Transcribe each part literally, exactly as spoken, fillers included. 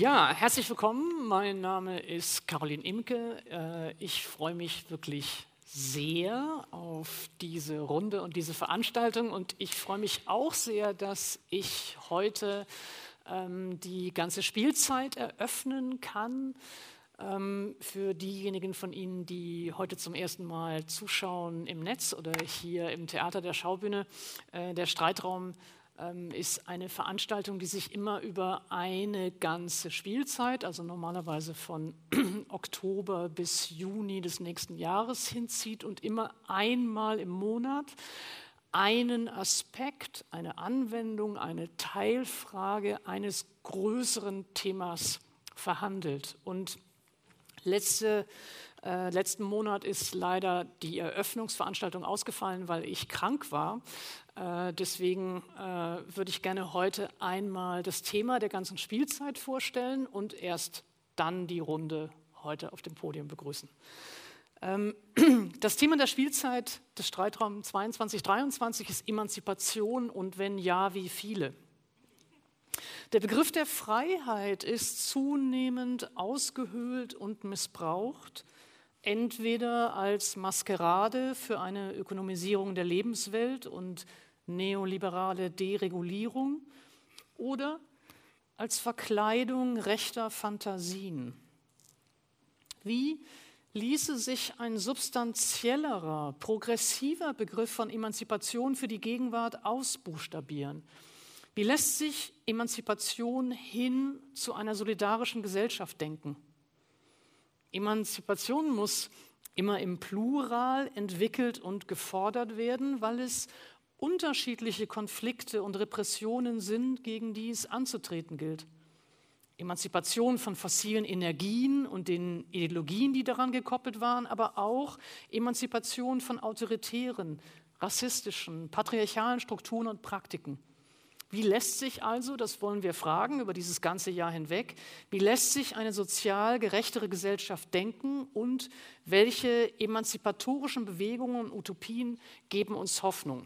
Ja, herzlich willkommen. Mein Name ist Caroline Imke. Ich freue mich wirklich sehr auf diese Runde und diese Veranstaltung und ich freue mich auch sehr, dass ich heute ähm, die ganze Spielzeit eröffnen kann. Ähm, für diejenigen von Ihnen, die heute zum ersten Mal zuschauen im Netz oder hier im Theater der Schaubühne, äh, der Streitraum ist eine Veranstaltung, die sich immer über eine ganze Spielzeit, also normalerweise von Oktober bis Juni des nächsten Jahres hinzieht und immer einmal im Monat einen Aspekt, eine Anwendung, eine Teilfrage eines größeren Themas verhandelt. Und letzte Äh, letzten Monat ist leider die Eröffnungsveranstaltung ausgefallen, weil ich krank war. Äh, deswegen äh, würde ich gerne heute einmal das Thema der ganzen Spielzeit vorstellen und erst dann die Runde heute auf dem Podium begrüßen. Ähm, das Thema der Spielzeit des Streitraums zweiundzwanzig dreiundzwanzig ist Emanzipation und wenn ja, wie viele? Der Begriff der Freiheit ist zunehmend ausgehöhlt und missbraucht, entweder als Maskerade für eine Ökonomisierung der Lebenswelt und neoliberale Deregulierung oder als Verkleidung rechter Fantasien. Wie ließe sich ein substanziellerer, progressiver Begriff von Emanzipation für die Gegenwart ausbuchstabieren? Wie lässt sich Emanzipation hin zu einer solidarischen Gesellschaft denken? Emanzipation muss immer im Plural entwickelt und gefordert werden, weil es unterschiedliche Konflikte und Repressionen sind, gegen die es anzutreten gilt. Emanzipation von fossilen Energien und den Ideologien, die daran gekoppelt waren, aber auch Emanzipation von autoritären, rassistischen, patriarchalen Strukturen und Praktiken. Wie lässt sich also, das wollen wir fragen über dieses ganze Jahr hinweg, wie lässt sich eine sozial gerechtere Gesellschaft denken und welche emanzipatorischen Bewegungen und Utopien geben uns Hoffnung?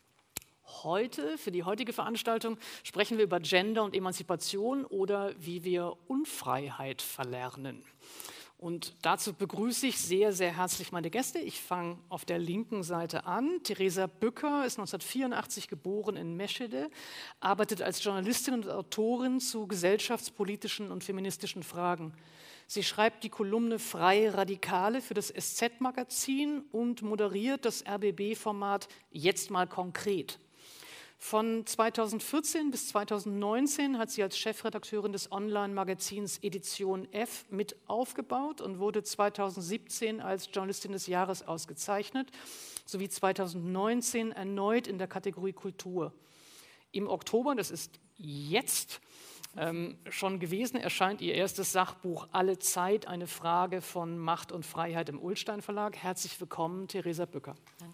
Heute, für die heutige Veranstaltung, sprechen wir über Gender und Emanzipation oder wie wir Unfreiheit verlernen. Und dazu begrüße ich sehr, sehr herzlich meine Gäste. Ich fange auf der linken Seite an. Theresa Bücker ist neunzehnhundertvierundachtzig geboren in Meschede, arbeitet als Journalistin und Autorin zu gesellschaftspolitischen und feministischen Fragen. Sie schreibt die Kolumne Freie Radikale für das S Z-Magazin und moderiert das R B B-Format Jetzt mal konkret. Von zweitausendvierzehn bis zweitausendneunzehn hat sie als Chefredakteurin des Online-Magazins Edition F mit aufgebaut und wurde zweitausendsiebzehn als Journalistin des Jahres ausgezeichnet, sowie zweitausendneunzehn erneut in der Kategorie Kultur. Im Oktober, das ist jetzt ähm, schon gewesen, erscheint ihr erstes Sachbuch Alle Zeit, eine Frage von Macht und Freiheit im Ullstein Verlag. Herzlich willkommen, Theresa Bücker. Danke.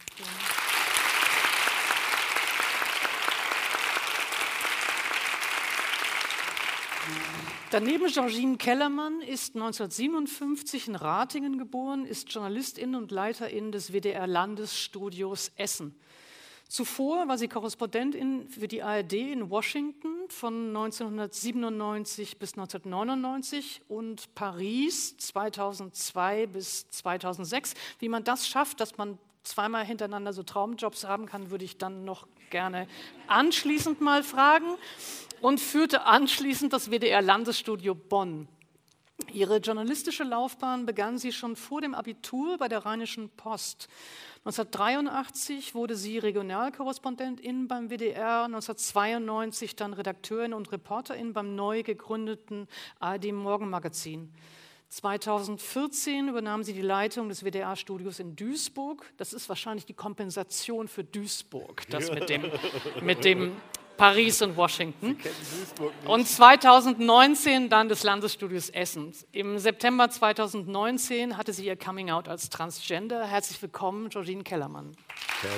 Daneben Georgine Kellermann ist neunzehnhundertsiebenundfünfzig in Ratingen geboren, ist Journalistin und Leiterin des W D R-Landesstudios Essen. Zuvor war sie Korrespondentin für die A R D in Washington von neunzehnhundertsiebenundneunzig bis neunzehnhundertneunundneunzig und Paris zweitausendzwei bis zweitausendsechs. Wie man das schafft, dass man zweimal hintereinander so Traumjobs haben kann, würde ich dann noch gerne anschließend mal fragen. Und führte anschließend das W D R-Landesstudio Bonn. Ihre journalistische Laufbahn begann sie schon vor dem Abitur bei der Rheinischen Post. neunzehnhundertdreiundachtzig wurde sie Regionalkorrespondentin beim W D R, neunzehnhundertzweiundneunzig dann Redakteurin und Reporterin beim neu gegründeten A R D-Morgenmagazin. zweitausendvierzehn übernahm sie die Leitung des W D R-Studios in Duisburg. Das ist wahrscheinlich die Kompensation für Duisburg, das mit dem, mit dem Paris und Washington. Und zweitausendneunzehn dann des Landesstudios Essen. Im September zweitausendneunzehn hatte sie ihr Coming-out als Transgender. Herzlich willkommen, Georgine Kellermann. Okay.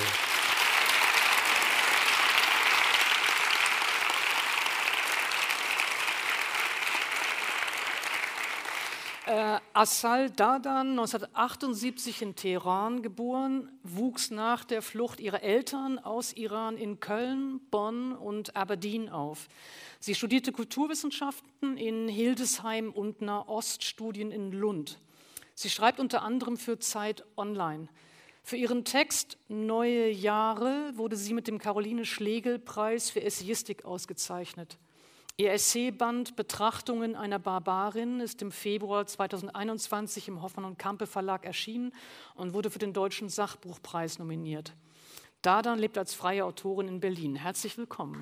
Äh, Asal Dadan, neunzehnhundertachtundsiebzig in Teheran geboren, wuchs nach der Flucht ihrer Eltern aus Iran in Köln, Bonn und Aberdeen auf. Sie studierte Kulturwissenschaften in Hildesheim und Nahoststudien in Lund. Sie schreibt unter anderem für Zeit Online. Für ihren Text Neue Jahre wurde sie mit dem Caroline-Schlegel-Preis für Essayistik ausgezeichnet. Ihr Essayband Betrachtungen einer Barbarin ist im Februar zweitausendeinundzwanzig im Hoffmann und Campe Verlag erschienen und wurde für den Deutschen Sachbuchpreis nominiert. Dadan lebt als freie Autorin in Berlin. Herzlich willkommen.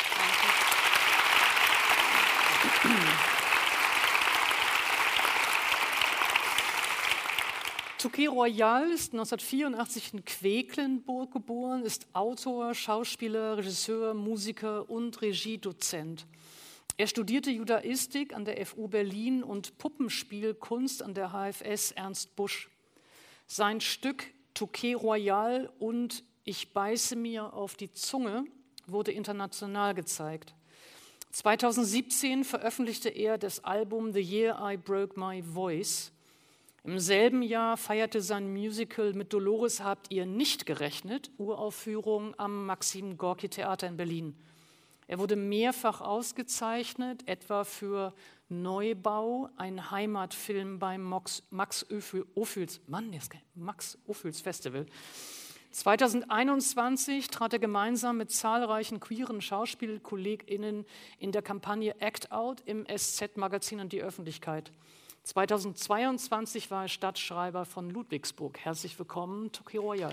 Touquet Royal ist neunzehnhundertvierundachtzig in Quedlinburg geboren, ist Autor, Schauspieler, Regisseur, Musiker und Regiedozent. Er studierte Judaistik an der F U Berlin und Puppenspielkunst an der H F S Ernst Busch. Sein Stück Touquet Royal und Ich beiße mir auf die Zunge wurde international gezeigt. zweitausendsiebzehn veröffentlichte er das Album The Year I Broke My Voice. Im selben Jahr feierte sein Musical Mit Dolores habt ihr nicht gerechnet, Uraufführung am Maxim-Gorki-Theater in Berlin. Er wurde mehrfach ausgezeichnet, etwa für Neubau, ein Heimatfilm beim Max, Max Ophüls, Mann, Max Ophüls Festival. zweitausendeinundzwanzig trat er gemeinsam mit zahlreichen queeren SchauspielkollegInnen in der Kampagne Act Out im S Z-Magazin an die Öffentlichkeit. zweitausendzweiundzwanzig war er Stadtschreiber von Ludwigsburg. Herzlich willkommen, Touquet Royal.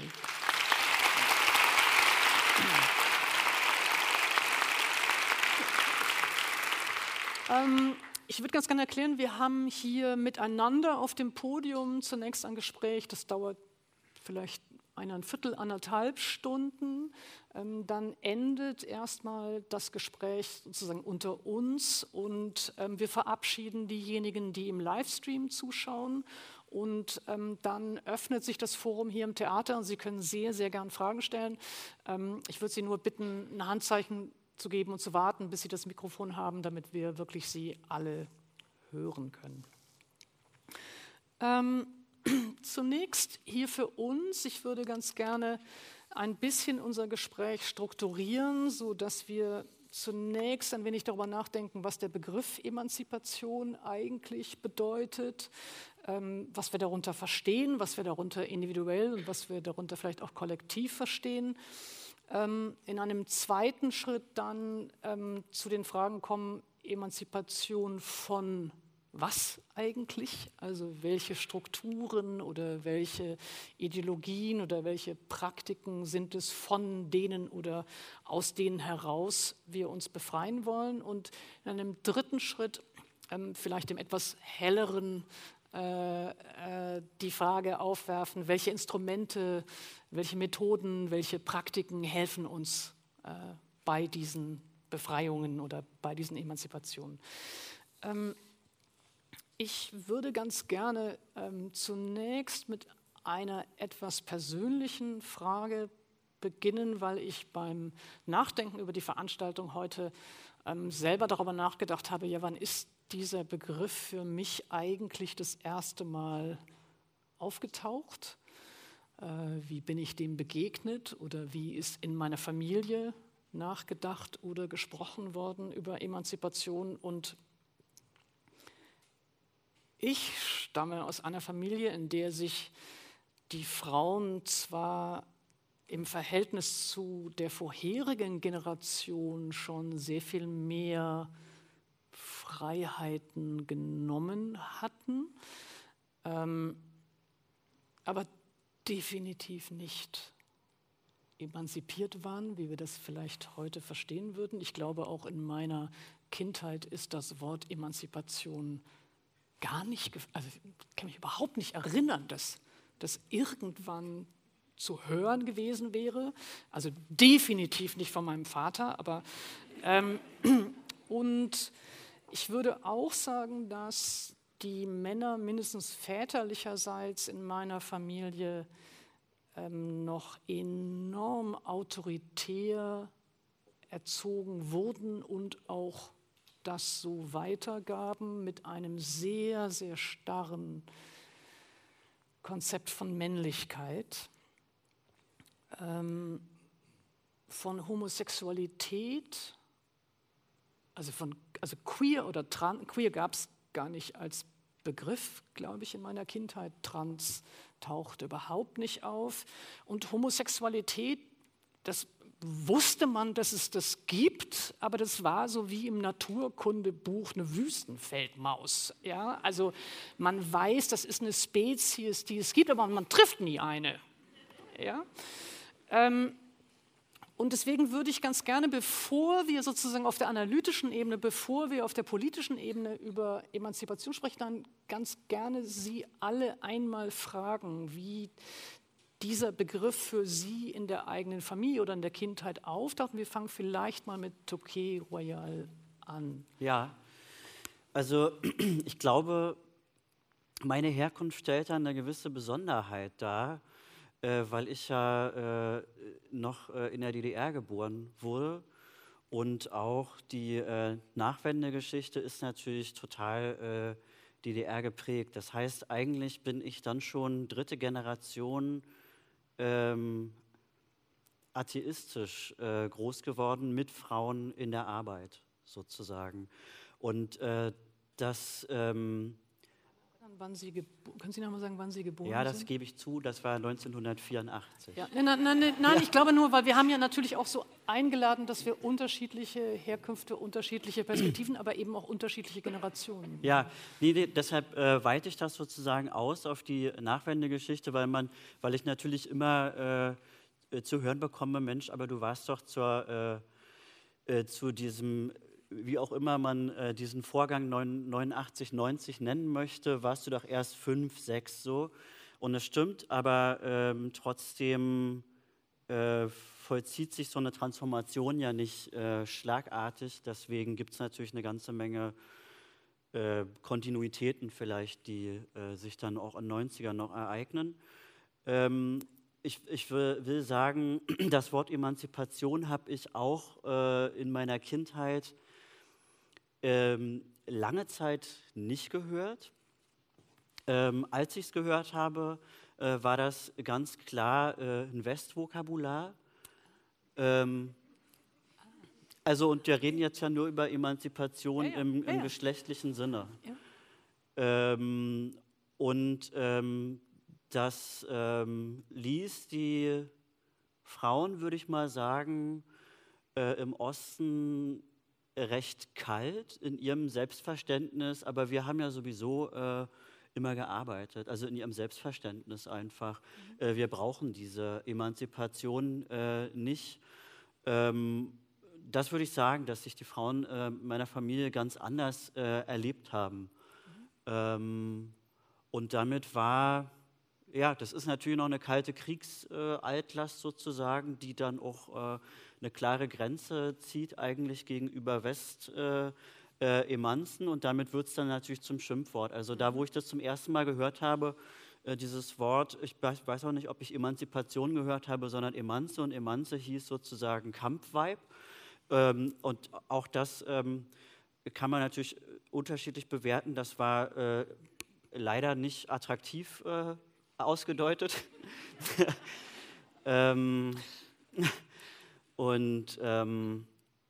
ähm, ich würde ganz gerne erklären, wir haben hier miteinander auf dem Podium zunächst ein Gespräch, das dauert vielleicht ein Viertel, anderthalb Stunden. Ähm, dann endet erstmal das Gespräch sozusagen unter uns und ähm, wir verabschieden diejenigen, die im Livestream zuschauen. Und ähm, dann öffnet sich das Forum hier im Theater und Sie können sehr, sehr gern Fragen stellen. Ähm, ich würde Sie nur bitten, ein Handzeichen zu geben und zu warten, bis Sie das Mikrofon haben, damit wir wirklich Sie alle hören können. Ähm, Zunächst hier für uns, ich würde ganz gerne ein bisschen unser Gespräch strukturieren, sodass wir zunächst ein wenig darüber nachdenken, was der Begriff Emanzipation eigentlich bedeutet, ähm, was wir darunter verstehen, was wir darunter individuell und was wir darunter vielleicht auch kollektiv verstehen. Ähm, in einem zweiten Schritt dann ähm, zu den Fragen kommen, Emanzipation von was eigentlich, also welche Strukturen oder welche Ideologien oder welche Praktiken sind es, von denen oder aus denen heraus wir uns befreien wollen. Und in einem dritten Schritt, ähm, vielleicht dem etwas helleren, äh, äh, die Frage aufwerfen, welche Instrumente, welche Methoden, welche Praktiken helfen uns äh, bei diesen Befreiungen oder bei diesen Emanzipationen. Ähm, Ich würde ganz gerne ähm, zunächst mit einer etwas persönlichen Frage beginnen, weil ich beim Nachdenken über die Veranstaltung heute ähm, selber darüber nachgedacht habe, ja, wann ist dieser Begriff für mich eigentlich das erste Mal aufgetaucht? Äh, wie bin ich dem begegnet oder wie ist in meiner Familie nachgedacht oder gesprochen worden über Emanzipation? Und ich stamme aus einer Familie, in der sich die Frauen zwar im Verhältnis zu der vorherigen Generation schon sehr viel mehr Freiheiten genommen hatten, ähm, aber definitiv nicht emanzipiert waren, wie wir das vielleicht heute verstehen würden. Ich glaube, auch in meiner Kindheit ist das Wort Emanzipation gar nicht, also ich kann mich überhaupt nicht erinnern, dass das irgendwann zu hören gewesen wäre. Also definitiv nicht von meinem Vater, aber ähm, und ich würde auch sagen, dass die Männer mindestens väterlicherseits in meiner Familie ähm, noch enorm autoritär erzogen wurden und auch das so weitergaben mit einem sehr, sehr starren Konzept von Männlichkeit, ähm, von Homosexualität, also, von, also queer oder trans, queer gab es gar nicht als Begriff, glaube ich, in meiner Kindheit. Trans tauchte überhaupt nicht auf. Und Homosexualität, das wusste man, dass es das gibt, aber das war so wie im Naturkundebuch eine Wüstenfeldmaus. Ja? Also man weiß, das ist eine Spezies, die es gibt, aber man trifft nie eine. Ja? Ähm, Und deswegen würde ich ganz gerne, bevor wir sozusagen auf der analytischen Ebene, bevor wir auf der politischen Ebene über Emanzipation sprechen, dann ganz gerne Sie alle einmal fragen, wie dieser Begriff für Sie in der eigenen Familie oder in der Kindheit auftaucht. Und wir fangen vielleicht mal mit Touquet Royal an. Ja, also ich glaube, meine Herkunft stellt eine gewisse Besonderheit dar, äh, weil ich ja äh, noch äh, in der D D R geboren wurde und auch die äh, Nachwendegeschichte ist natürlich total äh, D D R geprägt. Das heißt, eigentlich bin ich dann schon dritte Generation ähm, atheistisch äh, groß geworden mit Frauen in der Arbeit sozusagen. Und äh, das... Ähm, Wann Sie Können Sie noch mal sagen, wann Sie geboren sind? Ja, das gebe ich zu, das war neunzehnhundertvierundachtzig. Ja, nein, nein, nein, nein, ich glaube nur, weil wir haben ja natürlich auch so eingeladen, dass wir unterschiedliche Herkünfte, unterschiedliche Perspektiven, aber eben auch unterschiedliche Generationen. Ja, nee, nee, deshalb äh, weite ich das sozusagen aus auf die Nachwendegeschichte, weil, man, weil ich natürlich immer äh, zu hören bekomme, Mensch, aber du warst doch zur, äh, äh, zu diesem... wie auch immer man äh, diesen Vorgang neunundachtzig, neunzig nennen möchte, warst du doch erst fünf, sechs so. Und es stimmt, aber ähm, trotzdem äh, vollzieht sich so eine Transformation ja nicht äh, schlagartig. Deswegen gibt es natürlich eine ganze Menge äh, Kontinuitäten vielleicht, die äh, sich dann auch in den neunzigern noch ereignen. Ähm, Ich, ich will, will sagen, das Wort Emanzipation habe ich auch äh, in meiner Kindheit ähm, lange Zeit nicht gehört. Ähm, als ich es gehört habe, äh, war das ganz klar äh, ein Westvokabular. Ähm, also, und wir reden jetzt ja nur über Emanzipation ja, ja. im, im ja, ja. geschlechtlichen Sinne. Ja. Ähm, und ähm, das ähm, ließ die Frauen, würde ich mal sagen, äh, im Osten recht kalt in ihrem Selbstverständnis, aber wir haben ja sowieso äh, immer gearbeitet, also in ihrem Selbstverständnis einfach. Mhm. Äh, wir brauchen diese Emanzipation äh, nicht. Ähm, das würde ich sagen, dass sich die Frauen äh, meiner Familie ganz anders äh, erlebt haben. Mhm. Ähm, und damit war... Ja, das ist natürlich noch eine kalte Kriegsaltlast sozusagen, die dann auch äh, eine klare Grenze zieht eigentlich gegenüber West-Emanzen äh, äh, und damit wird es dann natürlich zum Schimpfwort. Also da, wo ich das zum ersten Mal gehört habe, äh, dieses Wort, ich weiß auch nicht, ob ich Emanzipation gehört habe, sondern Emanze und Emanze hieß sozusagen Kampfweib ähm, und auch das ähm, kann man natürlich unterschiedlich bewerten. Das war äh, leider nicht attraktiv äh, ausgedeutet. ähm, und ähm,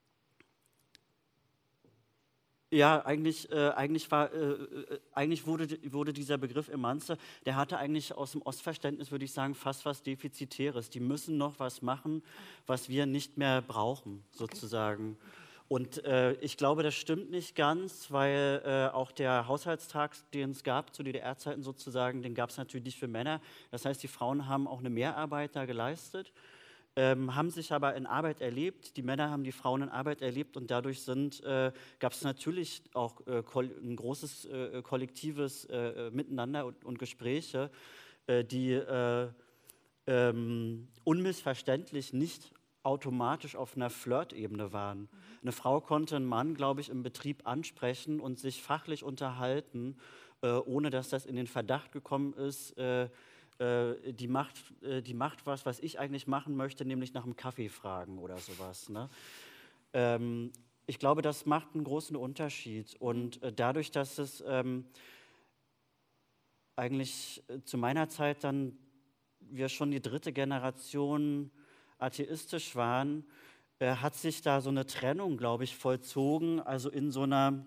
ja, eigentlich, äh, eigentlich, war, äh, eigentlich wurde, wurde dieser Begriff Emanze, der hatte eigentlich aus dem Ostverständnis, würde ich sagen, fast was Defizitäres. Die müssen noch was machen, was wir nicht mehr brauchen, sozusagen. Okay. Und äh, ich glaube, das stimmt nicht ganz, weil äh, auch der Haushaltstag, den es gab zu D D R-Zeiten sozusagen, den gab es natürlich nicht für Männer. Das heißt, die Frauen haben auch eine Mehrarbeit da geleistet, ähm, haben sich aber in Arbeit erlebt. Die Männer haben die Frauen in Arbeit erlebt und dadurch sind, äh, gab es natürlich auch äh, ein großes äh, kollektives äh, Miteinander und, und Gespräche, äh, die äh, ähm, unmissverständlich nicht automatisch auf einer Flirtebene waren. Mhm. Eine Frau konnte einen Mann, glaube ich, im Betrieb ansprechen und sich fachlich unterhalten, äh, ohne dass das in den Verdacht gekommen ist, äh, äh, die, macht, äh, die macht was, was ich eigentlich machen möchte, nämlich nach einem Kaffee fragen oder sowas. Ne? Ähm, ich glaube, das macht einen großen Unterschied. Und äh, dadurch, dass es ähm, eigentlich äh, zu meiner Zeit dann wir schon die dritte Generation atheistisch waren, äh, hat sich da so eine Trennung, glaube ich, vollzogen. Also in so einer,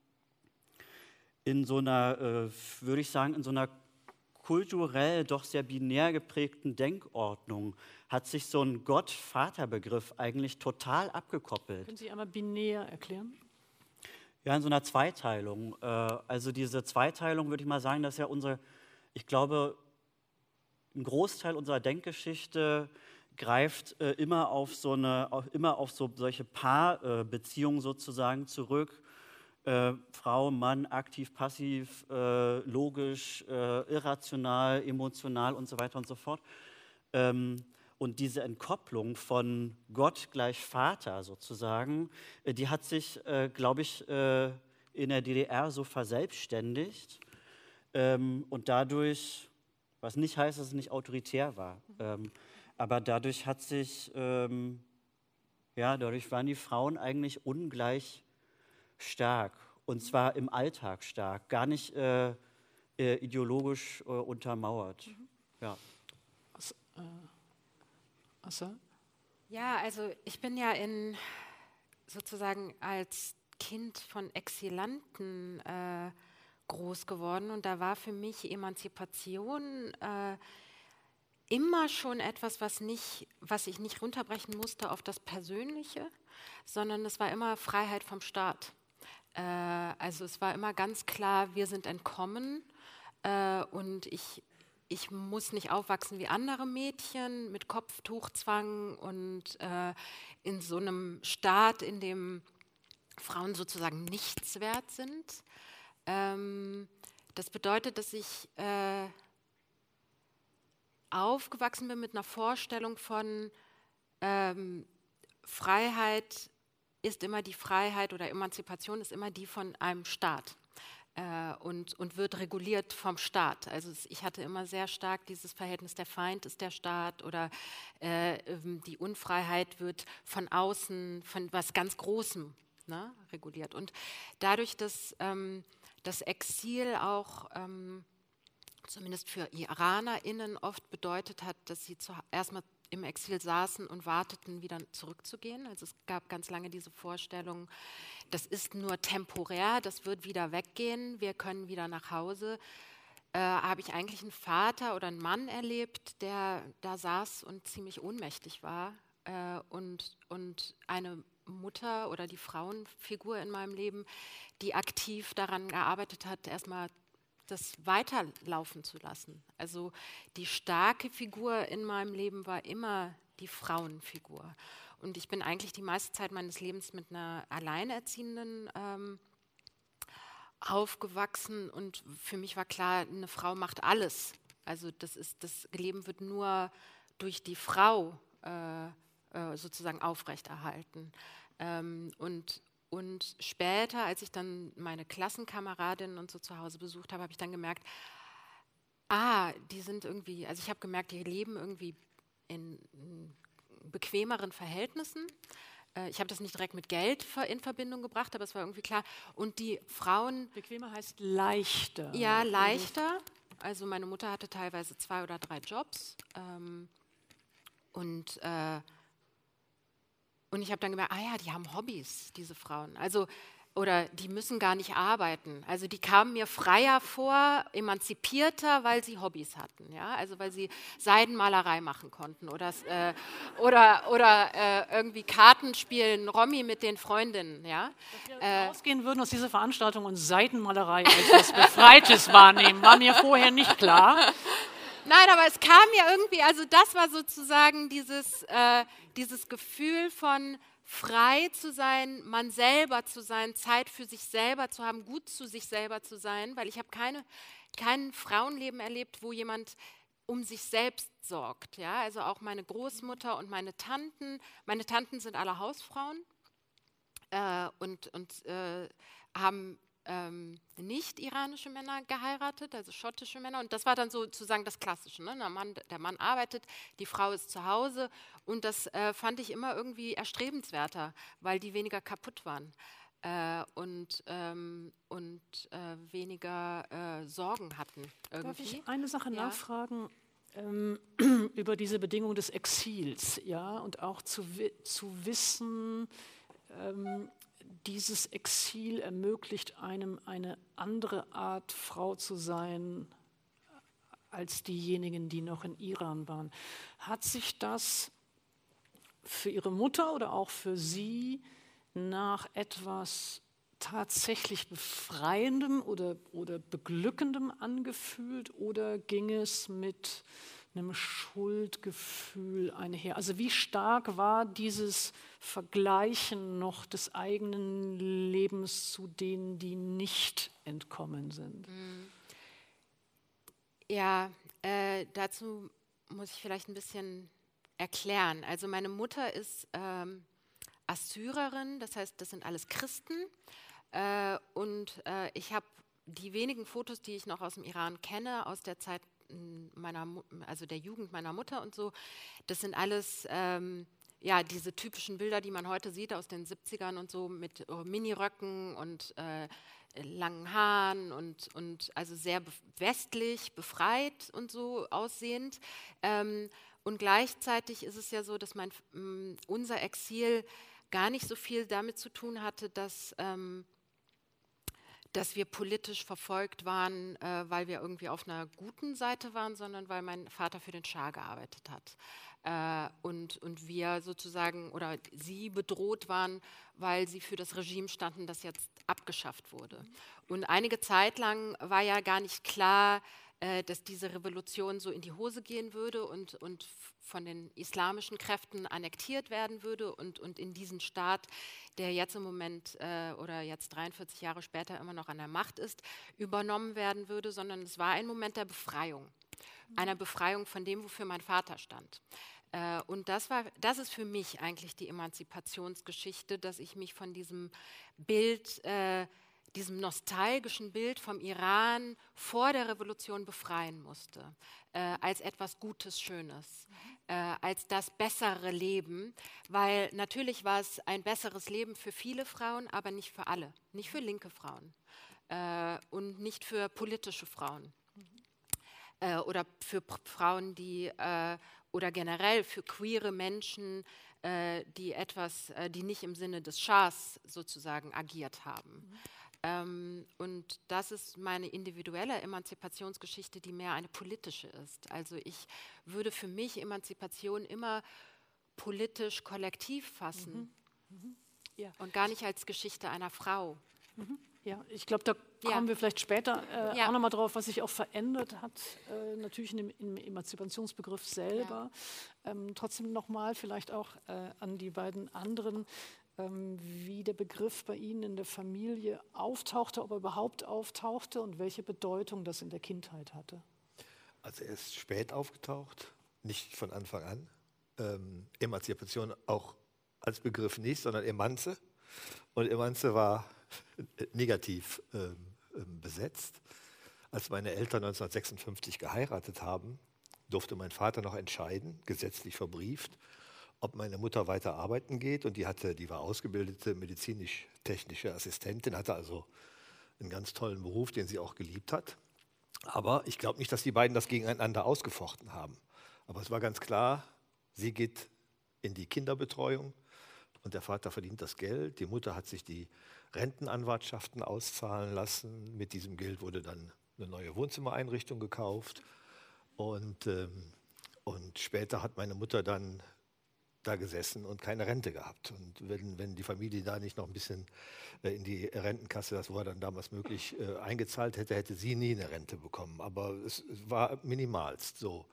in so einer, äh, würde ich sagen, in so einer kulturell doch sehr binär geprägten Denkordnung hat sich so ein Gott-Vater-Begriff eigentlich total abgekoppelt. Können Sie einmal binär erklären? Ja, in so einer Zweiteilung. Äh, also diese Zweiteilung, würde ich mal sagen, dass ja unsere, ich glaube, ein Großteil unserer Denkgeschichte greift äh, immer auf so eine, auf, immer auf so solche Paarbeziehungen äh, sozusagen zurück. Äh, Frau, Mann, aktiv, passiv, äh, logisch, äh, irrational, emotional und so weiter und so fort. Ähm, und diese Entkopplung von Gott gleich Vater sozusagen, äh, die hat sich, äh, glaube ich, äh, in der D D R so verselbstständigt ähm, und dadurch, was nicht heißt, dass es nicht autoritär war, ähm, aber dadurch hat sich, ähm, ja, dadurch waren die Frauen eigentlich ungleich stark und zwar im Alltag stark, gar nicht äh, äh, ideologisch äh, untermauert. Mhm. Ja. Was, äh, Assa? Ja, also ich bin ja in sozusagen als Kind von Exilanten äh, groß geworden und da war für mich Emanzipation äh, immer schon etwas, was, nicht, was ich nicht runterbrechen musste auf das Persönliche, sondern es war immer Freiheit vom Staat. Äh, also es war immer ganz klar, wir sind entkommen äh, und ich, ich muss nicht aufwachsen wie andere Mädchen mit Kopftuchzwang und äh, in so einem Staat, in dem Frauen sozusagen nichts wert sind. Ähm, das bedeutet, dass ich äh, aufgewachsen bin mit einer Vorstellung von ähm, Freiheit ist immer die Freiheit oder Emanzipation ist immer die von einem Staat äh, und, und wird reguliert vom Staat. Also es, ich hatte immer sehr stark dieses Verhältnis, der Feind ist der Staat oder äh, die Unfreiheit wird von außen, von was ganz Großem, ne, reguliert. Und dadurch, dass ähm, das Exil auch ähm, zumindest für IranerInnen oft bedeutet hat, dass sie erstmal im Exil saßen und warteten, wieder zurückzugehen. Also es gab ganz lange diese Vorstellung, das ist nur temporär, das wird wieder weggehen, wir können wieder nach Hause. Äh, habe ich eigentlich einen Vater oder einen Mann erlebt, der da saß und ziemlich ohnmächtig war äh, und, und eine Mutter oder die Frauenfigur in meinem Leben, die aktiv daran gearbeitet hat, erstmal das weiterlaufen zu lassen. Also die starke Figur in meinem Leben war immer die Frauenfigur. Und ich bin eigentlich die meiste Zeit meines Lebens mit einer Alleinerziehenden ähm, aufgewachsen und für mich war klar, eine Frau macht alles. Also das ist, das Leben wird nur durch die Frau äh, äh, sozusagen aufrechterhalten. Ähm, und Und später, als ich dann meine Klassenkameradinnen und so zu Hause besucht habe, habe ich dann gemerkt, ah, die sind irgendwie, also ich habe gemerkt, die leben irgendwie in, in bequemeren Verhältnissen. Äh, ich habe das nicht direkt mit Geld in Verbindung gebracht, aber es war irgendwie klar. Und die Frauen... Bequemer heißt leichter. Ja, leichter. Also meine Mutter hatte teilweise zwei oder drei Jobs. Ähm, und... Äh, Und ich habe dann gemerkt, ah ja, die haben Hobbys, diese Frauen. Also, oder die müssen gar nicht arbeiten. Also die kamen mir freier vor, emanzipierter, weil sie Hobbys hatten. Ja? Also weil sie Seidenmalerei machen konnten oder, äh, oder, oder äh, irgendwie Karten spielen, Romy mit den Freundinnen. Ja? Dass wir äh, rausgehen würden aus dieser Veranstaltung und Seidenmalerei als etwas Befreites wahrnehmen, war mir vorher nicht klar. Nein, aber es kam ja irgendwie, also das war sozusagen dieses, äh, dieses Gefühl von frei zu sein, man selber zu sein, Zeit für sich selber zu haben, gut zu sich selber zu sein, weil ich habe keine, kein Frauenleben erlebt, wo jemand um sich selbst sorgt. Ja? Also auch meine Großmutter und meine Tanten, meine Tanten sind alle Hausfrauen äh, und, und äh, haben ähm, nicht-iranische Männer geheiratet, also schottische Männer. Und das war dann sozusagen das Klassische. Ne? Der Mann, der Mann arbeitet, die Frau ist zu Hause. Und das äh, fand ich immer irgendwie erstrebenswerter, weil die weniger kaputt waren äh, und, ähm, und äh, weniger äh, Sorgen hatten. Irgendwie. Darf ich eine Sache Ja. nachfragen? Ähm, über diese Bedingung des Exils, ja, und auch zu, wi zu wissen, ähm, dieses Exil ermöglicht einem eine andere Art Frau zu sein als diejenigen, die noch in Iran waren. Hat sich das für Ihre Mutter oder auch für Sie nach etwas tatsächlich Befreiendem oder, oder Beglückendem angefühlt oder ging es mit einem Schuldgefühl einher? Also wie stark war dieses Vergleichen noch des eigenen Lebens zu denen, die nicht entkommen sind? Ja, äh, dazu muss ich vielleicht ein bisschen erklären. Also meine Mutter ist ähm, Assyrerin, das heißt, das sind alles Christen. Äh, und äh, ich habe die wenigen Fotos, die ich noch aus dem Iran kenne, aus der Zeit meiner, also der Jugend meiner Mutter und so, das sind alles ähm, ja, diese typischen Bilder, die man heute sieht aus den siebzigern und so mit äh, Miniröcken und äh, langen Haaren und, und also sehr be westlich, befreit und so aussehend. Ähm, und gleichzeitig ist es ja so, dass mein, mh, unser Exil gar nicht so viel damit zu tun hatte, dass ähm, dass wir politisch verfolgt waren, äh, weil wir irgendwie auf einer guten Seite waren, sondern weil mein Vater für den Schah gearbeitet hat. Äh, und, und wir sozusagen, oder sie bedroht waren, weil sie für das Regime standen, das jetzt abgeschafft wurde. Und einige Zeit lang war ja gar nicht klar, äh, dass diese Revolution so in die Hose gehen würde und, und von den islamischen Kräften annektiert werden würde und, und in diesen Staat, der jetzt im Moment äh, oder jetzt dreiundvierzig Jahre später immer noch an der Macht ist, übernommen werden würde, sondern es war ein Moment der Befreiung, einer Befreiung von dem, wofür mein Vater stand. Äh, und das war, das ist für mich eigentlich die Emanzipationsgeschichte, dass ich mich von diesem Bild, äh, diesem nostalgischen Bild vom Iran vor der Revolution befreien musste, äh, als etwas Gutes, Schönes, äh, als das bessere Leben, weil natürlich war es ein besseres Leben für viele Frauen, aber nicht für alle, nicht für linke Frauen äh, und nicht für politische Frauen äh, oder für P Frauen, die äh, oder generell für queere Menschen, äh, die etwas, äh, die nicht im Sinne des Schahs sozusagen agiert haben. Mhm. Ähm, und das ist meine individuelle Emanzipationsgeschichte, die mehr eine politische ist. Also ich würde für mich Emanzipation immer politisch kollektiv fassen Mhm. Mhm. Ja. und gar nicht als Geschichte einer Frau. Mhm. Ja, ich glaube, da Ja. kommen wir vielleicht später äh, Ja. auch nochmal drauf, was sich auch verändert hat, äh, natürlich in dem, im Emanzipationsbegriff selber. Ähm, trotzdem nochmal vielleicht auch äh, an die beiden anderen, ähm, wie der Begriff bei Ihnen in der Familie auftauchte, ob er überhaupt auftauchte und welche Bedeutung das in der Kindheit hatte. Also er ist spät aufgetaucht, nicht von Anfang an. Ähm, Emanzipation auch als Begriff nicht, sondern Emanze. Und Emanze war negativ ähm, besetzt. Als meine Eltern neunzehnhundertsechsundfünfzig geheiratet haben, durfte mein Vater noch entscheiden, gesetzlich verbrieft, ob meine Mutter weiter arbeiten geht. Und die, hatte, die war ausgebildete medizinisch-technische Assistentin, hatte also einen ganz tollen Beruf, den sie auch geliebt hat. Aber ich glaube nicht, dass die beiden das gegeneinander ausgefochten haben. Aber es war ganz klar, sie geht in die Kinderbetreuung und der Vater verdient das Geld. Die Mutter hat sich die Rentenanwartschaften auszahlen lassen. Mit diesem Geld wurde dann eine neue Wohnzimmereinrichtung gekauft. Und, ähm, und später hat meine Mutter dann da gesessen und keine Rente gehabt. Und wenn, wenn die Familie da nicht noch ein bisschen äh, in die Rentenkasse, das war dann damals möglich, äh, eingezahlt hätte, hätte sie nie eine Rente bekommen. Aber es, es war minimalst so.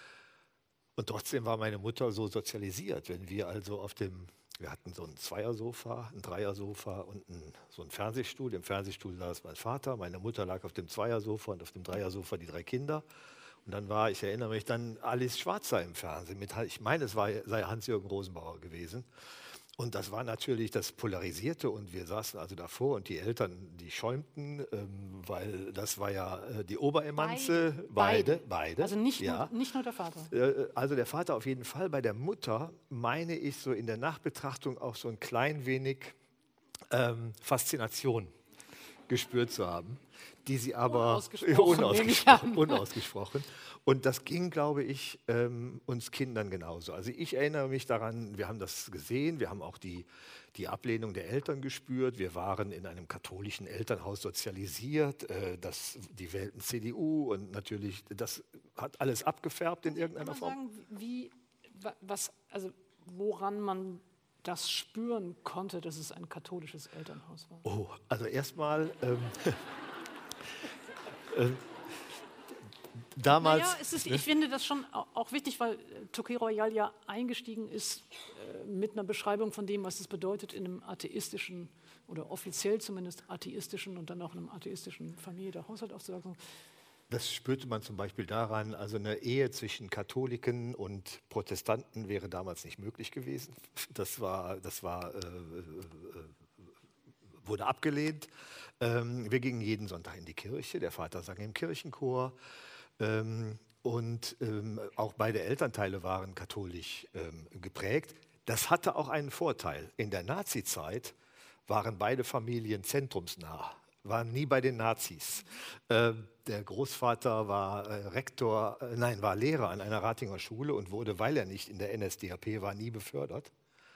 Und trotzdem war meine Mutter so sozialisiert. Wenn wir also auf dem, wir hatten so ein Zweiersofa, ein Dreiersofa und ein, so einen Fernsehstuhl. Im Fernsehstuhl saß mein Vater, meine Mutter lag auf dem Zweiersofa und auf dem Dreiersofa die drei Kinder. Und dann war, ich erinnere mich, dann Alice Schwarzer im Fernsehen. Mit, ich meine, es war, sei Hans-Jürgen Rosenbauer gewesen. und das war natürlich, das polarisierte und wir saßen also davor und die Eltern, die schäumten, ähm, weil das war ja äh, die Oberemanze, beide, beide, beide. Also nicht, ja. nur, nicht nur der Vater. Äh, also der Vater auf jeden Fall. Bei der Mutter meine ich so in der Nachbetrachtung auch so ein klein wenig ähm, Faszination gespürt zu haben, die sie aber unausgesprochen, unausgesprochen, unausgesprochen. Und das ging, glaube ich, ähm, uns Kindern genauso. Also ich erinnere mich daran, wir haben das gesehen, wir haben auch die, die Ablehnung der Eltern gespürt. Wir waren in einem katholischen Elternhaus sozialisiert, äh, das, die wählten C D U und natürlich, das hat alles abgefärbt in irgendeiner Kann man Form. sagen, wie, was, also woran man das spüren konnte, dass es ein katholisches Elternhaus war? Oh, also erstmal... Ähm, äh, damals... Naja, es ist, ich finde das schon auch wichtig, weil Tokyo Royal ja eingestiegen ist äh, mit einer Beschreibung von dem, was es bedeutet, in einem atheistischen oder offiziell zumindest atheistischen und dann auch in einem atheistischen Familie oder Haushalt aufzuwachsen. Das spürte man zum Beispiel daran, also eine Ehe zwischen Katholiken und Protestanten wäre damals nicht möglich gewesen. Das war, das war, äh, äh, wurde abgelehnt. Ähm, wir gingen jeden Sonntag in die Kirche, der Vater sang im Kirchenchor ähm, und ähm, auch beide Elternteile waren katholisch ähm, geprägt. Das hatte auch einen Vorteil. In der Nazizeit waren beide Familien zentrumsnah, waren nie bei den Nazis. Äh, der Großvater war äh, Rektor, äh, nein, war Lehrer an einer Ratinger Schule und wurde, weil er nicht in der N S D A P war, nie befördert.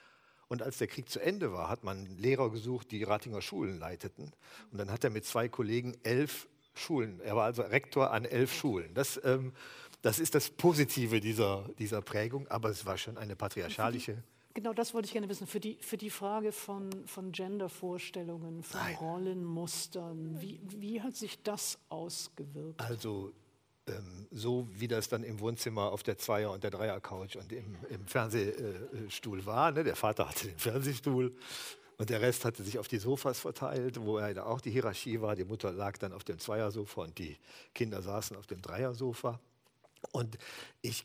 Und als der Krieg zu Ende war, hat man Lehrer gesucht, die Ratinger Schulen leiteten. Und dann hat er mit zwei Kollegen elf Schulen, er war also Rektor an elf Schulen. Das, ähm, das ist das Positive dieser, dieser Prägung, aber es war schon eine patriarchalische... Genau, das wollte ich gerne wissen. Für die, für die Frage von, von Gender-Vorstellungen, von Nein. Rollenmustern, wie, wie hat sich das ausgewirkt? Also ähm, so wie das dann im Wohnzimmer auf der Zweier- und der Dreier-Couch und im, im Fernsehstuhl war. Ne? Der Vater hatte den Fernsehstuhl und der Rest hatte sich auf die Sofas verteilt, wo da auch die Hierarchie war. Die Mutter lag dann auf dem Zweiersofa und die Kinder saßen auf dem Dreiersofa. Und ich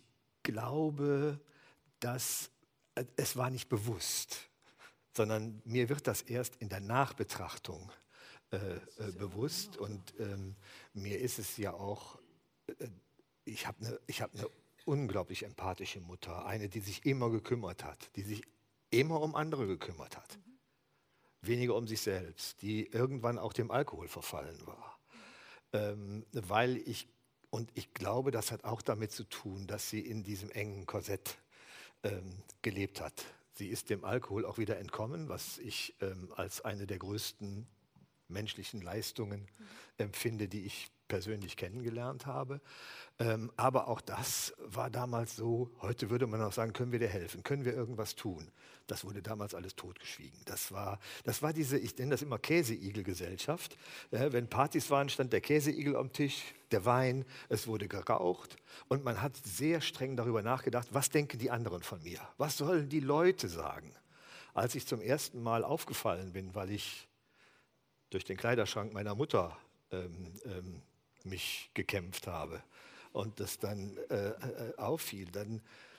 glaube, dass es war nicht bewusst, sondern mir wird das erst in der Nachbetrachtung äh, äh, bewusst. Und ähm, mir ist es ja auch, äh, ich habe eine ich hab ne unglaublich empathische Mutter, eine, die sich immer gekümmert hat, die sich immer um andere gekümmert hat, mhm. weniger um sich selbst, die irgendwann auch dem Alkohol verfallen war. Ähm, weil ich, und ich glaube, das hat auch damit zu tun, dass sie in diesem engen Korsett Ähm, gelebt hat. Sie ist dem Alkohol auch wieder entkommen, was ich ähm, als eine der größten menschlichen Leistungen mhm. empfinde, die ich persönlich kennengelernt habe. Ähm, aber auch das war damals so, heute würde man auch sagen, können wir dir helfen, können wir irgendwas tun? Das wurde damals alles totgeschwiegen. Das war, das war diese, ich nenne das immer Käseigel-Gesellschaft. Äh, wenn Partys waren, stand der Käseigel am Tisch, der Wein, es wurde geraucht und man hat sehr streng darüber nachgedacht, was denken die anderen von mir? Was sollen die Leute sagen? Als ich zum ersten Mal aufgefallen bin, weil ich durch den Kleiderschrank meiner Mutter ähm, ähm, mich gekämpft habe und das dann äh, äh, auffiel, dann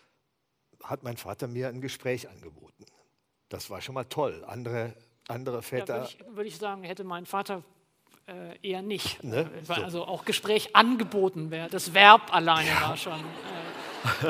hat mein Vater mir ein Gespräch angeboten. Das war schon mal toll. Andere, andere Väter... Ja, würde ich, würd ich sagen, hätte mein Vater äh, eher nicht. Ne? So. So. Also auch Gespräch angeboten wäre. Das Verb alleine ja. war schon... Äh.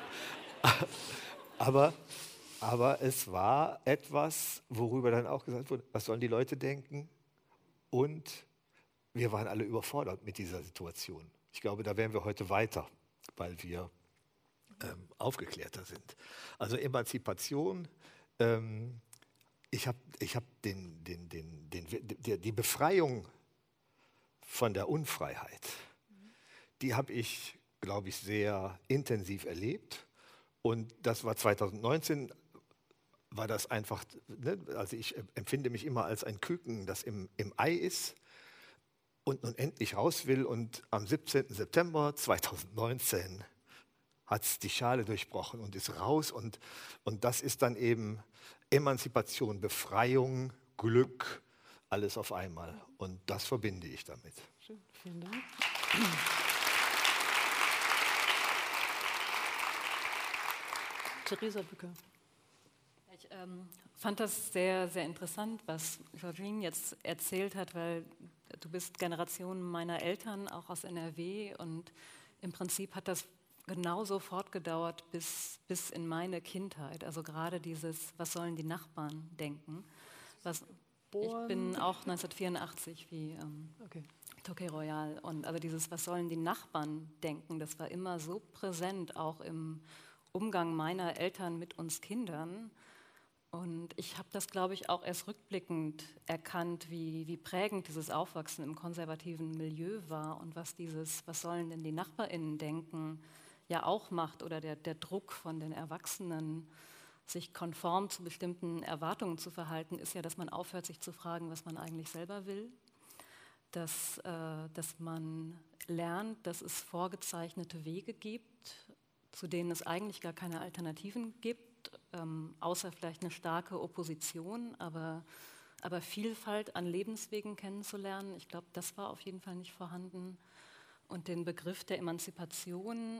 aber, aber es war etwas, worüber dann auch gesagt wurde, was sollen die Leute denken? Und wir waren alle überfordert mit dieser Situation. Ich glaube, da wären wir heute weiter, weil wir ähm, aufgeklärter sind. Also Emanzipation, ähm, ich habe ich hab den, den, den, den, die, die Befreiung von der Unfreiheit, die habe ich, glaube ich, sehr intensiv erlebt. Und das war zweitausendneunzehn, war das einfach, ne, also ich empfinde mich immer als ein Küken, das im, im Ei ist und nun endlich raus will. Und am siebzehnten September zweitausendneunzehn hat es die Schale durchbrochen und ist raus. Und, und das ist dann eben Emanzipation, Befreiung, Glück, alles auf einmal. Und das verbinde ich damit. Schön, vielen Dank. Theresa Bücke. Ich Ich ähm, fand das sehr, sehr interessant, was Georgine jetzt erzählt hat, weil du bist Generation meiner Eltern, auch aus N R W, und im Prinzip hat das genauso fortgedauert bis, bis in meine Kindheit. Also gerade dieses, was sollen die Nachbarn denken? Was, ich bin auch neunzehnhundertvierundachtzig wie ähm, Okay. Tokay Royal. Und also dieses, was sollen die Nachbarn denken, das war immer so präsent, auch im Umgang meiner Eltern mit uns Kindern. Und ich habe das, glaube ich, auch erst rückblickend erkannt, wie, wie prägend dieses Aufwachsen im konservativen Milieu war und was dieses, was sollen denn die NachbarInnen denken, ja auch macht, oder der, der Druck von den Erwachsenen, sich konform zu bestimmten Erwartungen zu verhalten, ist ja, dass man aufhört, sich zu fragen, was man eigentlich selber will. Dass, äh, dass man lernt, dass es vorgezeichnete Wege gibt, zu denen es eigentlich gar keine Alternativen gibt, ähm, außer vielleicht eine starke Opposition, aber, aber Vielfalt an Lebenswegen kennenzulernen. Ich glaube, das war auf jeden Fall nicht vorhanden. Und den Begriff der Emanzipation,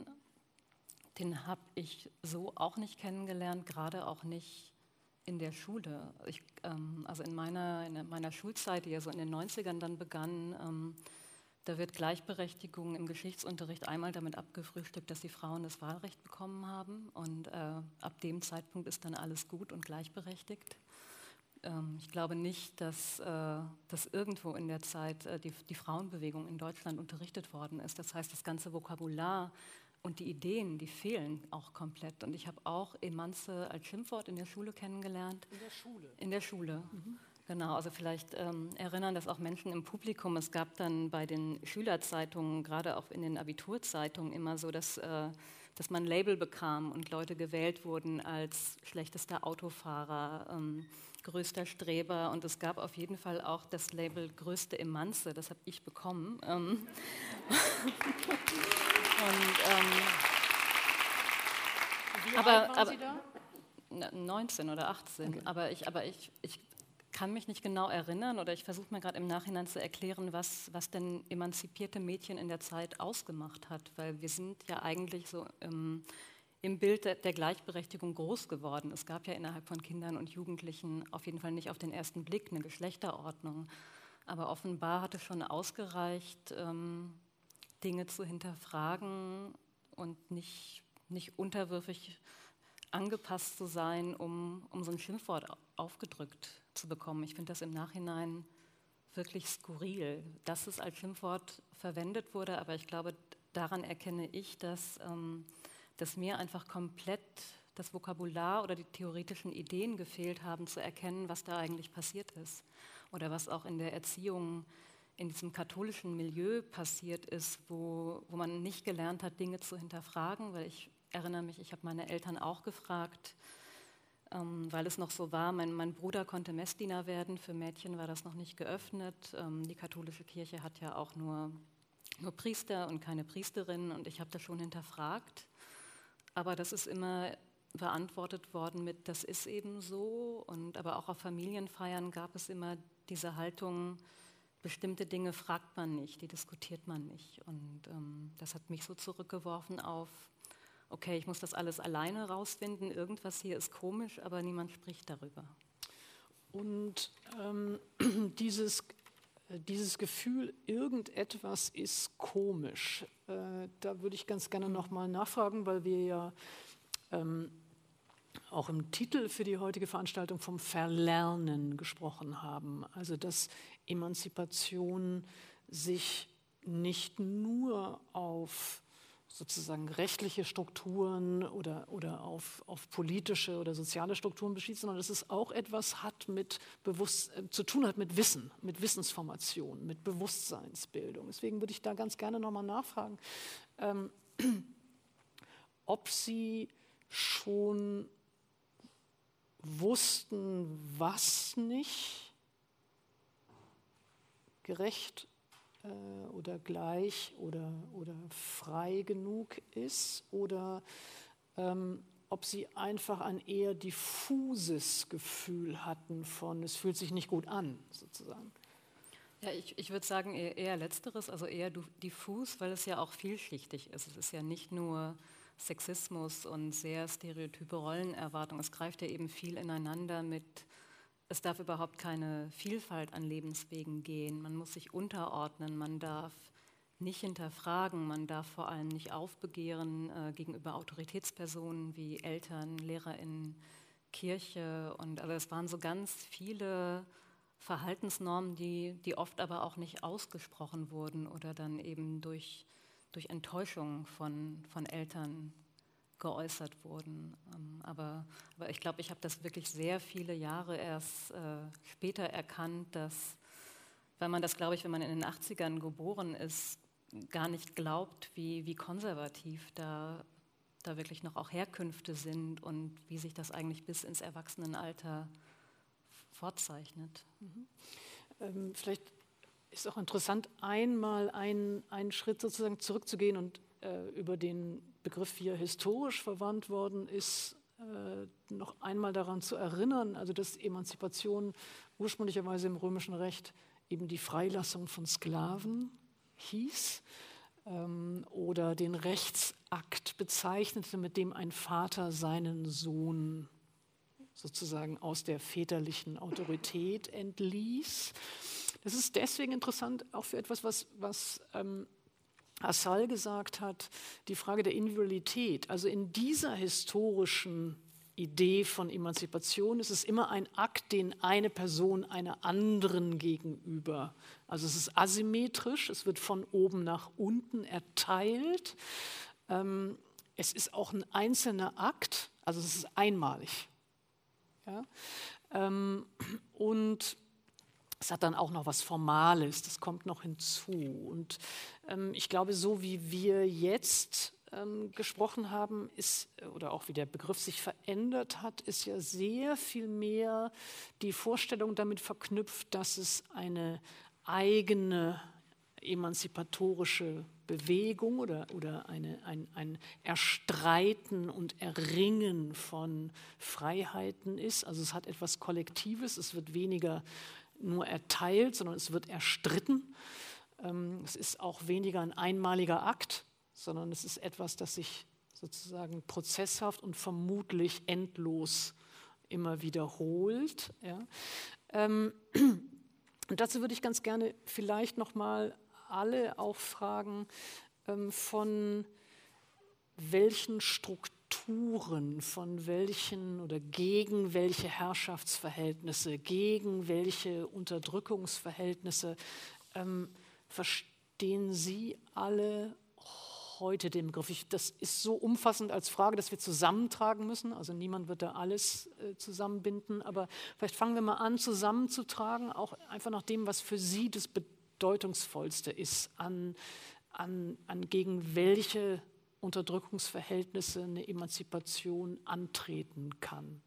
den habe ich so auch nicht kennengelernt, gerade auch nicht in der Schule. Ich, ähm, also in meiner, in meiner Schulzeit, die ja so in den neunzigern dann begann, ähm, da wird Gleichberechtigung im Geschichtsunterricht einmal damit abgefrühstückt, dass die Frauen das Wahlrecht bekommen haben. Und äh, ab dem Zeitpunkt ist dann alles gut und gleichberechtigt. Ähm, ich glaube nicht, dass, äh, dass irgendwo in der Zeit äh, die, die Frauenbewegung in Deutschland unterrichtet worden ist. Das heißt, das ganze Vokabular und die Ideen, die fehlen auch komplett. Und ich habe auch Emanze als Schimpfwort in der Schule kennengelernt. In der Schule? In der Schule, mhm. Genau. Also vielleicht ähm, erinnern das auch Menschen im Publikum. Es gab dann bei den Schülerzeitungen, gerade auch in den Abiturzeitungen, immer so, dass, äh, dass man ein Label bekam und Leute gewählt wurden als schlechtester Autofahrer, ähm, größter Streber. Und es gab auf jeden Fall auch das Label größte Emanze. Das habe ich bekommen. Ähm Und, ähm, Wie aber, alt waren aber, Sie da? na, neunzehn oder achtzehn, Okay. aber, ich, aber ich, ich kann mich nicht genau erinnern oder ich versuche mir gerade im Nachhinein zu erklären, was, was denn emanzipierte Mädchen in der Zeit ausgemacht hat, weil wir sind ja eigentlich so im, im Bild der, der Gleichberechtigung groß geworden. Es gab ja innerhalb von Kindern und Jugendlichen auf jeden Fall nicht auf den ersten Blick eine Geschlechterordnung, aber offenbar hat es schon ausgereicht, ähm, Dinge zu hinterfragen und nicht, nicht unterwürfig angepasst zu sein, um, um so ein Schimpfwort aufgedrückt zu bekommen. Ich finde das im Nachhinein wirklich skurril, dass es als Schimpfwort verwendet wurde, aber ich glaube, daran erkenne ich, dass, ähm, dass mir einfach komplett das Vokabular oder die theoretischen Ideen gefehlt haben, zu erkennen, was da eigentlich passiert ist oder was auch in der Erziehung in diesem katholischen Milieu passiert ist, wo, wo man nicht gelernt hat, Dinge zu hinterfragen, weil ich erinnere mich, ich habe meine Eltern auch gefragt, ähm, weil es noch so war, mein, mein Bruder konnte Messdiener werden, für Mädchen war das noch nicht geöffnet. Ähm, die katholische Kirche hat ja auch nur, nur Priester und keine Priesterinnen und ich habe das schon hinterfragt, aber das ist immer beantwortet worden mit, das ist eben so, und aber auch auf Familienfeiern gab es immer diese Haltung, bestimmte Dinge fragt man nicht, die diskutiert man nicht. Und ähm, das hat mich so zurückgeworfen auf, okay, ich muss das alles alleine rausfinden, irgendwas hier ist komisch, aber niemand spricht darüber. Und ähm, dieses, äh, dieses Gefühl, irgendetwas ist komisch, äh, da würde ich ganz gerne nochmal nachfragen, weil wir ja ähm, auch im Titel für die heutige Veranstaltung vom Verlernen gesprochen haben. Also dass Emanzipation sich nicht nur auf sozusagen rechtliche Strukturen oder, oder auf, auf politische oder soziale Strukturen bezieht, sondern dass es auch etwas hat mit Bewusst äh, zu tun hat mit Wissen, mit Wissensformation, mit Bewusstseinsbildung. Deswegen würde ich da ganz gerne nochmal nachfragen, ähm, ob Sie schon wussten, was nicht gerecht äh, oder gleich oder, oder frei genug ist, oder ähm, ob Sie einfach ein eher diffuses Gefühl hatten von, es fühlt sich nicht gut an, sozusagen. Ja, ich, ich würde sagen eher, eher Letzteres, also eher diffus, weil es ja auch vielschichtig ist. Es ist ja nicht nur Sexismus und sehr stereotype Rollenerwartungen. Es greift ja eben viel ineinander mit, es darf überhaupt keine Vielfalt an Lebenswegen gehen. Man muss sich unterordnen, man darf nicht hinterfragen, man darf vor allem nicht aufbegehren äh, gegenüber Autoritätspersonen wie Eltern, LehrerInnen, Kirche. Und also es waren so ganz viele Verhaltensnormen, die, die oft aber auch nicht ausgesprochen wurden oder dann eben durch, durch Enttäuschung von, von Eltern geäußert wurden. Ähm, aber, aber ich glaube, ich habe das wirklich sehr viele Jahre erst äh, später erkannt, dass, weil man das, glaube ich, wenn man in den achtzigern geboren ist, gar nicht glaubt, wie, wie konservativ da, da wirklich noch auch Herkünfte sind und wie sich das eigentlich bis ins Erwachsenenalter vorzeichnet. Mhm. Ähm, vielleicht ist auch interessant, einmal einen, einen Schritt sozusagen zurückzugehen und äh, über den Begriff, wie er historisch verwandt worden ist, äh, noch einmal daran zu erinnern, also dass Emanzipation ursprünglicherweise im römischen Recht eben die Freilassung von Sklaven hieß ähm, oder den Rechtsakt bezeichnete, mit dem ein Vater seinen Sohn sozusagen aus der väterlichen Autorität entließ. Das ist deswegen interessant, auch für etwas, was, was ähm, Assal gesagt hat, die Frage der Individualität. Also in dieser historischen Idee von Emanzipation ist es immer ein Akt, den eine Person einer anderen gegenüber, also es ist asymmetrisch, es wird von oben nach unten erteilt. Ähm, es ist auch ein einzelner Akt, also es ist einmalig. Ja? Ähm, und es hat dann auch noch was Formales, das kommt noch hinzu. Und ähm, ich glaube, so wie wir jetzt ähm, gesprochen haben, ist, oder auch wie der Begriff sich verändert hat, ist ja sehr viel mehr die Vorstellung damit verknüpft, dass es eine eigene emanzipatorische Bewegung oder, oder eine, ein, ein Erstreiten und Erringen von Freiheiten ist. Also es hat etwas Kollektives, es wird weniger nur erteilt, sondern es wird erstritten. Ähm, es ist auch weniger ein einmaliger Akt, sondern es ist etwas, das sich sozusagen prozesshaft und vermutlich endlos immer wiederholt. Ja. Ähm, und dazu würde ich ganz gerne vielleicht noch mal alle auch fragen, ähm, von welchen Strukturen, von welchen oder gegen welche Herrschaftsverhältnisse, gegen welche Unterdrückungsverhältnisse ähm, verstehen Sie alle heute den Begriff? Ich, das ist so umfassend als Frage, dass wir zusammentragen müssen. Also niemand wird da alles äh, zusammenbinden, aber vielleicht fangen wir mal an, zusammenzutragen, auch einfach nach dem, was für Sie das Bedeutungsvollste ist, an, an, an gegen welche Unterdrückungsverhältnisse eine Emanzipation antreten kann.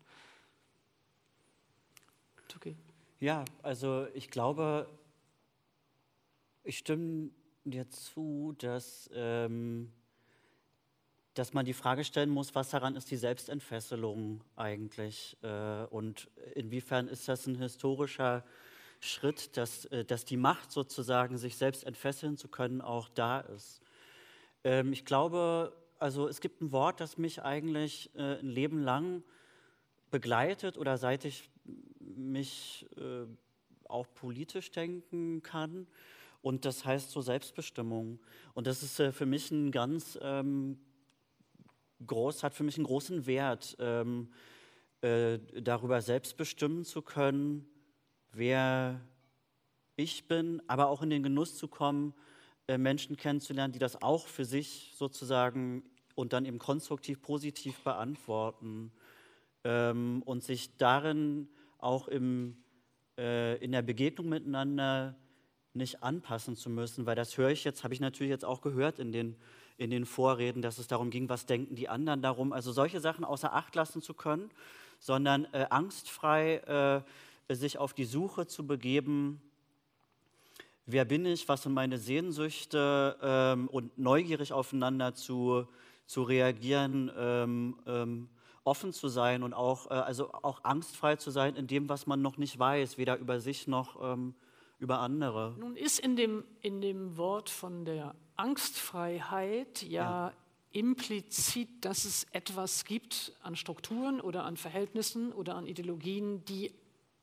Okay. Ja, also ich glaube, ich stimme dir zu, dass, ähm, dass man die Frage stellen muss, was daran ist die Selbstentfesselung eigentlich äh, und inwiefern ist das ein historischer Schritt, dass, äh, dass die Macht sozusagen, sich selbst entfesseln zu können, auch da ist. Ähm, ich glaube, also es gibt ein Wort, das mich eigentlich äh, ein Leben lang begleitet oder seit ich mich äh, auch politisch denken kann. Und das heißt so Selbstbestimmung. Und das ist äh, für mich ein ganz ähm, groß, hat für mich einen großen Wert, ähm, äh, darüber selbst bestimmen zu können, wer ich bin, aber auch in den Genuss zu kommen, äh, Menschen kennenzulernen, die das auch für sich sozusagen und dann eben konstruktiv, positiv beantworten ähm, und sich darin auch im, äh, in der Begegnung miteinander nicht anpassen zu müssen, weil das höre ich jetzt, habe ich natürlich jetzt auch gehört in den, in den Vorreden, dass es darum ging, was denken die anderen darum, also solche Sachen außer Acht lassen zu können, sondern äh, angstfrei äh, sich auf die Suche zu begeben, wer bin ich, was sind meine Sehnsüchte ähm, und neugierig aufeinander zu, zu reagieren, ähm, ähm, offen zu sein und auch, äh, also auch angstfrei zu sein in dem, was man noch nicht weiß, weder über sich noch ähm, über andere. Nun ist in dem, in dem Wort von der Angstfreiheit ja, ja. implizit, dass es etwas gibt an Strukturen oder an Verhältnissen oder an Ideologien, die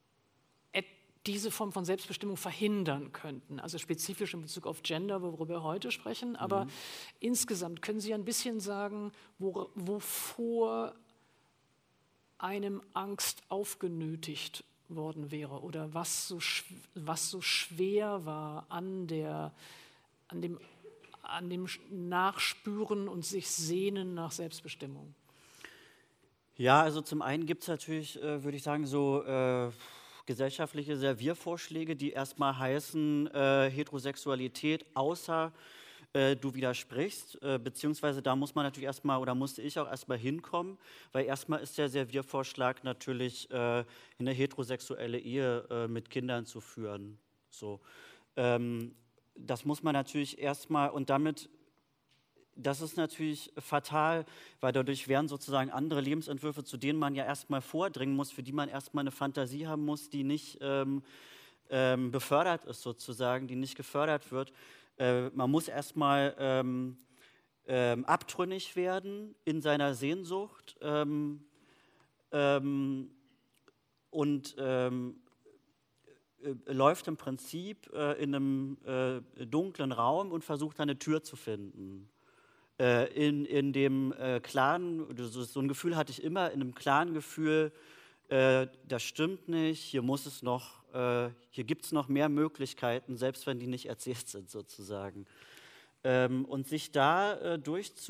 diese Form von Selbstbestimmung verhindern könnten. Also spezifisch in Bezug auf Gender, worüber wir heute sprechen. Aber mhm. insgesamt können Sie ein bisschen sagen, wo, wovor einem Angst aufgenötigt worden wäre oder was so, was so schwer war an, der, an, dem, an dem Nachspüren und sich Sehnen nach Selbstbestimmung? Ja, also zum einen gibt es natürlich, äh, würde ich sagen, so äh, gesellschaftliche Serviervorschläge, die erstmal heißen, äh, Heterosexualität, außer äh, du widersprichst, äh, beziehungsweise da muss man natürlich erstmal, oder musste ich auch erstmal hinkommen, weil erstmal ist der Serviervorschlag natürlich, äh, eine heterosexuelle Ehe äh, mit Kindern zu führen. So. Ähm, das muss man natürlich erstmal, und damit, das ist natürlich fatal, weil dadurch werden sozusagen andere Lebensentwürfe, zu denen man ja erstmal vordringen muss, für die man erstmal eine Fantasie haben muss, die nicht ähm, ähm, befördert ist sozusagen, die nicht gefördert wird. Äh, man muss erstmal ähm, ähm, abtrünnig werden in seiner Sehnsucht ähm, ähm, und ähm, äh, läuft im Prinzip äh, in einem äh, dunklen Raum und versucht eine Tür zu finden. In, in dem äh, klaren, so, so ein Gefühl hatte ich immer, in einem klaren Gefühl, äh, das stimmt nicht, hier muss es noch, äh, hier gibt es noch mehr Möglichkeiten, selbst wenn die nicht erzählt sind sozusagen. Ähm, und sich da äh,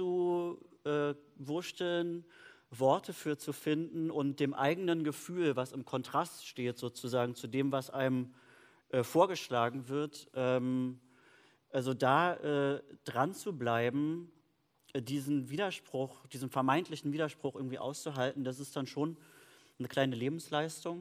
durchzuwursteln, Worte für zu finden und dem eigenen Gefühl, was im Kontrast steht sozusagen zu dem, was einem äh, vorgeschlagen wird, ähm, also da äh, dran zu bleiben, diesen Widerspruch, diesen vermeintlichen Widerspruch irgendwie auszuhalten, das ist dann schon eine kleine Lebensleistung.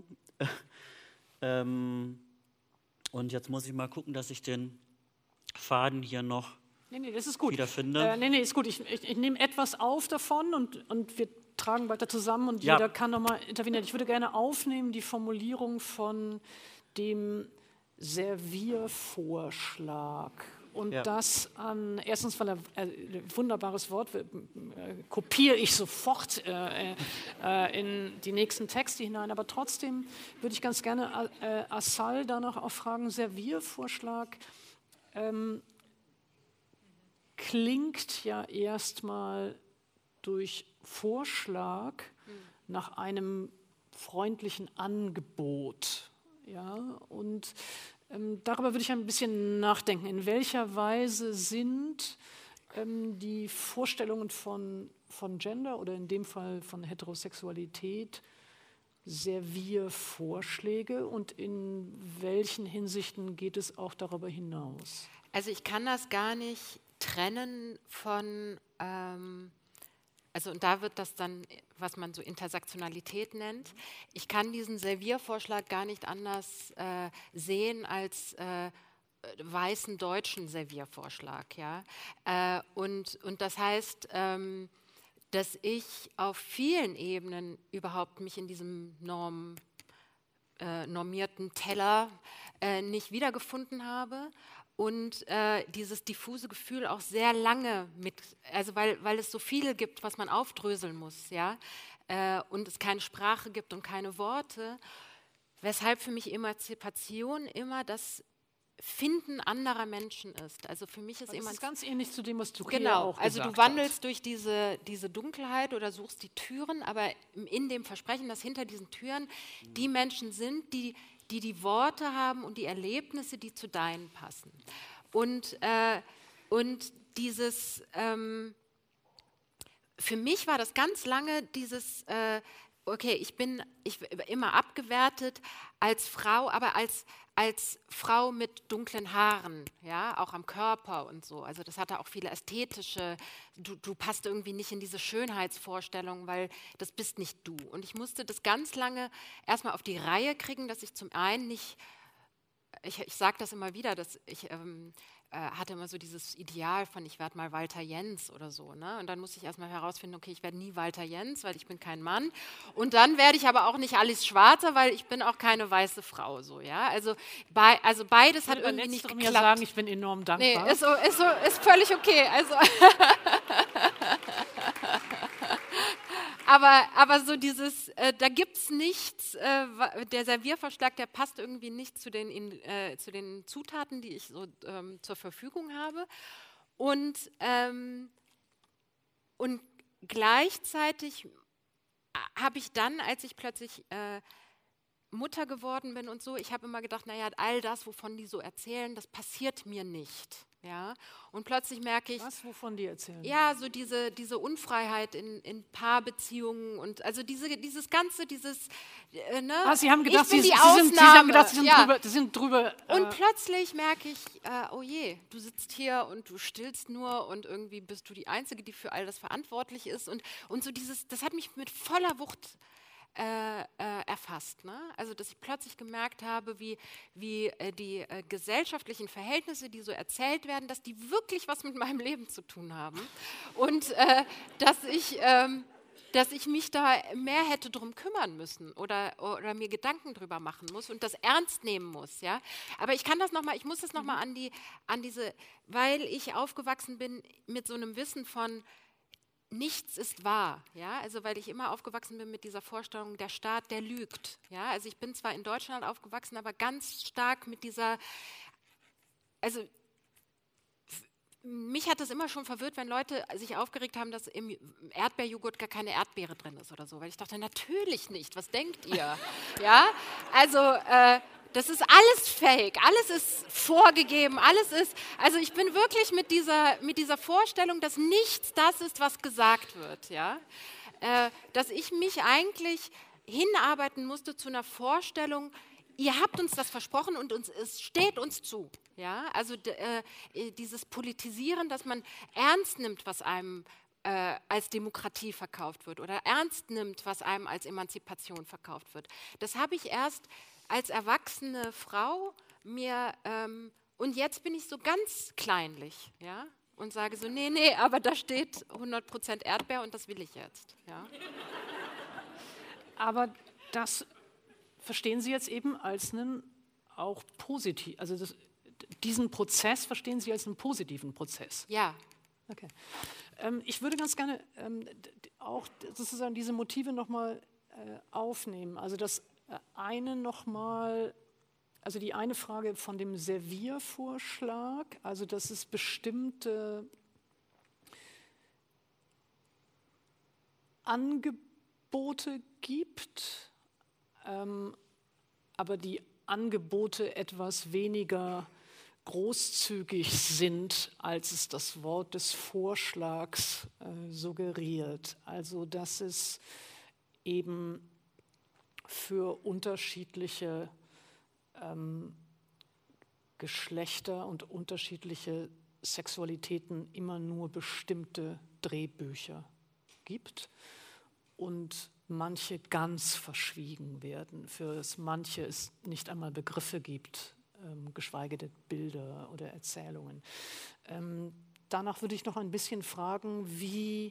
ähm, und jetzt muss ich mal gucken, dass ich den Faden hier noch nee, nee, das ist gut. wiederfinde. Äh, nee, nee, ist gut. Ich, ich, ich nehme etwas auf davon und, und wir tragen weiter zusammen und ja. jeder kann nochmal intervenieren. Ich würde gerne aufnehmen die Formulierung von dem Serviervorschlag. Und ja. das an, erstens, weil er äh, wunderbares Wort, äh, kopiere ich sofort äh, äh, in die nächsten Texte hinein, aber trotzdem würde ich ganz gerne äh, Assal danach auch fragen, Serviervorschlag ähm, klingt ja erstmal durch Vorschlag mhm. nach einem freundlichen Angebot, ja, und Ähm, darüber würde ich ein bisschen nachdenken. In welcher Weise sind ähm, die Vorstellungen von, von Gender oder in dem Fall von Heterosexualität Serviervorschläge und in welchen Hinsichten geht es auch darüber hinaus? Also ich kann das gar nicht trennen von, ähm, also und da wird das dann, was man so Intersektionalität nennt. Ich kann diesen Serviervorschlag gar nicht anders äh, sehen als äh, weißen deutschen Serviervorschlag. Ja? Äh, und, und das heißt, ähm, dass ich auf vielen Ebenen überhaupt mich in diesem Norm, äh, normierten Teller äh, nicht wiedergefunden habe. Und äh, dieses diffuse Gefühl auch sehr lange mit, also weil, weil es so viel gibt, was man aufdröseln muss, ja, äh, und es keine Sprache gibt und keine Worte, weshalb für mich Emanzipation immer das Finden anderer Menschen ist. Also für mich ist immer. Das ist ganz ähnlich zu dem, was du genau, hier auch also gesagt du wandelst hast. durch diese, diese Dunkelheit oder suchst die Türen, aber in dem Versprechen, dass hinter diesen Türen die Menschen sind, die die die Worte haben und die Erlebnisse, die zu deinen passen. Und, äh, und dieses, ähm, für mich war das ganz lange dieses, äh, okay, ich bin ich, immer abgewertet als Frau, aber als, als Frau mit dunklen Haaren, ja, auch am Körper und so. Also das hatte auch viele ästhetische, du, du passt irgendwie nicht in diese Schönheitsvorstellung, weil das bist nicht du. Und ich musste das ganz lange erstmal auf die Reihe kriegen, dass ich zum einen nicht, ich, ich sage das immer wieder, dass ich ähm, äh, hatte immer so dieses Ideal von, ich werde mal Walter Jens oder so. Ne? Und dann musste ich erstmal herausfinden, okay, ich werde nie Walter Jens, weil ich bin kein Mann. Und dann werde ich aber auch nicht Alice Schwarzer, weil ich bin auch keine weiße Frau. So, ja? also, bei, also beides hat irgendwie nicht geklappt. Mir sagen, ich bin enorm dankbar. Nee, ist, so, ist, so, ist völlig okay. Also aber, aber so dieses, äh, da gibt es nichts, äh, der Serviervorschlag, der passt irgendwie nicht zu den, in, äh, zu den Zutaten, die ich so ähm, zur Verfügung habe. Und, ähm, und gleichzeitig habe ich dann, als ich plötzlich äh, Mutter geworden bin und so, ich habe immer gedacht, naja, all das, wovon die so erzählen, das passiert mir nicht. Ja? Und plötzlich merke ich, Was, wovon die erzählen? ja, so diese, diese Unfreiheit in, in Paarbeziehungen und also diese, dieses Ganze, dieses, äh, ne? Ah, Sie haben gedacht, ich bin Sie, die Sie, Ausnahme. sind, Sie haben gedacht, Sie sind ja. drüber. Sie sind drüber äh, Und plötzlich merke ich, äh, oh je, du sitzt hier und du stillst nur und irgendwie bist du die Einzige, die für all das verantwortlich ist. Und, und so dieses, das hat mich mit voller Wucht Äh, äh, erfasst. Ne? Also, dass ich plötzlich gemerkt habe, wie, wie äh, die äh, gesellschaftlichen Verhältnisse, die so erzählt werden, dass die wirklich was mit meinem Leben zu tun haben. Und äh, dass, ich, ähm, dass ich mich da mehr hätte drum kümmern müssen oder, oder mir Gedanken drüber machen muss und das ernst nehmen muss. Ja? Aber ich kann das noch mal, ich muss das nochmal an, die, an diese, weil ich aufgewachsen bin mit so einem Wissen von, nichts ist wahr, ja, also weil ich immer aufgewachsen bin mit dieser Vorstellung, der Staat, der lügt, ja, also ich bin zwar in Deutschland aufgewachsen, aber ganz stark mit dieser, also mich hat das immer schon verwirrt, wenn Leute sich aufgeregt haben, dass im Erdbeerjoghurt gar keine Erdbeere drin ist oder so, weil ich dachte, natürlich nicht, was denkt ihr, ja, also äh, das ist alles fake, alles ist vorgegeben, alles ist, also ich bin wirklich mit dieser, mit dieser Vorstellung, dass nichts das ist, was gesagt wird, ja, äh, dass ich mich eigentlich hinarbeiten musste zu einer Vorstellung, ihr habt uns das versprochen und uns, es steht uns zu, ja, also äh, dieses Politisieren, dass man ernst nimmt, was einem äh, als Demokratie verkauft wird oder ernst nimmt, was einem als Emanzipation verkauft wird, das habe ich erst als erwachsene Frau mir, ähm, und jetzt bin ich so ganz kleinlich, ja, und sage so, nee, nee, aber da steht hundert Prozent Erdbeer und das will ich jetzt, ja. Aber das verstehen Sie jetzt eben als einen auch positiv, also das, diesen Prozess verstehen Sie als einen positiven Prozess? Ja. Okay. Ähm, ich würde ganz gerne ähm, auch sozusagen diese Motive nochmal äh, aufnehmen, also das eine nochmal, also die eine Frage von dem Serviervorschlag, also dass es bestimmte Angebote gibt, ähm, aber die Angebote etwas weniger großzügig sind, als es das Wort des Vorschlags äh, suggeriert. Also dass es eben für unterschiedliche ähm, Geschlechter und unterschiedliche Sexualitäten immer nur bestimmte Drehbücher gibt und manche ganz verschwiegen werden, für das manche es nicht einmal Begriffe gibt, ähm, geschweige denn Bilder oder Erzählungen. Ähm, danach würde ich noch ein bisschen fragen, wie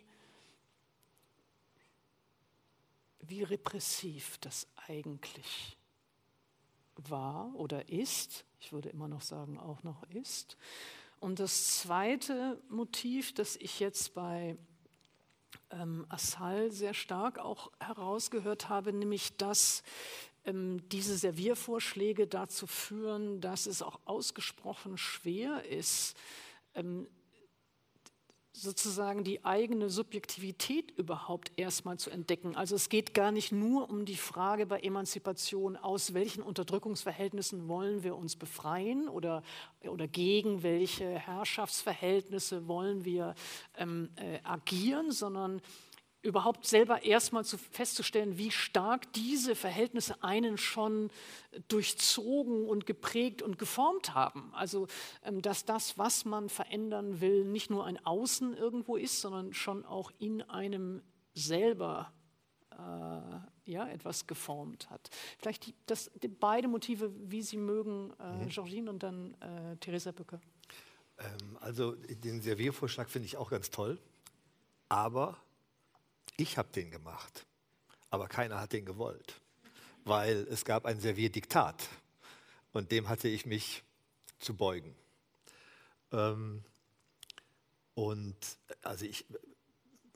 wie repressiv das eigentlich war oder ist. Ich würde immer noch sagen, auch noch ist. Und das zweite Motiv, das ich jetzt bei ähm, Assal sehr stark auch herausgehört habe, nämlich, dass ähm, diese Serviervorschläge dazu führen, dass es auch ausgesprochen schwer ist, ähm, sozusagen die eigene Subjektivität überhaupt erstmal zu entdecken. Also es geht gar nicht nur um die Frage bei Emanzipation, aus welchen Unterdrückungsverhältnissen wollen wir uns befreien oder, oder gegen welche Herrschaftsverhältnisse wollen wir ähm, äh, agieren, sondern überhaupt selber erstmal zu, festzustellen, wie stark diese Verhältnisse einen schon durchzogen und geprägt und geformt haben. Also, ähm, dass das, was man verändern will, nicht nur ein Außen irgendwo ist, sondern schon auch in einem selber äh, ja, etwas geformt hat. Vielleicht die, das, die beide Motive, wie Sie mögen, äh, mhm. Georgine und dann äh, Theresa Bücker. Ähm, also den Serviervorschlag finde ich auch ganz toll, aber ich habe den gemacht, aber keiner hat den gewollt, weil es gab ein Servierdiktat und dem hatte ich mich zu beugen. Ähm, und also ich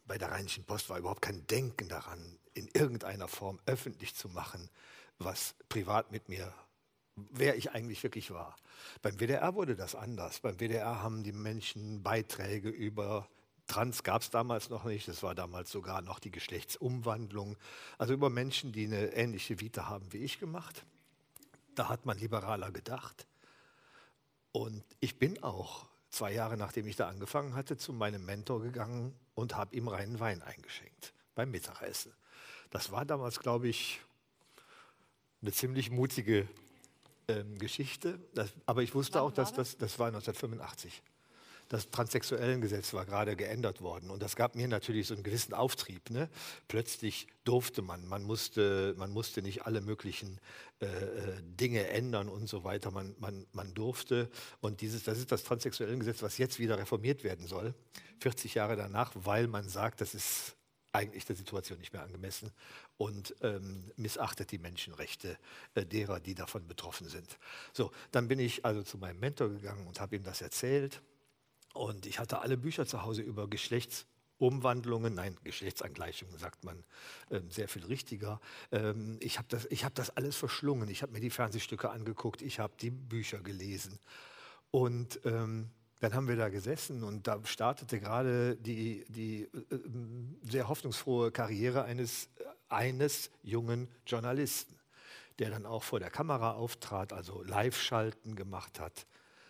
bei der Rheinischen Post war überhaupt kein Denken daran, in irgendeiner Form öffentlich zu machen, was privat mit mir, wer ich eigentlich wirklich war. Beim W D R wurde das anders. Beim W D R haben die Menschen Beiträge über Trans gab es damals noch nicht, das war damals sogar noch die Geschlechtsumwandlung, also über Menschen, die eine ähnliche Vita haben wie ich gemacht. Da hat man liberaler gedacht. Und ich bin auch zwei Jahre nachdem ich da angefangen hatte, zu meinem Mentor gegangen und habe ihm reinen Wein eingeschenkt beim Mittagessen. Das war damals, glaube ich, eine ziemlich mutige ähm, Geschichte. Das, aber ich wusste Wann auch, dass war das, das war neunzehnhundertfünfundachtzig. Das Transsexuellengesetz war gerade geändert worden und das gab mir natürlich so einen gewissen Auftrieb. Ne? Plötzlich durfte man, man musste, man musste nicht alle möglichen äh, Dinge ändern und so weiter. Man, man, man durfte und dieses, das ist das Transsexuellengesetz, was jetzt wieder reformiert werden soll, vierzig Jahre danach, weil man sagt, das ist eigentlich der Situation nicht mehr angemessen und ähm, missachtet die Menschenrechte äh, derer, die davon betroffen sind. So, dann bin ich also zu meinem Mentor gegangen und habe ihm das erzählt. Und ich hatte alle Bücher zu Hause über Geschlechtsumwandlungen, nein, Geschlechtsangleichungen sagt man ähm, sehr viel richtiger. Ähm, ich habe das, ich hab das alles verschlungen. Ich habe mir die Fernsehstücke angeguckt, ich habe die Bücher gelesen. Und ähm, dann haben wir da gesessen und da startete gerade die, die äh, sehr hoffnungsfrohe Karriere eines, eines jungen Journalisten, der dann auch vor der Kamera auftrat, also Live-Schalten gemacht hat.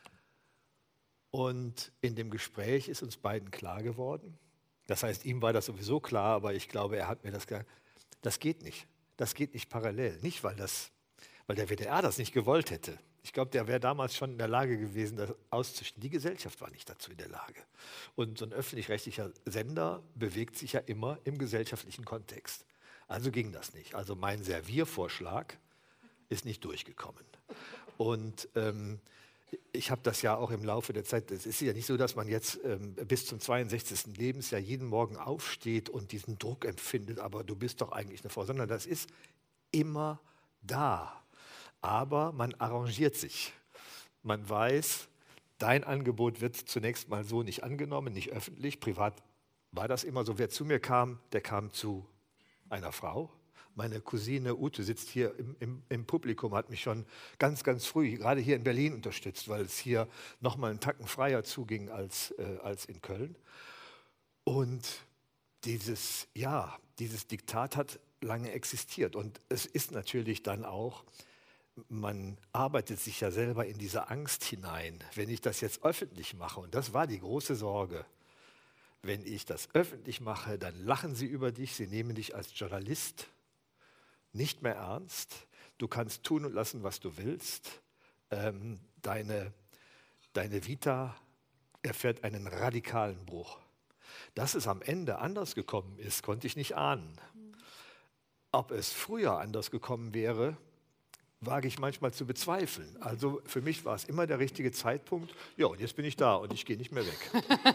Und in dem Gespräch ist uns beiden klar geworden, das heißt, ihm war das sowieso klar, aber ich glaube, er hat mir das gesagt, das geht nicht, das geht nicht parallel. Nicht, weil, das, weil der W D R das nicht gewollt hätte. Ich glaube, der wäre damals schon in der Lage gewesen, das auszustellen. Die Gesellschaft war nicht dazu in der Lage. Und so ein öffentlich-rechtlicher Sender bewegt sich ja immer im gesellschaftlichen Kontext. Also ging das nicht. Also mein Serviervorschlag ist nicht durchgekommen. Und ähm, ich habe das ja auch im Laufe der Zeit, es ist ja nicht so, dass man jetzt ähm, bis zum zweiundsechzigsten Lebensjahr jeden Morgen aufsteht und diesen Druck empfindet, aber du bist doch eigentlich eine Frau, sondern das ist immer da. Aber man arrangiert sich. Man weiß, dein Angebot wird zunächst mal so nicht angenommen, nicht öffentlich. Privat war das immer so. Wer zu mir kam, der kam zu einer Frau. Meine Cousine Ute sitzt hier im, im, im Publikum, hat mich schon ganz, ganz früh, gerade hier in Berlin unterstützt, weil es hier nochmal einen Tacken freier zuging als, äh, als in Köln. Und dieses, ja, dieses Diktat hat lange existiert. Und es ist natürlich dann auch, man arbeitet sich ja selber in diese Angst hinein, wenn ich das jetzt öffentlich mache. Und das war die große Sorge. Wenn ich das öffentlich mache, dann lachen sie über dich, sie nehmen dich als Journalist nicht mehr ernst. Du kannst tun und lassen, was du willst. Ähm, deine, deine Vita erfährt einen radikalen Bruch. Dass es am Ende anders gekommen ist, konnte ich nicht ahnen. Ob es früher anders gekommen wäre, wage ich manchmal zu bezweifeln. Also für mich war es immer der richtige Zeitpunkt. Ja, und jetzt bin ich da und ich gehe nicht mehr weg.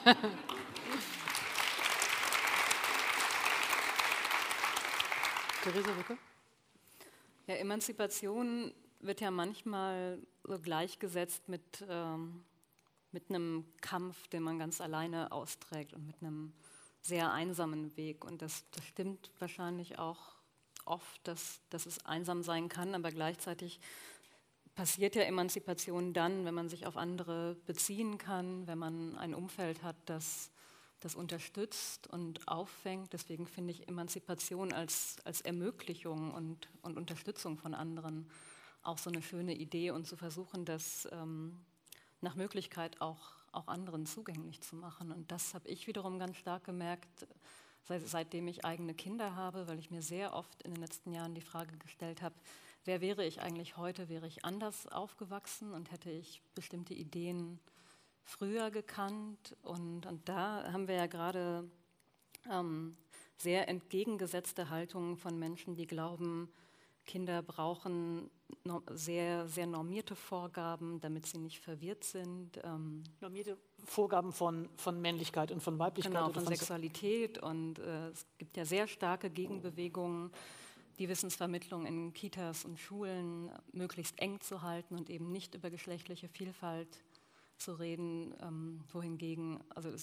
Theresa Rücke? Ja, Emanzipation wird ja manchmal so gleichgesetzt mit, ähm, mit einem Kampf, den man ganz alleine austrägt und mit einem sehr einsamen Weg. Und das, das stimmt wahrscheinlich auch oft, dass, dass es einsam sein kann, aber gleichzeitig passiert ja Emanzipation dann, wenn man sich auf andere beziehen kann, wenn man ein Umfeld hat, das das unterstützt und auffängt. Deswegen finde ich Emanzipation als, als Ermöglichung und, und Unterstützung von anderen auch so eine schöne Idee und zu versuchen, das ähm, nach Möglichkeit auch, auch anderen zugänglich zu machen. Und das habe ich wiederum ganz stark gemerkt, seit, seitdem ich eigene Kinder habe, weil ich mir sehr oft in den letzten Jahren die Frage gestellt habe, wer wäre ich eigentlich heute, wäre ich anders aufgewachsen und hätte ich bestimmte Ideen früher gekannt und, und da haben wir ja gerade ähm, sehr entgegengesetzte Haltungen von Menschen, die glauben, Kinder brauchen no, sehr, sehr normierte Vorgaben, damit sie nicht verwirrt sind. Ähm, normierte Vorgaben von, von Männlichkeit und von Weiblichkeit? Genau, oder von, von Sexualität und äh, es gibt ja sehr starke Gegenbewegungen, die Wissensvermittlung in Kitas und Schulen möglichst eng zu halten und eben nicht über geschlechtliche Vielfalt zu reden, ähm, wohingegen, also es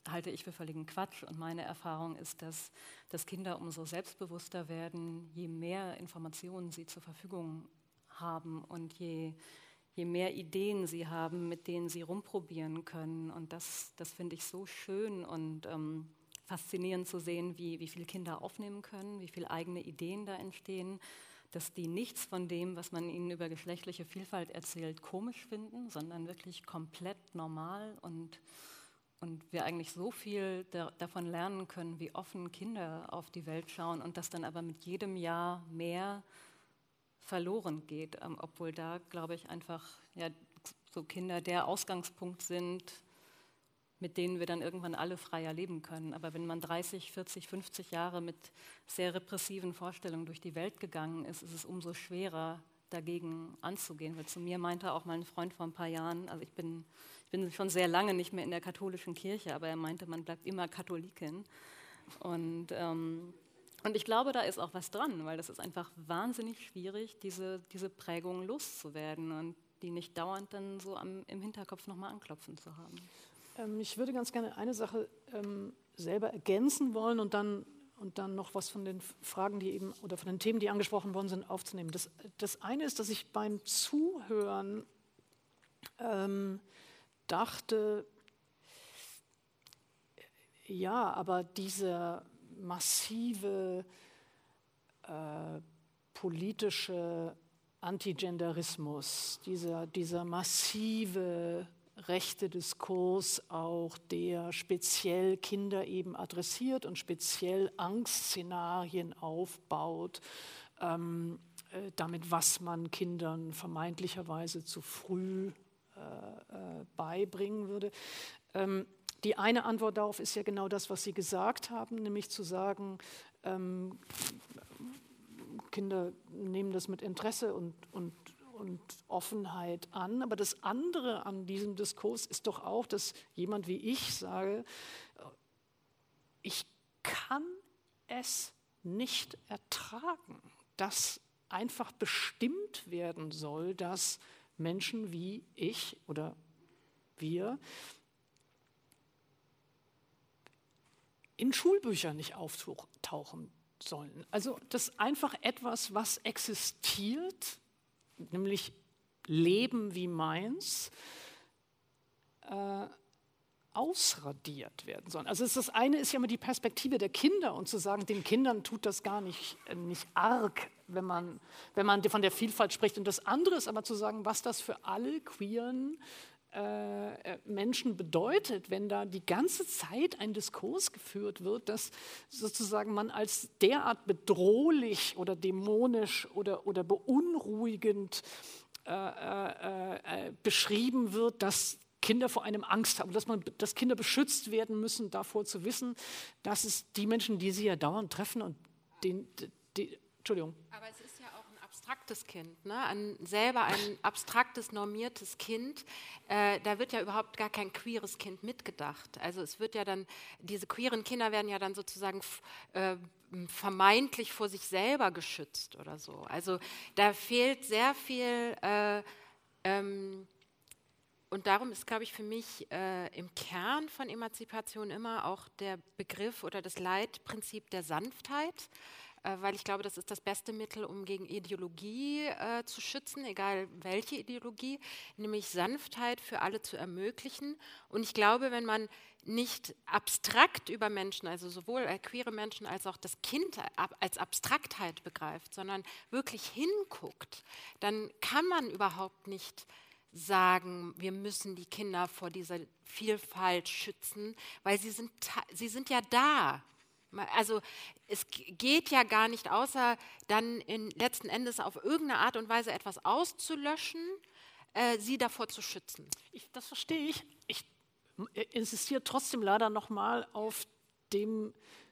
halte ich für völligen Quatsch. Und meine Erfahrung ist, dass, dass Kinder umso selbstbewusster werden, je mehr Informationen sie zur Verfügung haben und je, je mehr Ideen sie haben, mit denen sie rumprobieren können. Und das, das finde ich so schön und ähm, faszinierend zu sehen, wie, wie viele Kinder aufnehmen können, wie viele eigene Ideen da entstehen, dass die nichts von dem, was man ihnen über geschlechtliche Vielfalt erzählt, komisch finden, sondern wirklich komplett normal und, und wir eigentlich so viel da, davon lernen können, wie offen Kinder auf die Welt schauen und das dann aber mit jedem Jahr mehr verloren geht, ähm, obwohl da, glaube ich, einfach ja, so Kinder der Ausgangspunkt sind, mit denen wir dann irgendwann alle freier leben können. Aber wenn man dreißig, vierzig, fünfzig Jahre mit sehr repressiven Vorstellungen durch die Welt gegangen ist, ist es umso schwerer, dagegen anzugehen. Weil zu mir meinte auch mal ein Freund vor ein paar Jahren, also ich bin, ich bin schon sehr lange nicht mehr in der katholischen Kirche, aber er meinte, man bleibt immer Katholikin. Und, ähm, und ich glaube, da ist auch was dran, weil das ist einfach wahnsinnig schwierig, diese, diese Prägung loszuwerden und die nicht dauernd dann so am, im Hinterkopf nochmal anklopfen zu haben. Ich würde ganz gerne eine Sache ähm, selber ergänzen wollen und dann, und dann noch was von den Fragen, die eben oder von den Themen, die angesprochen worden sind, aufzunehmen. Das, das eine ist, dass ich beim Zuhören ähm, dachte, ja, aber dieser massive äh, politische Antigenderismus, dieser, dieser massive rechte Diskurs auch, der speziell Kinder eben adressiert und speziell Angstszenarien aufbaut, ähm, äh, damit, was man Kindern vermeintlicherweise zu früh äh, äh, beibringen würde. Ähm, die eine Antwort darauf ist ja genau das, was Sie gesagt haben, nämlich zu sagen, ähm, Kinder nehmen das mit Interesse und, und und Offenheit an. Aber das andere an diesem Diskurs ist doch auch, dass jemand wie ich sage, ich kann es nicht ertragen, dass einfach bestimmt werden soll, dass Menschen wie ich oder wir in Schulbüchern nicht auftauchen sollen. Also das ist einfach etwas, was existiert, nämlich Leben wie meins, äh, ausradiert werden sollen. Also das eine ist ja immer die Perspektive der Kinder und zu sagen, den Kindern tut das gar nicht, äh, nicht arg, wenn man, wenn man von der Vielfalt spricht. Und das andere ist aber zu sagen, was das für alle queeren äh, Menschen bedeutet, wenn da die ganze Zeit ein Diskurs geführt wird, dass sozusagen man als derart bedrohlich oder dämonisch oder, oder beunruhigend äh, äh, äh, beschrieben wird, dass Kinder vor einem Angst haben, dass, man, dass Kinder beschützt werden müssen, davor zu wissen, dass es die Menschen, die sie ja dauernd treffen und den, die, Entschuldigung. Aber es ist ja auch ein abstraktes Kind, ne? Ein, selber ein abstraktes, normiertes Kind. Äh, da wird ja überhaupt gar kein queeres Kind mitgedacht. Also es wird ja dann, diese queeren Kinder werden ja dann sozusagen äh, vermeintlich vor sich selber geschützt oder so. Also da fehlt sehr viel, äh, ähm, und darum ist, glaube ich, für mich äh, im Kern von Emanzipation immer auch der Begriff oder das Leitprinzip der Sanftheit, äh, weil ich glaube, das ist das beste Mittel, um gegen Ideologie äh, zu schützen, egal welche Ideologie, nämlich Sanftheit für alle zu ermöglichen. Und ich glaube, wenn man nicht abstrakt über Menschen, also sowohl äh, queere Menschen als auch das Kind ab, als Abstraktheit begreift, sondern wirklich hinguckt, dann kann man überhaupt nicht sagen, wir müssen die Kinder vor dieser Vielfalt schützen, weil sie sind, sie sind ja da. Also es geht ja gar nicht, außer dann in letzten Endes auf irgendeine Art und Weise etwas auszulöschen, äh, sie davor zu schützen. Ich, das verstehe ich. Ich insistiere trotzdem leider nochmal auf dem,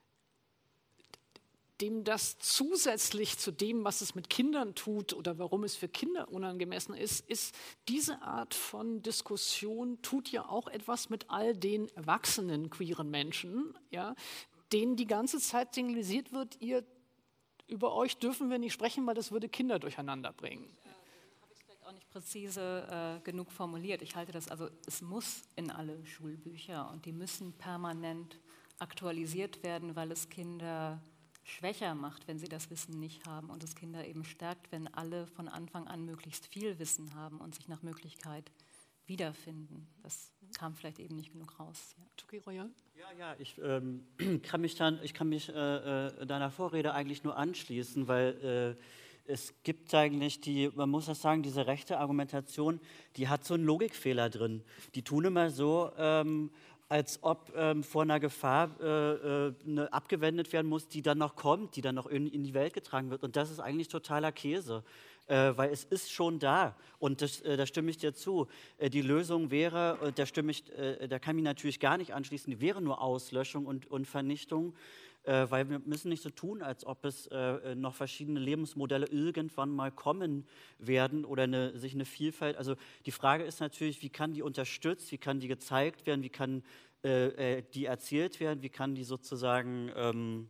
dem das zusätzlich zu dem, was es mit Kindern tut oder warum es für Kinder unangemessen ist, ist, diese Art von Diskussion tut ja auch etwas mit all den erwachsenen queeren Menschen, ja, denen die ganze Zeit signalisiert wird, ihr, über euch dürfen wir nicht sprechen, weil das würde Kinder durcheinander bringen. Habe ich vielleicht auch nicht präzise äh, genug formuliert. Ich halte das also, es muss in alle Schulbücher und die müssen permanent aktualisiert werden, weil es Kinder schwächer macht, wenn sie das Wissen nicht haben und es Kinder eben stärkt, wenn alle von Anfang an möglichst viel Wissen haben und sich nach Möglichkeit wiederfinden. Das kam vielleicht eben nicht genug raus. Ja. Tuki Royal? Ja, ja, ich ähm, kann mich, dann, ich kann mich äh, äh, deiner Vorrede eigentlich nur anschließen, weil äh, es gibt eigentlich die, man muss das sagen, diese rechte Argumentation, die hat so einen Logikfehler drin. Die tun immer so, ähm, als ob ähm, vor einer Gefahr äh, äh, ne, abgewendet werden muss, die dann noch kommt, die dann noch in, in die Welt getragen wird. Und das ist eigentlich totaler Käse, äh, weil es ist schon da. Und das, äh, da stimme ich dir zu. Äh, die Lösung wäre, äh, da, stimme ich, äh, da kann ich mich natürlich gar nicht anschließen, die wäre nur Auslöschung und, und Vernichtung. Äh, weil wir müssen nicht so tun, als ob es äh, noch verschiedene Lebensmodelle irgendwann mal kommen werden oder eine, sich eine Vielfalt. Also die Frage ist natürlich, wie kann die unterstützt, wie kann die gezeigt werden, wie kann äh, äh, die erzählt werden, wie kann die sozusagen, ähm,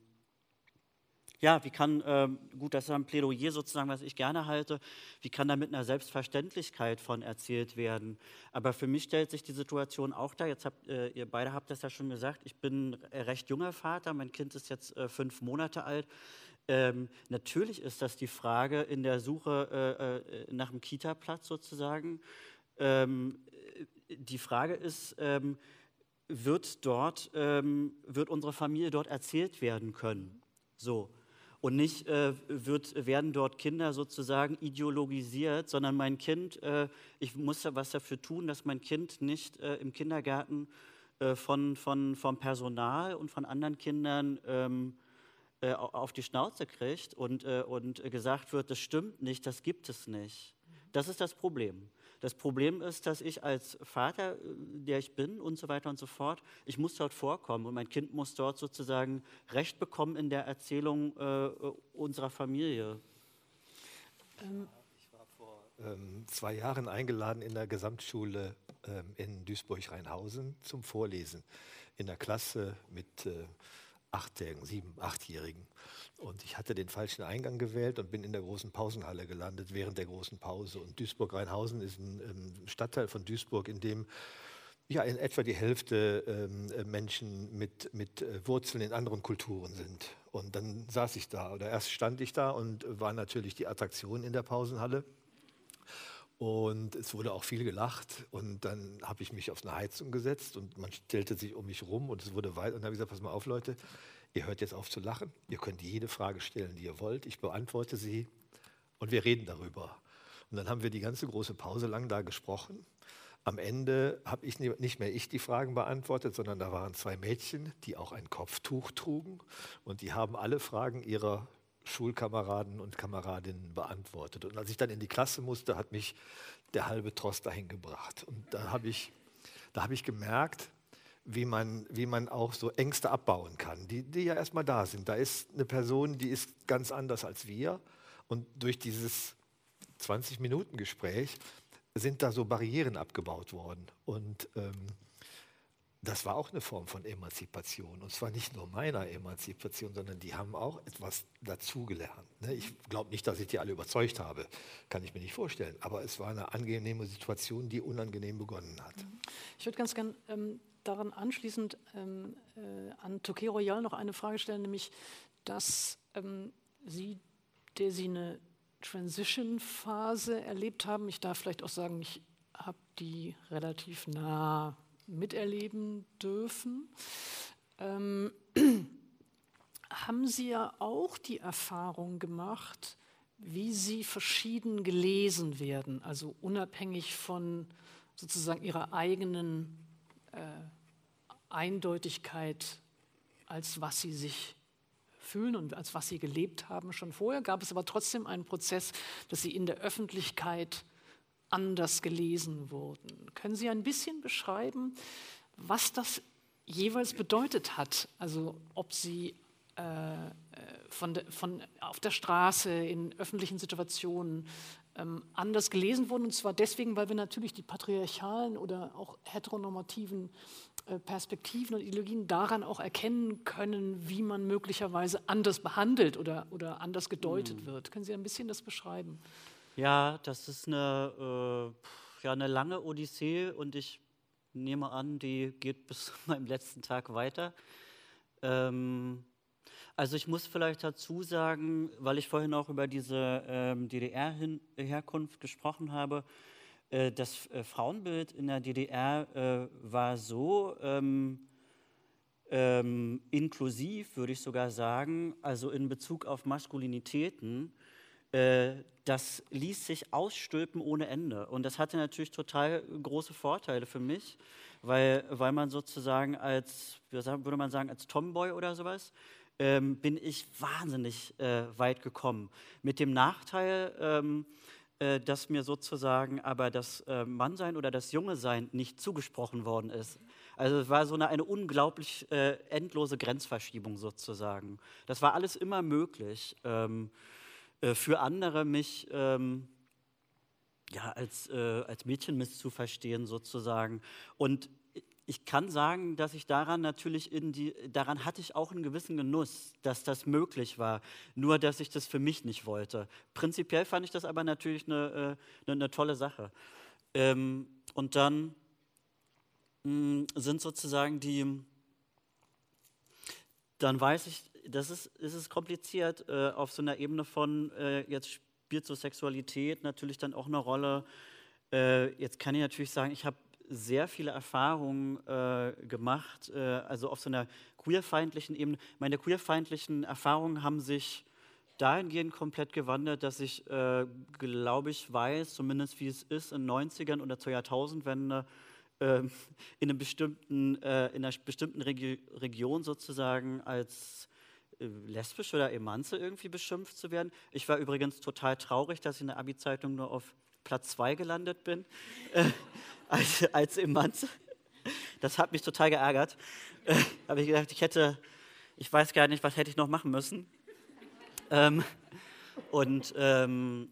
ja, wie kann, ähm, gut, das ist ein Plädoyer sozusagen, was ich gerne halte, wie kann da mit einer Selbstverständlichkeit von erzählt werden. Aber für mich stellt sich die Situation auch dar, jetzt habt äh, ihr beide habt das ja schon gesagt, ich bin ein recht junger Vater, mein Kind ist jetzt äh, fünf Monate alt. Ähm, natürlich ist das die Frage in der Suche äh, äh, nach einem Kita-Platz sozusagen. Ähm, die Frage ist, ähm, wird dort, ähm, wird unsere Familie dort erzählt werden können? So. Und nicht äh, wird, werden dort Kinder sozusagen ideologisiert, sondern mein Kind, äh, ich muss da was dafür tun, dass mein Kind nicht äh, im Kindergarten äh, von, von, vom Personal und von anderen Kindern ähm, äh, auf die Schnauze kriegt und, äh, und gesagt wird, das stimmt nicht, das gibt es nicht. Das ist das Problem. Das Problem ist, dass ich als Vater, der ich bin und so weiter und so fort, ich muss dort vorkommen und mein Kind muss dort sozusagen Recht bekommen in der Erzählung äh, unserer Familie. Ähm. Ich war vor ähm, zwei Jahren eingeladen in der Gesamtschule ähm, in Duisburg-Rheinhausen zum Vorlesen in der Klasse mit äh, Achtjährigen, sieben, Achtjährigen. Und ich hatte den falschen Eingang gewählt und bin in der großen Pausenhalle gelandet während der großen Pause. Und Duisburg-Rheinhausen ist ein ähm, Stadtteil von Duisburg, in dem ja in etwa die Hälfte ähm, Menschen mit, mit äh, Wurzeln in anderen Kulturen sind. Und dann saß ich da, oder erst stand ich da und war natürlich die Attraktion in der Pausenhalle. Und es wurde auch viel gelacht und dann habe ich mich auf eine Heizung gesetzt und man stellte sich um mich rum und es wurde weit und dann habe ich gesagt, pass mal auf Leute, ihr hört jetzt auf zu lachen, ihr könnt jede Frage stellen, die ihr wollt, ich beantworte sie und wir reden darüber. Und dann haben wir die ganze große Pause lang da gesprochen. Am Ende habe ich nicht mehr ich die Fragen beantwortet, sondern da waren zwei Mädchen, die auch ein Kopftuch trugen und die haben alle Fragen ihrer Schulkameraden und Kameradinnen beantwortet. Und als ich dann in die Klasse musste, hat mich der halbe Trost dahin gebracht. Und da habe ich, da hab ich gemerkt, wie man, wie man auch so Ängste abbauen kann, die, die ja erstmal da sind. Da ist eine Person, die ist ganz anders als wir. Und durch dieses zwanzig-Minuten-Gespräch sind da so Barrieren abgebaut worden. Und ähm, das war auch eine Form von Emanzipation. Und zwar nicht nur meiner Emanzipation, sondern die haben auch etwas dazugelernt. Ne? Ich glaube nicht, dass ich die alle überzeugt habe. Kann ich mir nicht vorstellen. Aber es war eine angenehme Situation, die unangenehm begonnen hat. Ich würde ganz gern ähm, daran anschließend ähm, äh, an Tuki Royal noch eine Frage stellen, nämlich, dass ähm, Sie, der Sie eine Transition-Phase erlebt haben, ich darf vielleicht auch sagen, ich habe die relativ nah miterleben dürfen, ähm, haben Sie ja auch die Erfahrung gemacht, wie sie verschieden gelesen werden, also unabhängig von sozusagen ihrer eigenen äh, Eindeutigkeit, als was sie sich fühlen und als was sie gelebt haben schon vorher, gab es aber trotzdem einen Prozess, dass sie in der Öffentlichkeit anders gelesen wurden. Können Sie ein bisschen beschreiben, was das jeweils bedeutet hat? Also ob Sie äh, von, de, von auf der Straße, in öffentlichen Situationen ähm, anders gelesen wurden. Und zwar deswegen, weil wir natürlich die patriarchalen oder auch heteronormativen äh, Perspektiven und Ideologien daran auch erkennen können, wie man möglicherweise anders behandelt oder, oder anders gedeutet mhm. wird. Können Sie ein bisschen das beschreiben? Ja, das ist eine, äh, ja, eine lange Odyssee und ich nehme an, die geht bis zu meinem letzten Tag weiter. Ähm, also ich muss vielleicht dazu sagen, weil ich vorhin auch über diese ähm, D D R-Herkunft gesprochen habe, äh, das äh, Frauenbild in der D D R äh, war so ähm, ähm, inklusiv, würde ich sogar sagen, also in Bezug auf Maskulinitäten, äh, das ließ sich ausstülpen ohne Ende. Und das hatte natürlich total große Vorteile für mich, weil, weil man sozusagen als, wie sagen- würde man sagen, als Tomboy oder sowas, ähm, bin ich wahnsinnig äh, weit gekommen. Mit dem Nachteil, ähm, äh, dass mir sozusagen aber das äh, Mannsein oder das Junge Sein nicht zugesprochen worden ist. Also es war so eine, eine unglaublich äh, endlose Grenzverschiebung sozusagen. Das war alles immer möglich. Ähm, äh, für andere mich ähm, ja, als, äh, als Mädchen misszuverstehen sozusagen. Und ich kann sagen, dass ich daran natürlich in die, daran hatte ich auch einen gewissen Genuss, dass das möglich war, nur dass ich das für mich nicht wollte. Prinzipiell fand ich das aber natürlich eine, äh, eine, eine tolle Sache. Ähm, und dann mh, sind sozusagen die, dann weiß ich, das ist, ist es kompliziert äh, auf so einer Ebene von, äh, jetzt spielt so Sexualität natürlich dann auch eine Rolle. Äh, jetzt kann ich natürlich sagen, ich habe sehr viele Erfahrungen äh, gemacht, äh, also auf so einer queerfeindlichen Ebene. Meine queerfeindlichen Erfahrungen haben sich dahingehend komplett gewandert, dass ich, äh, glaube ich, weiß, zumindest wie es ist in den neunzigern oder zur Jahrtausendwende, äh, in, einem bestimmten, äh, in einer bestimmten Regi Region sozusagen als äh, lesbisch oder Emanze irgendwie beschimpft zu werden. Ich war übrigens total traurig, dass ich in der Abi-Zeitung nur auf Platz zwei gelandet bin, äh, als, als Emanze. Das hat mich total geärgert. Äh, habe ich gedacht, ich hätte, ich weiß gar nicht, was hätte ich noch machen müssen. Ähm, und ähm,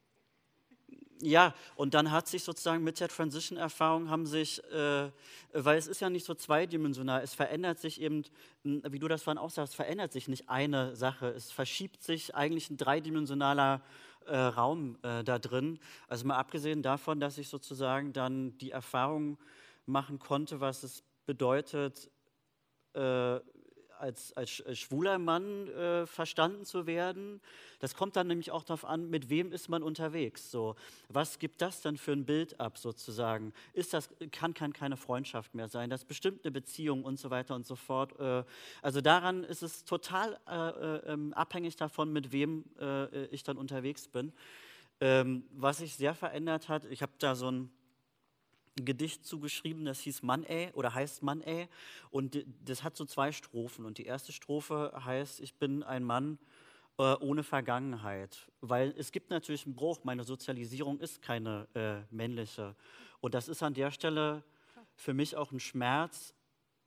ja, und dann hat sich sozusagen mit der Transition-Erfahrung haben sich, äh, weil es ist ja nicht so zweidimensional, es verändert sich eben, wie du das vorhin auch sagst, verändert sich nicht eine Sache, es verschiebt sich eigentlich ein dreidimensionaler äh, Raum äh, da drin. Also mal abgesehen davon, dass ich sozusagen dann die Erfahrung machen konnte, was es bedeutet, äh, Als, als schwuler Mann äh, verstanden zu werden. Das kommt dann nämlich auch darauf an, mit wem ist man unterwegs. So. Was gibt das dann für ein Bild ab sozusagen? Ist das, kann, kann keine Freundschaft mehr sein, das ist bestimmt eine Beziehung und so weiter und so fort. Äh, also daran ist es total äh, äh, abhängig davon, mit wem äh, ich dann unterwegs bin. Ähm, was sich sehr verändert hat, ich habe da so ein Gedicht zugeschrieben, das hieß Mann ey oder heißt Mann ey und das hat so zwei Strophen und die erste Strophe heißt, ich bin ein Mann äh, ohne Vergangenheit, weil es gibt natürlich einen Bruch, meine Sozialisierung ist keine äh, männliche und das ist an der Stelle für mich auch ein Schmerz,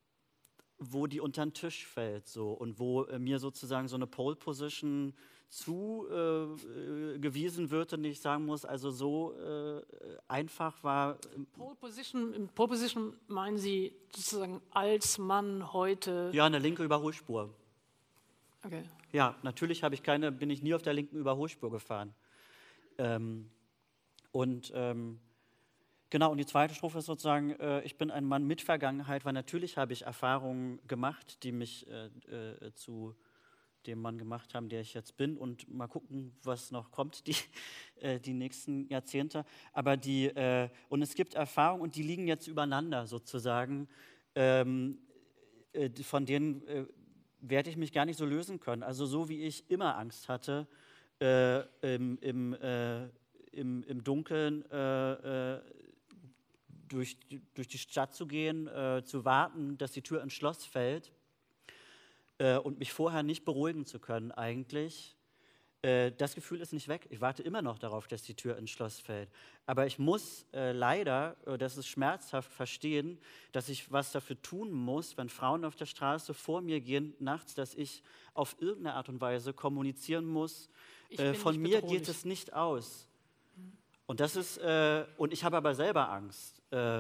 wo die unter den Tisch fällt so und wo äh, mir sozusagen so eine Pole Position zugewiesen äh, wird und ich sagen muss, also so äh, einfach war. Pole Position, Pole Position meinen Sie sozusagen als Mann heute? Ja, eine linke Überholspur. Okay. Ja, natürlich habe ich keine, bin ich nie auf der linken Überholspur gefahren. Ähm, und ähm, genau, und die zweite Strophe ist sozusagen, äh, ich bin ein Mann mit Vergangenheit, weil natürlich habe ich Erfahrungen gemacht, die mich äh, äh, zu dem Mann gemacht haben, der ich jetzt bin und mal gucken, was noch kommt, die, äh, die nächsten Jahrzehnte. Aber die, äh, und es gibt Erfahrungen und die liegen jetzt übereinander sozusagen, ähm, äh, von denen äh, werde ich mich gar nicht so lösen können. Also so wie ich immer Angst hatte, äh, im, im, äh, im, im Dunkeln äh, äh, durch, durch die Stadt zu gehen, äh, zu warten, dass die Tür ins Schloss fällt, und mich vorher nicht beruhigen zu können eigentlich, äh, das Gefühl ist nicht weg. Ich warte immer noch darauf, dass die Tür ins Schloss fällt. Aber ich muss äh, leider, äh, das ist schmerzhaft, verstehen, dass ich was dafür tun muss, wenn Frauen auf der Straße vor mir gehen nachts, dass ich auf irgendeine Art und Weise kommunizieren muss, äh, von mir bedrohlich. Geht es nicht aus. Mhm. Und das ist, äh, und ich habe aber selber Angst. Äh,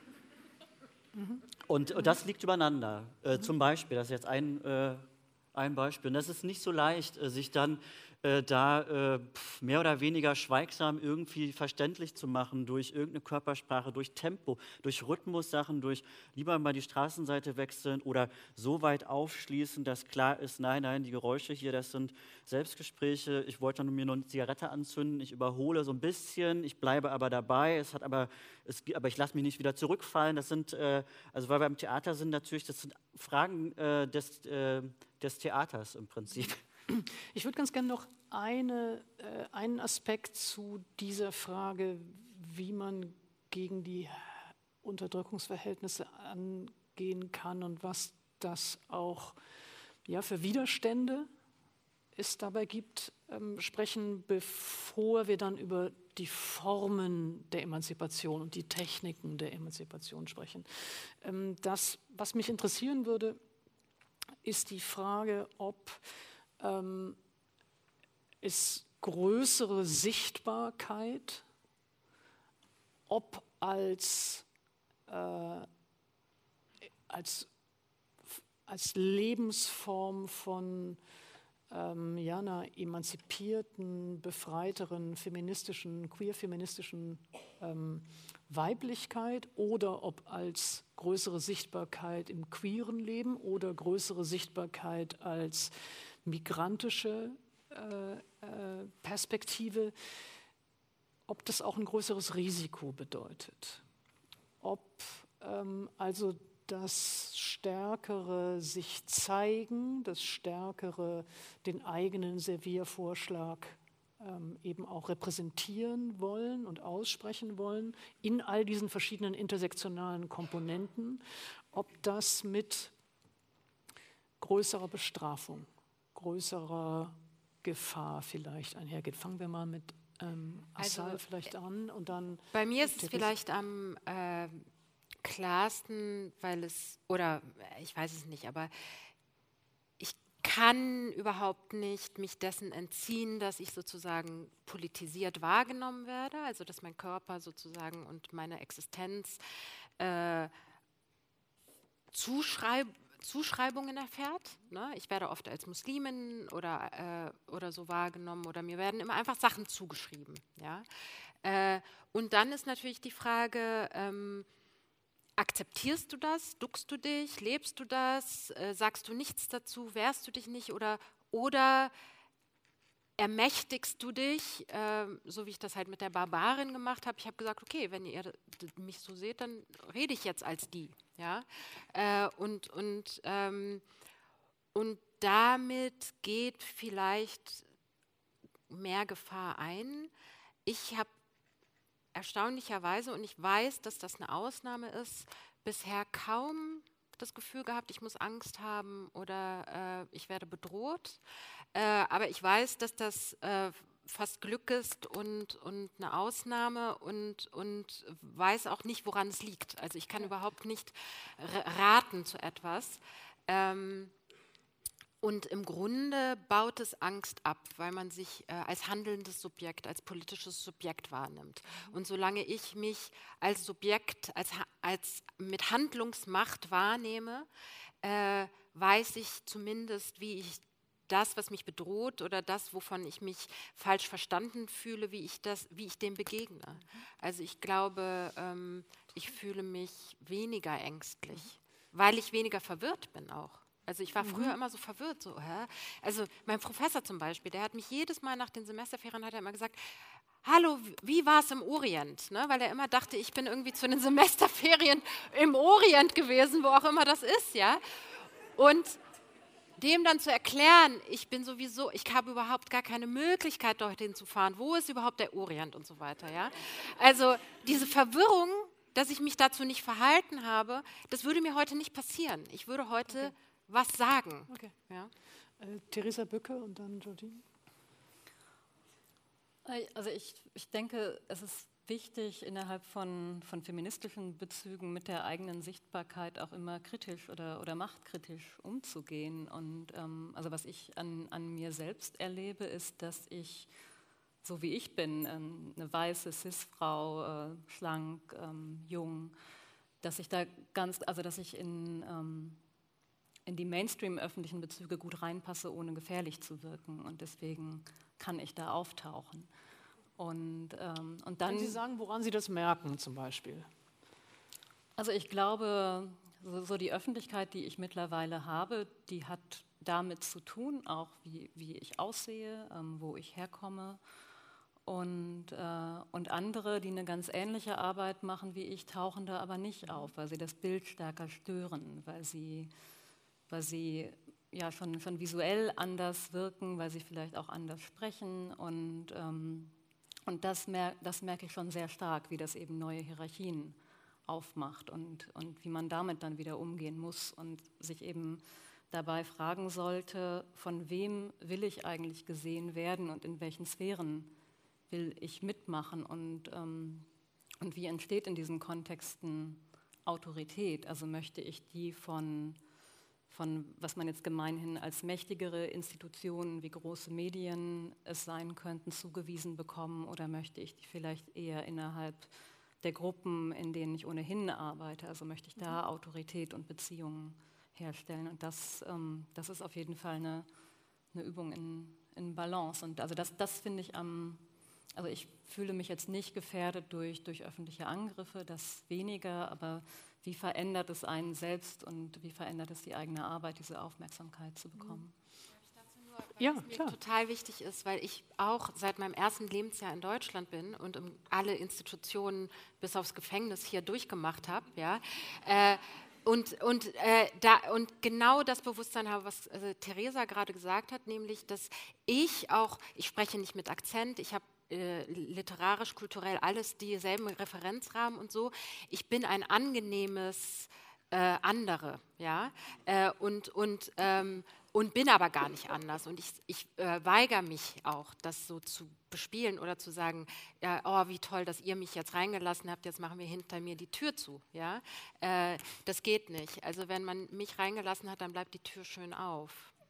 mhm. Und, und das liegt übereinander. Äh, mhm. Zum Beispiel, das ist jetzt ein, äh, ein Beispiel. Und das ist nicht so leicht, äh, sich dann äh, da äh, mehr oder weniger schweigsam irgendwie verständlich zu machen durch irgendeine Körpersprache, durch Tempo, durch Rhythmussachen, durch lieber mal die Straßenseite wechseln oder so weit aufschließen, dass klar ist, nein, nein, die Geräusche hier, das sind Selbstgespräche, ich wollte mir nur eine Zigarette anzünden, ich überhole so ein bisschen, ich bleibe aber dabei, es hat aber, es, aber ich lasse mich nicht wieder zurückfallen. Das sind, äh, also weil wir im Theater sind natürlich, das sind Fragen äh, des, äh, des Theaters im Prinzip. Ich würde ganz gerne noch eine, äh, einen Aspekt zu dieser Frage, wie man gegen die Unterdrückungsverhältnisse angehen kann und was das auch ja, für Widerstände es dabei gibt, ähm, sprechen, bevor wir dann über die Formen der Emanzipation und die Techniken der Emanzipation sprechen. Ähm, das, was mich interessieren würde, ist die Frage, ob ähm, es größere Sichtbarkeit, ob als, äh, als, als Lebensform von ähm, ja, einer emanzipierten, befreiteren, feministischen, queer-feministischen ähm, Weiblichkeit oder ob als größere Sichtbarkeit im queeren Leben oder größere Sichtbarkeit als migrantische äh, äh, Perspektive, ob das auch ein größeres Risiko bedeutet. Ob ähm, also das stärkere sich zeigen, das stärkere den eigenen Serviervorschlag ähm, eben auch repräsentieren wollen und aussprechen wollen in all diesen verschiedenen intersektionalen Komponenten, ob das mit größerer Bestrafung, größerer Gefahr vielleicht einhergeht. Fangen wir mal mit ähm, Assal also, vielleicht an und dann... Bei mir ist es vielleicht am äh, klarsten, weil es, oder ich weiß es nicht, aber ich kann überhaupt nicht mich dessen entziehen, dass ich sozusagen politisiert wahrgenommen werde, also dass mein Körper sozusagen und meine Existenz äh, zuschreib, Zuschreibungen erfährt. Ne? Ich werde oft als Muslimin oder, äh, oder so wahrgenommen oder mir werden immer einfach Sachen zugeschrieben. Ja? Äh, und dann ist natürlich die Frage, ähm, akzeptierst du das? Duckst du dich? Lebst du das? Äh, sagst du nichts dazu? Wehrst du dich nicht? Oder, oder ermächtigst du dich, äh, so wie ich das halt mit der Barbarin gemacht habe? Ich habe gesagt, okay, wenn ihr mich so seht, dann rede ich jetzt als die. Ja? Äh, und, und, ähm, und damit geht vielleicht mehr Gefahr ein. Ich habe erstaunlicherweise, und ich weiß, dass das eine Ausnahme ist, bisher kaum das Gefühl gehabt, ich muss Angst haben oder äh, ich werde bedroht. Äh, aber ich weiß, dass das äh, fast Glück ist und, und eine Ausnahme und, und weiß auch nicht, woran es liegt. Also ich kann ja. überhaupt nicht raten zu etwas. Ähm, Und im Grunde baut es Angst ab, weil man sich äh, als handelndes Subjekt, als politisches Subjekt wahrnimmt. Und solange ich mich als Subjekt, als, als mit Handlungsmacht wahrnehme, äh, weiß ich zumindest, wie ich das, was mich bedroht oder das, wovon ich mich falsch verstanden fühle, wie ich, das, wie ich dem begegne. Also ich glaube, ähm, ich fühle mich weniger ängstlich, weil ich weniger verwirrt bin auch. Also ich war früher mhm. immer so verwirrt, so, hä? Also mein Professor zum Beispiel, der hat mich jedes Mal nach den Semesterferien hat er immer gesagt, hallo, wie war es im Orient? Ne? Weil er immer dachte, ich bin irgendwie zu den Semesterferien im Orient gewesen, wo auch immer das ist, ja. Und dem dann zu erklären, ich bin sowieso, ich habe überhaupt gar keine Möglichkeit, dorthin zu fahren, wo ist überhaupt der Orient und so weiter, ja. Also diese Verwirrung, dass ich mich dazu nicht verhalten habe, das würde mir heute nicht passieren. Ich würde heute okay. was sagen. Okay. Ja. Äh, Theresa Bücke und dann Jordine. Also ich, ich denke, es ist wichtig, innerhalb von, von feministischen Bezügen mit der eigenen Sichtbarkeit auch immer kritisch oder, oder machtkritisch umzugehen. Und ähm, also was ich an, an mir selbst erlebe, ist, dass ich, so wie ich bin, ähm, eine weiße Cis-Frau, äh, schlank, ähm, jung, dass ich da ganz, also dass ich in ähm, in die Mainstream-öffentlichen Bezüge gut reinpasse, ohne gefährlich zu wirken. Und deswegen kann ich da auftauchen. Und, ähm, und dann, Können Sie sagen, woran Sie das merken zum Beispiel? Also ich glaube, so, so die Öffentlichkeit, die ich mittlerweile habe, die hat damit zu tun, auch wie, wie ich aussehe, ähm, wo ich herkomme. Und, äh, und andere, die eine ganz ähnliche Arbeit machen wie ich, tauchen da aber nicht auf, weil sie das Bild stärker stören, weil sie, weil sie ja schon, schon visuell anders wirken, weil sie vielleicht auch anders sprechen. Und, ähm, und das, mer- das merke ich schon sehr stark, wie das eben neue Hierarchien aufmacht und, und wie man damit dann wieder umgehen muss und sich eben dabei fragen sollte, von wem will ich eigentlich gesehen werden und in welchen Sphären will ich mitmachen und, ähm, und wie entsteht in diesen Kontexten Autorität? Also möchte ich die von, von, was man jetzt gemeinhin als mächtigere Institutionen wie große Medien es sein könnten, zugewiesen bekommen oder möchte ich die vielleicht eher innerhalb der Gruppen, in denen ich ohnehin arbeite, also möchte ich da Autorität und Beziehungen herstellen. Und das, ähm, das ist auf jeden Fall eine, eine Übung in, in Balance. Und also das, das finde ich am, also ich fühle mich jetzt nicht gefährdet durch, durch öffentliche Angriffe, das weniger, aber wie verändert es einen selbst und wie verändert es die eigene Arbeit, diese Aufmerksamkeit zu bekommen? Weil Ja, es mir klar. total wichtig ist, weil ich auch seit meinem ersten Lebensjahr in Deutschland bin und um alle Institutionen bis aufs Gefängnis hier durchgemacht habe, ja, äh, und, und, äh, da, und genau das Bewusstsein habe, was äh, Theresa gerade gesagt hat, nämlich, dass ich auch, ich spreche nicht mit Akzent, ich habe äh, literarisch, kulturell alles dieselben Referenzrahmen und so, ich bin ein angenehmes äh, andere, ja, äh, und, und ähm, Und bin aber gar nicht anders. Und ich, ich äh, weigere mich auch, das so zu bespielen oder zu sagen, ja, oh, wie toll, dass ihr mich jetzt reingelassen habt, jetzt machen wir hinter mir die Tür zu. Ja? Äh, das geht nicht. Also wenn man mich reingelassen hat, dann bleibt die Tür schön auf.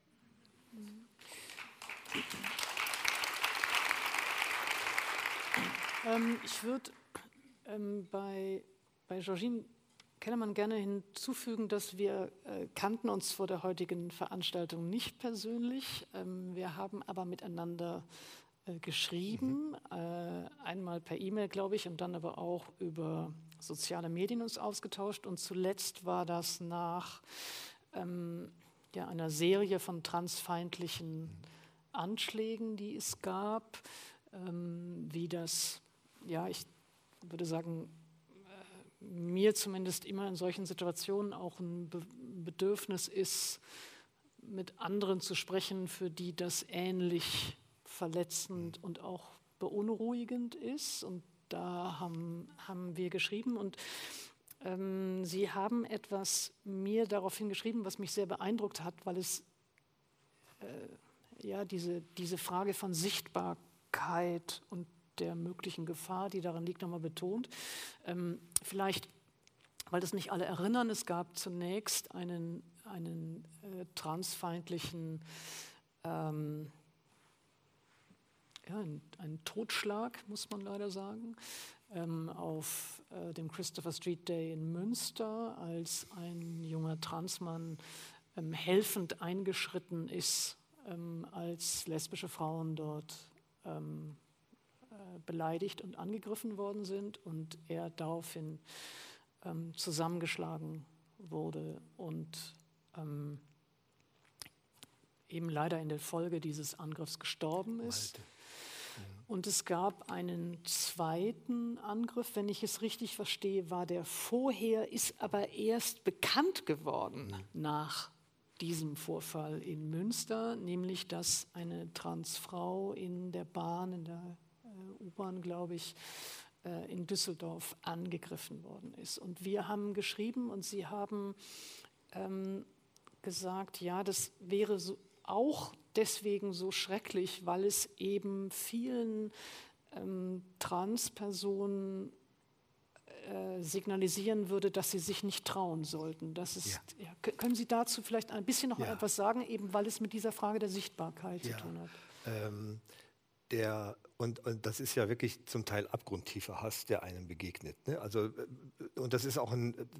Ähm, ich würde ähm, bei, bei Georgine Kellermann gerne hinzufügen, dass wir äh, kannten uns vor der heutigen Veranstaltung nicht persönlich. Ähm, wir haben aber miteinander äh, geschrieben, mhm. äh, einmal per E-Mail, glaube ich, und dann aber auch über soziale Medien uns ausgetauscht. Und zuletzt war das nach ähm, ja, einer Serie von transfeindlichen Anschlägen, die es gab, ähm, wie das, ja, ich würde sagen, mir zumindest immer in solchen Situationen auch ein Be- Bedürfnis ist, mit anderen zu sprechen, für die das ähnlich verletzend und auch beunruhigend ist. Und da haben, haben wir geschrieben und ähm, Sie haben etwas mir daraufhin geschrieben, was mich sehr beeindruckt hat, weil es äh, ja diese, diese Frage von Sichtbarkeit und der möglichen Gefahr, die darin liegt, nochmal betont. Ähm, vielleicht, weil das nicht alle erinnern, es gab zunächst einen, einen äh, transfeindlichen, ähm, ja, einen, einen Totschlag, muss man leider sagen, ähm, auf äh, dem Christopher Street Day in Münster, als ein junger Transmann ähm, helfend eingeschritten ist, ähm, als lesbische Frauen dort ähm, beleidigt und angegriffen worden sind und er daraufhin ähm, zusammengeschlagen wurde und ähm, eben leider in der Folge dieses Angriffs gestorben ist. Mhm. Und es gab einen zweiten Angriff, wenn ich es richtig verstehe, war der vorher, ist aber erst bekannt geworden mhm. nach diesem Vorfall in Münster, nämlich dass eine Transfrau in der Bahn, in der U-Bahn, glaube ich, in Düsseldorf angegriffen worden ist. Und wir haben geschrieben und Sie haben ähm, gesagt, ja, das wäre so, auch deswegen so schrecklich, weil es eben vielen ähm, Transpersonen äh, signalisieren würde, dass sie sich nicht trauen sollten. Das ist, ja. Ja, können Sie dazu vielleicht ein bisschen noch ja. etwas sagen, eben weil es mit dieser Frage der Sichtbarkeit ja. zu tun hat? Ähm, der Und, und das ist ja wirklich zum Teil abgrundtiefer Hass, der einem begegnet. Ne? Also, und das ist auch ein,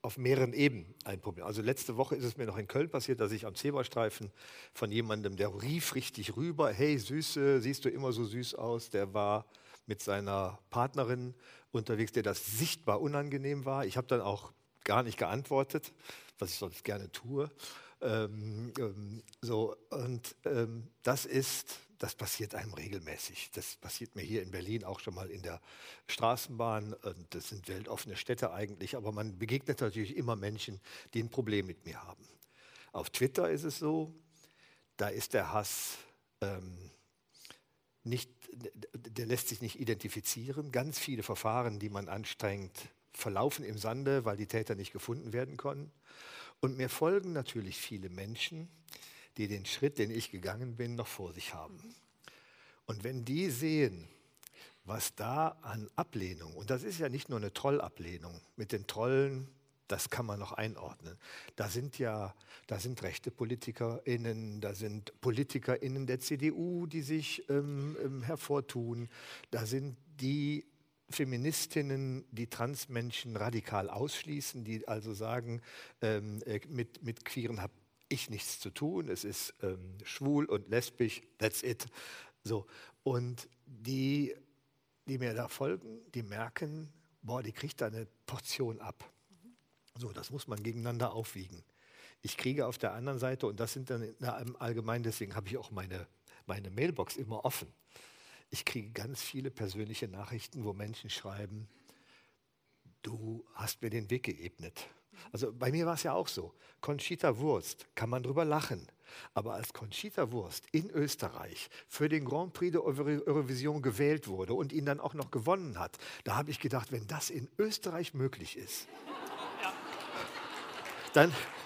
auf mehreren Ebenen ein Problem. Also letzte Woche ist es mir noch in Köln passiert, dass ich am Zebrastreifen von jemandem, der rief richtig rüber, hey Süße, siehst du immer so süß aus, der war mit seiner Partnerin unterwegs, der das sichtbar unangenehm war. Ich habe dann auch gar nicht geantwortet, was ich sonst gerne tue. Ähm, ähm, so, und ähm, das ist, das passiert einem regelmäßig. Das passiert mir hier in Berlin auch schon mal in der Straßenbahn. Und das sind weltoffene Städte eigentlich, aber man begegnet natürlich immer Menschen, die ein Problem mit mir haben. Auf Twitter ist es so, da ist der Hass ähm, nicht, der lässt sich nicht identifizieren. Ganz viele Verfahren, die man anstrengt, verlaufen im Sande, weil die Täter nicht gefunden werden können. Und mir folgen natürlich viele Menschen, die den Schritt, den ich gegangen bin, noch vor sich haben. Und wenn die sehen, was da an Ablehnung, und das ist ja nicht nur eine Trollablehnung, mit den Trollen, das kann man noch einordnen. Da sind ja, da sind rechte PolitikerInnen, da sind PolitikerInnen der C D U, die sich ähm, ähm, hervortun, da sind die Feministinnen, die Transmenschen radikal ausschließen, die also sagen, ähm, mit, mit Queeren habe ich nichts zu tun, es ist ähm, schwul und lesbisch, that's it. So. Und die, die mir da folgen, die merken, boah, die kriegt da eine Portion ab. So, das muss man gegeneinander aufwiegen. Ich kriege auf der anderen Seite, und das sind dann na, im Allgemeinen, deswegen habe ich auch meine, meine Mailbox immer offen. Ich kriege ganz viele persönliche Nachrichten, wo Menschen schreiben, du hast mir den Weg geebnet. Also bei mir war es ja auch so. Conchita Wurst, kann man drüber lachen. Aber als Conchita Wurst in Österreich für den Grand Prix der Eurovision gewählt wurde und ihn dann auch noch gewonnen hat, da habe ich gedacht, wenn das in Österreich möglich ist, Ja. dann...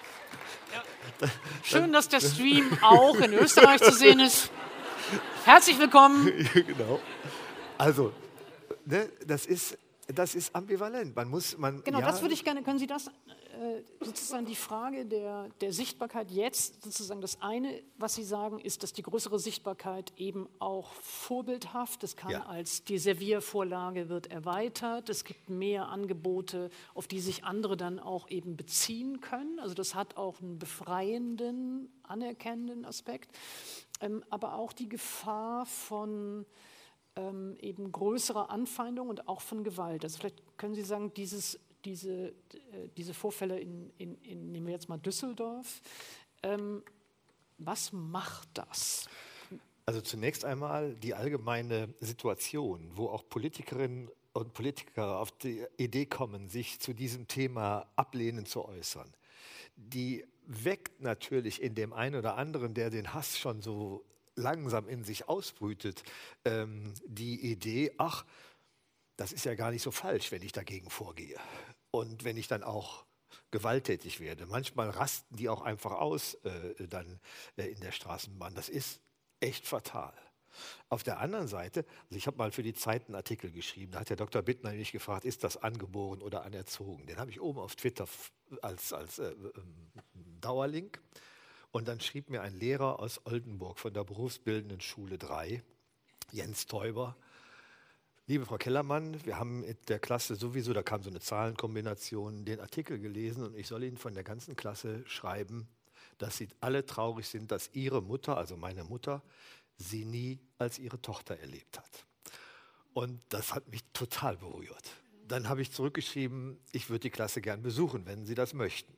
Ja. dann Schön, dass der Stream auch in Österreich zu sehen ist. Herzlich willkommen. Genau. Also, ne, das ist, das ist ambivalent. Man muss, man, Genau, ja, das würde ich gerne, können Sie das äh, sozusagen die Frage der, der Sichtbarkeit jetzt, sozusagen das eine, was Sie sagen, ist, dass die größere Sichtbarkeit eben auch vorbildhaft, es kann Ja. als die Serviervorlage wird erweitert, es gibt mehr Angebote, auf die sich andere dann auch eben beziehen können, also das hat auch einen befreienden, anerkennenden Aspekt, ähm, aber auch die Gefahr von ähm, eben größerer Anfeindung und auch von Gewalt. Also vielleicht können Sie sagen, dieses Diese, äh, diese Vorfälle in, in, in, nehmen wir jetzt mal Düsseldorf, ähm, was macht das? Also zunächst einmal die allgemeine Situation, wo auch Politikerinnen und Politiker auf die Idee kommen, sich zu diesem Thema ablehnend zu äußern. Die weckt natürlich in dem einen oder anderen, der den Hass schon so langsam in sich ausbrütet, ähm, die Idee, ach, das ist ja gar nicht so falsch, wenn ich dagegen vorgehe. Und wenn ich dann auch gewalttätig werde. Manchmal rasten die auch einfach aus äh, dann äh, in der Straßenbahn. Das ist echt fatal. Auf der anderen Seite, also ich habe mal für die Zeit einen Artikel geschrieben, da hat der Doktor Bittner mich gefragt, ist das angeboren oder anerzogen? Den habe ich oben auf Twitter als, als äh, äh, Dauerlink. Und dann schrieb mir ein Lehrer aus Oldenburg von der Berufsbildenden Schule drei, Jens Teuber, liebe Frau Kellermann, wir haben in der Klasse sowieso, da kam so eine Zahlenkombination, den Artikel gelesen und ich soll Ihnen von der ganzen Klasse schreiben, dass Sie alle traurig sind, dass Ihre Mutter, also meine Mutter, Sie nie als ihre Tochter erlebt hat. Und das hat mich total berührt. Dann habe ich zurückgeschrieben, ich würde die Klasse gern besuchen, wenn Sie das möchten.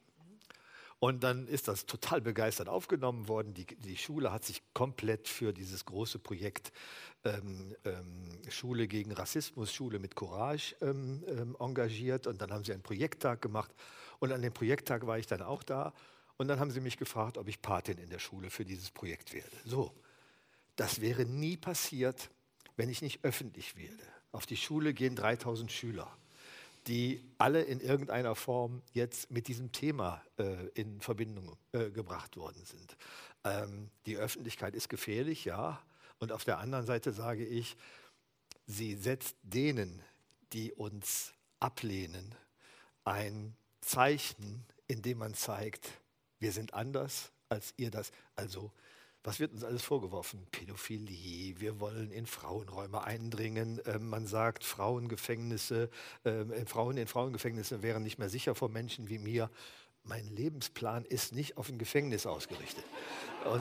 Und dann ist das total begeistert aufgenommen worden. Die, die Schule hat sich komplett für dieses große Projekt ähm, ähm, Schule gegen Rassismus, Schule mit Courage ähm, ähm, engagiert. Und dann haben sie einen Projekttag gemacht. Und an dem Projekttag war ich dann auch da. Und dann haben sie mich gefragt, ob ich Patin in der Schule für dieses Projekt werde. So, das wäre nie passiert, wenn ich nicht öffentlich werde. Auf die Schule gehen dreitausend Schüler, die alle in irgendeiner Form jetzt mit diesem Thema äh, in Verbindung äh, gebracht worden sind. Ähm, die Öffentlichkeit ist gefährlich, ja. Und auf der anderen Seite sage ich, sie setzt denen, die uns ablehnen, ein Zeichen, in dem man zeigt, wir sind anders, als ihr das. Also, Was wird uns alles vorgeworfen? Pädophilie, wir wollen in Frauenräume eindringen. Äh, man sagt, Frauengefängnisse, äh, Frauen in Frauengefängnissen wären nicht mehr sicher vor Menschen wie mir. Mein Lebensplan ist nicht auf ein Gefängnis ausgerichtet. Und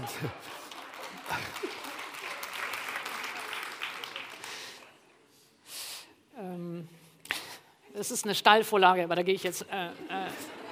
ähm, das ist eine Steilvorlage, aber da gehe ich jetzt äh, äh,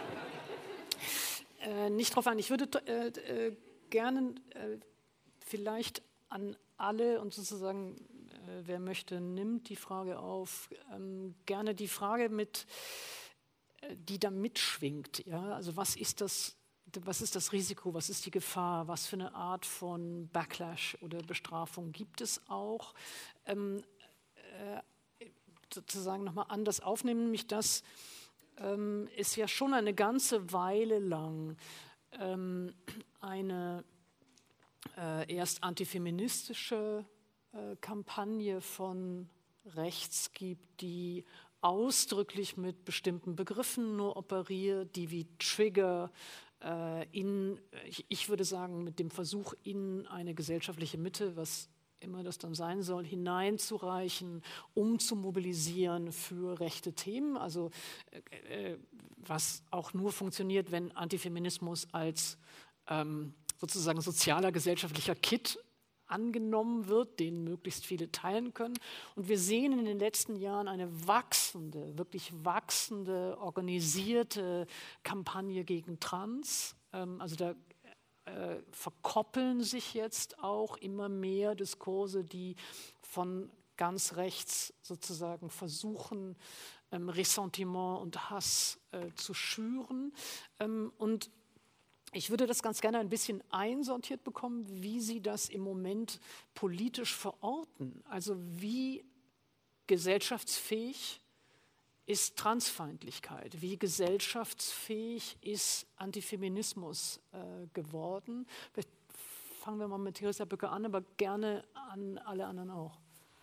äh, nicht drauf ein. Ich würde äh, äh, gerne äh, vielleicht an alle und sozusagen, äh, wer möchte, nimmt die Frage auf, ähm, gerne die Frage mit, äh, die da mitschwingt. Ja? Also was ist das, was ist das Risiko, was ist die Gefahr, was für eine Art von Backlash oder Bestrafung gibt es auch? Ähm, äh, sozusagen nochmal anders aufnehmen, nämlich das ähm, ist ja schon eine ganze Weile lang ähm, eine äh, erst antifeministische äh, Kampagne von rechts gibt, die ausdrücklich mit bestimmten Begriffen nur operiert, die wie Trigger äh, in, ich, ich würde sagen, mit dem Versuch in eine gesellschaftliche Mitte, was immer das dann sein soll, hineinzureichen, um zu mobilisieren für rechte Themen. Also äh, was auch nur funktioniert, wenn Antifeminismus als ähm, sozusagen sozialer, gesellschaftlicher Kit angenommen wird, den möglichst viele teilen können. Und wir sehen in den letzten Jahren eine wachsende, wirklich wachsende, organisierte Kampagne gegen Trans. Ähm, also da Äh, verkoppeln sich jetzt auch immer mehr Diskurse, die von ganz rechts sozusagen versuchen, ähm, Ressentiment und Hass äh, zu schüren. Ähm, und ich würde das ganz gerne ein bisschen einsortiert bekommen, wie Sie das im Moment politisch verorten. Also wie gesellschaftsfähig ist Transfeindlichkeit, wie gesellschaftsfähig ist Antifeminismus äh, geworden. Vielleicht fangen wir mal mit Theresa Bücker an, aber gerne an alle anderen auch.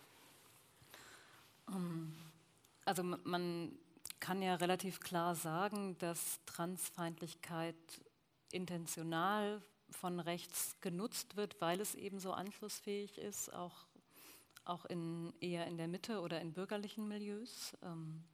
Also man kann ja relativ klar sagen, dass Transfeindlichkeit intentional von rechts genutzt wird, weil es eben so anschlussfähig ist, auch, auch in, eher in der Mitte oder in bürgerlichen Milieus. Ähm,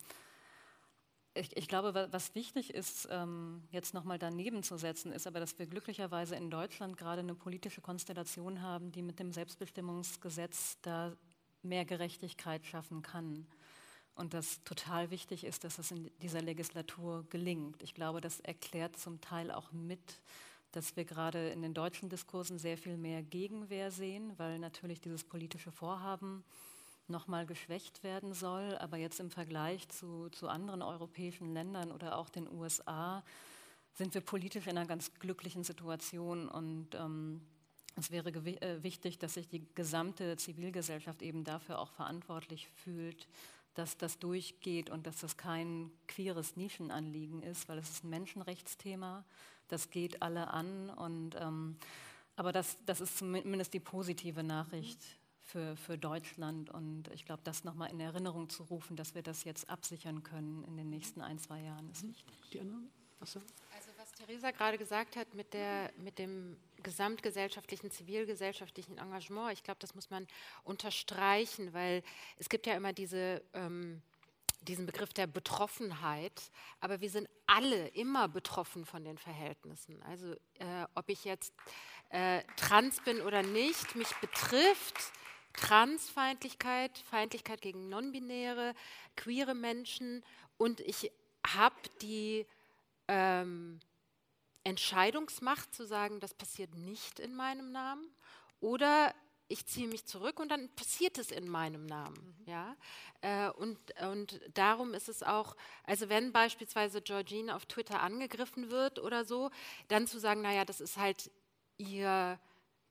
Ich, ich glaube, was wichtig ist, ähm, jetzt nochmal daneben zu setzen, ist aber, dass wir glücklicherweise in Deutschland gerade eine politische Konstellation haben, die mit dem Selbstbestimmungsgesetz da mehr Gerechtigkeit schaffen kann. Und das total wichtig ist, dass das in dieser Legislatur gelingt. Ich glaube, das erklärt zum Teil auch mit, dass wir gerade in den deutschen Diskursen sehr viel mehr Gegenwehr sehen, weil natürlich dieses politische Vorhaben nochmal geschwächt werden soll. Aber jetzt im Vergleich zu, zu anderen europäischen Ländern oder auch den U S A sind wir politisch in einer ganz glücklichen Situation. Und ähm, es wäre äh, wichtig, dass sich die gesamte Zivilgesellschaft eben dafür auch verantwortlich fühlt, dass das durchgeht und dass das kein queeres Nischenanliegen ist, weil es ist ein Menschenrechtsthema, das geht alle an. Und, ähm, aber das, das ist zumindest die positive Nachricht Für, für Deutschland, und ich glaube, das nochmal in Erinnerung zu rufen, dass wir das jetzt absichern können in den nächsten ein, zwei Jahren, ist wichtig. Die anderen? Also was Theresa gerade gesagt hat mit, der, mit dem gesamtgesellschaftlichen, zivilgesellschaftlichen Engagement, ich glaube, das muss man unterstreichen, weil es gibt ja immer diese, ähm, diesen Begriff der Betroffenheit, aber wir sind alle immer betroffen von den Verhältnissen. Also äh, ob ich jetzt äh, trans bin oder nicht, mich betrifft Transfeindlichkeit, Feindlichkeit gegen non-binäre, queere Menschen, und ich habe die ähm, Entscheidungsmacht zu sagen, das passiert nicht in meinem Namen, oder ich ziehe mich zurück und dann passiert es in meinem Namen. Mhm. Ja? Äh, und, und darum ist es auch, also wenn beispielsweise Georgine auf Twitter angegriffen wird oder so, dann zu sagen, naja, das ist halt ihr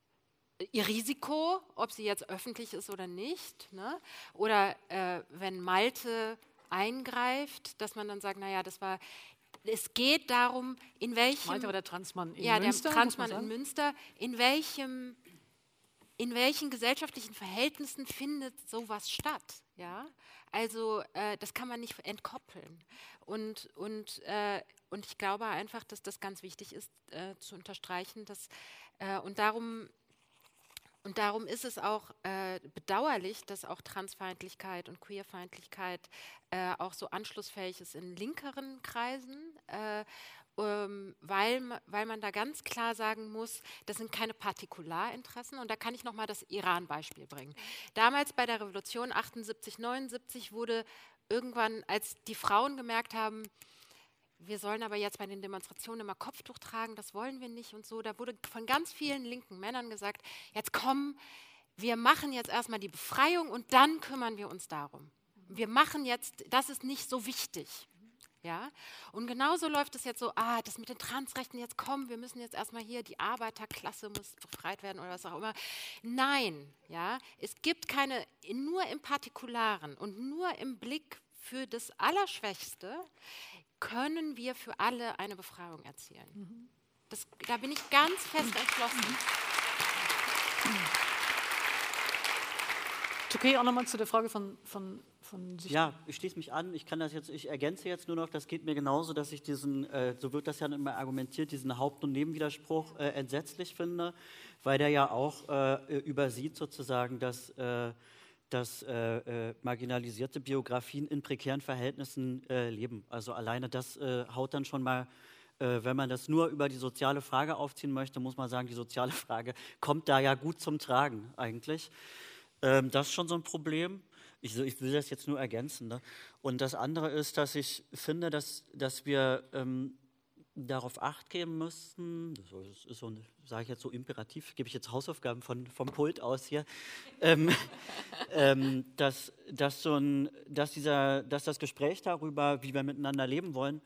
ihr Risiko, ob sie jetzt öffentlich ist oder nicht, ne? Oder äh, wenn Malte eingreift, dass man dann sagt, naja, das war, es geht darum, in welchem... Malte war der Transmann in ja, Münster. Ja, der Transmann in Münster, in welchem, in welchen gesellschaftlichen Verhältnissen findet sowas statt, ja? Also äh, das kann man nicht entkoppeln. Und, und, äh, und ich glaube einfach, dass das ganz wichtig ist, äh, zu unterstreichen, dass, äh, und darum Und darum ist es auch äh, bedauerlich, dass auch Transfeindlichkeit und Queerfeindlichkeit äh, auch so anschlussfähig ist in linkeren Kreisen, äh, ähm, weil, weil man da ganz klar sagen muss, das sind keine Partikularinteressen. Und da kann ich nochmal das Iran-Beispiel bringen. Damals bei der Revolution achtundsiebzig, neunundsiebzig wurde irgendwann, als die Frauen gemerkt haben, wir sollen aber jetzt bei den Demonstrationen immer Kopftuch tragen, das wollen wir nicht und so. Da wurde von ganz vielen linken Männern gesagt, jetzt komm, wir machen jetzt erstmal die Befreiung und dann kümmern wir uns darum. Wir machen jetzt, das ist nicht so wichtig. Ja? Und genauso läuft es jetzt so, ah, das mit den Transrechten, jetzt komm, wir müssen jetzt erstmal hier, die Arbeiterklasse muss befreit werden oder was auch immer. Nein, ja, es gibt keine, nur im Partikularen und nur im Blick für das Allerschwächste, können wir für alle eine Befreiung erzielen. Mhm. Das, da bin ich ganz fest entschlossen. Okay, auch nochmal zu der Frage von, von, von sich. Ja, ich schließe mich an. Ich kann das jetzt, ich ergänze jetzt nur noch, das geht mir genauso, dass ich diesen, äh, so wird das ja immer argumentiert, diesen Haupt- und Nebenwiderspruch äh, entsetzlich finde, weil der ja auch äh, übersieht sozusagen, dass äh, dass äh, äh, marginalisierte Biografien in prekären Verhältnissen äh, leben. Also alleine das äh, haut dann schon mal, äh, wenn man das nur über die soziale Frage aufziehen möchte, muss man sagen, die soziale Frage kommt da ja gut zum Tragen eigentlich. Ähm, das ist schon so ein Problem. Ich, ich will das jetzt nur ergänzen. Ne? Und das andere ist, dass ich finde, dass, dass wir ähm, darauf Acht geben müssten, das ist so, sage ich jetzt so imperativ, gebe ich jetzt Hausaufgaben von, vom Pult aus hier, ähm, ähm, dass, dass, so ein, dass, dieser, dass das Gespräch darüber, wie wir miteinander leben wollen,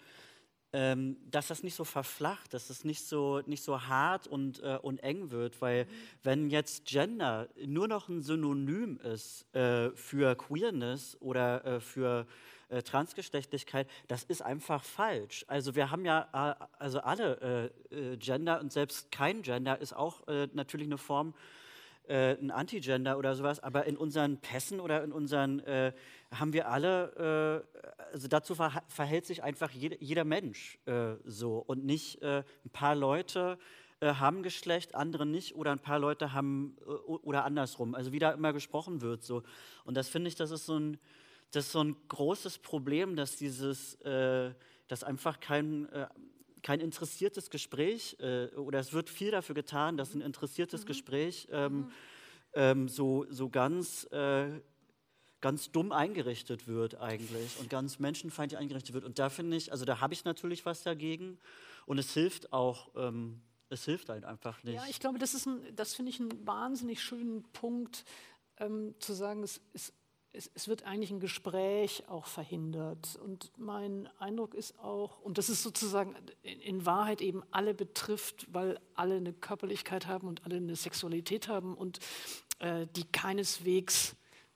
ähm, dass das nicht so verflacht, dass es nicht so, nicht so hart und, äh, und eng wird, weil wenn jetzt Gender nur noch ein Synonym ist äh, für Queerness oder äh, für äh, Transgeschlechtlichkeit, das ist einfach falsch. Also wir haben ja äh, also alle äh, Gender und selbst kein Gender ist auch äh, natürlich eine Form, äh, ein Anti-Gender oder sowas, aber in unseren Pässen oder in unseren, äh, haben wir alle, äh, also dazu verha- verhält sich einfach jede, jeder Mensch äh, so und nicht äh, ein paar Leute äh, haben Geschlecht, andere nicht oder ein paar Leute haben äh, oder andersrum, also wie da immer gesprochen wird so. Und das finde ich, das ist so ein, das ist so ein großes Problem, dass dieses, äh, dass einfach kein äh, kein interessiertes Gespräch äh, oder es wird viel dafür getan, dass ein interessiertes mhm. Gespräch ähm, mhm. ähm, so, so ganz, äh, ganz dumm eingerichtet wird eigentlich und ganz menschenfeindlich eingerichtet wird. Und da finde ich, also da habe ich natürlich was dagegen und es hilft auch, ähm, es hilft halt einfach nicht. Ja, ich glaube, das ist ein, das finde ich einen wahnsinnig schönen Punkt, ähm, zu sagen, es ist Es, es wird eigentlich ein Gespräch auch verhindert. Und mein Eindruck ist auch, und das ist sozusagen in, in Wahrheit eben alle betrifft, weil alle eine Körperlichkeit haben und alle eine Sexualität haben und äh, die keineswegs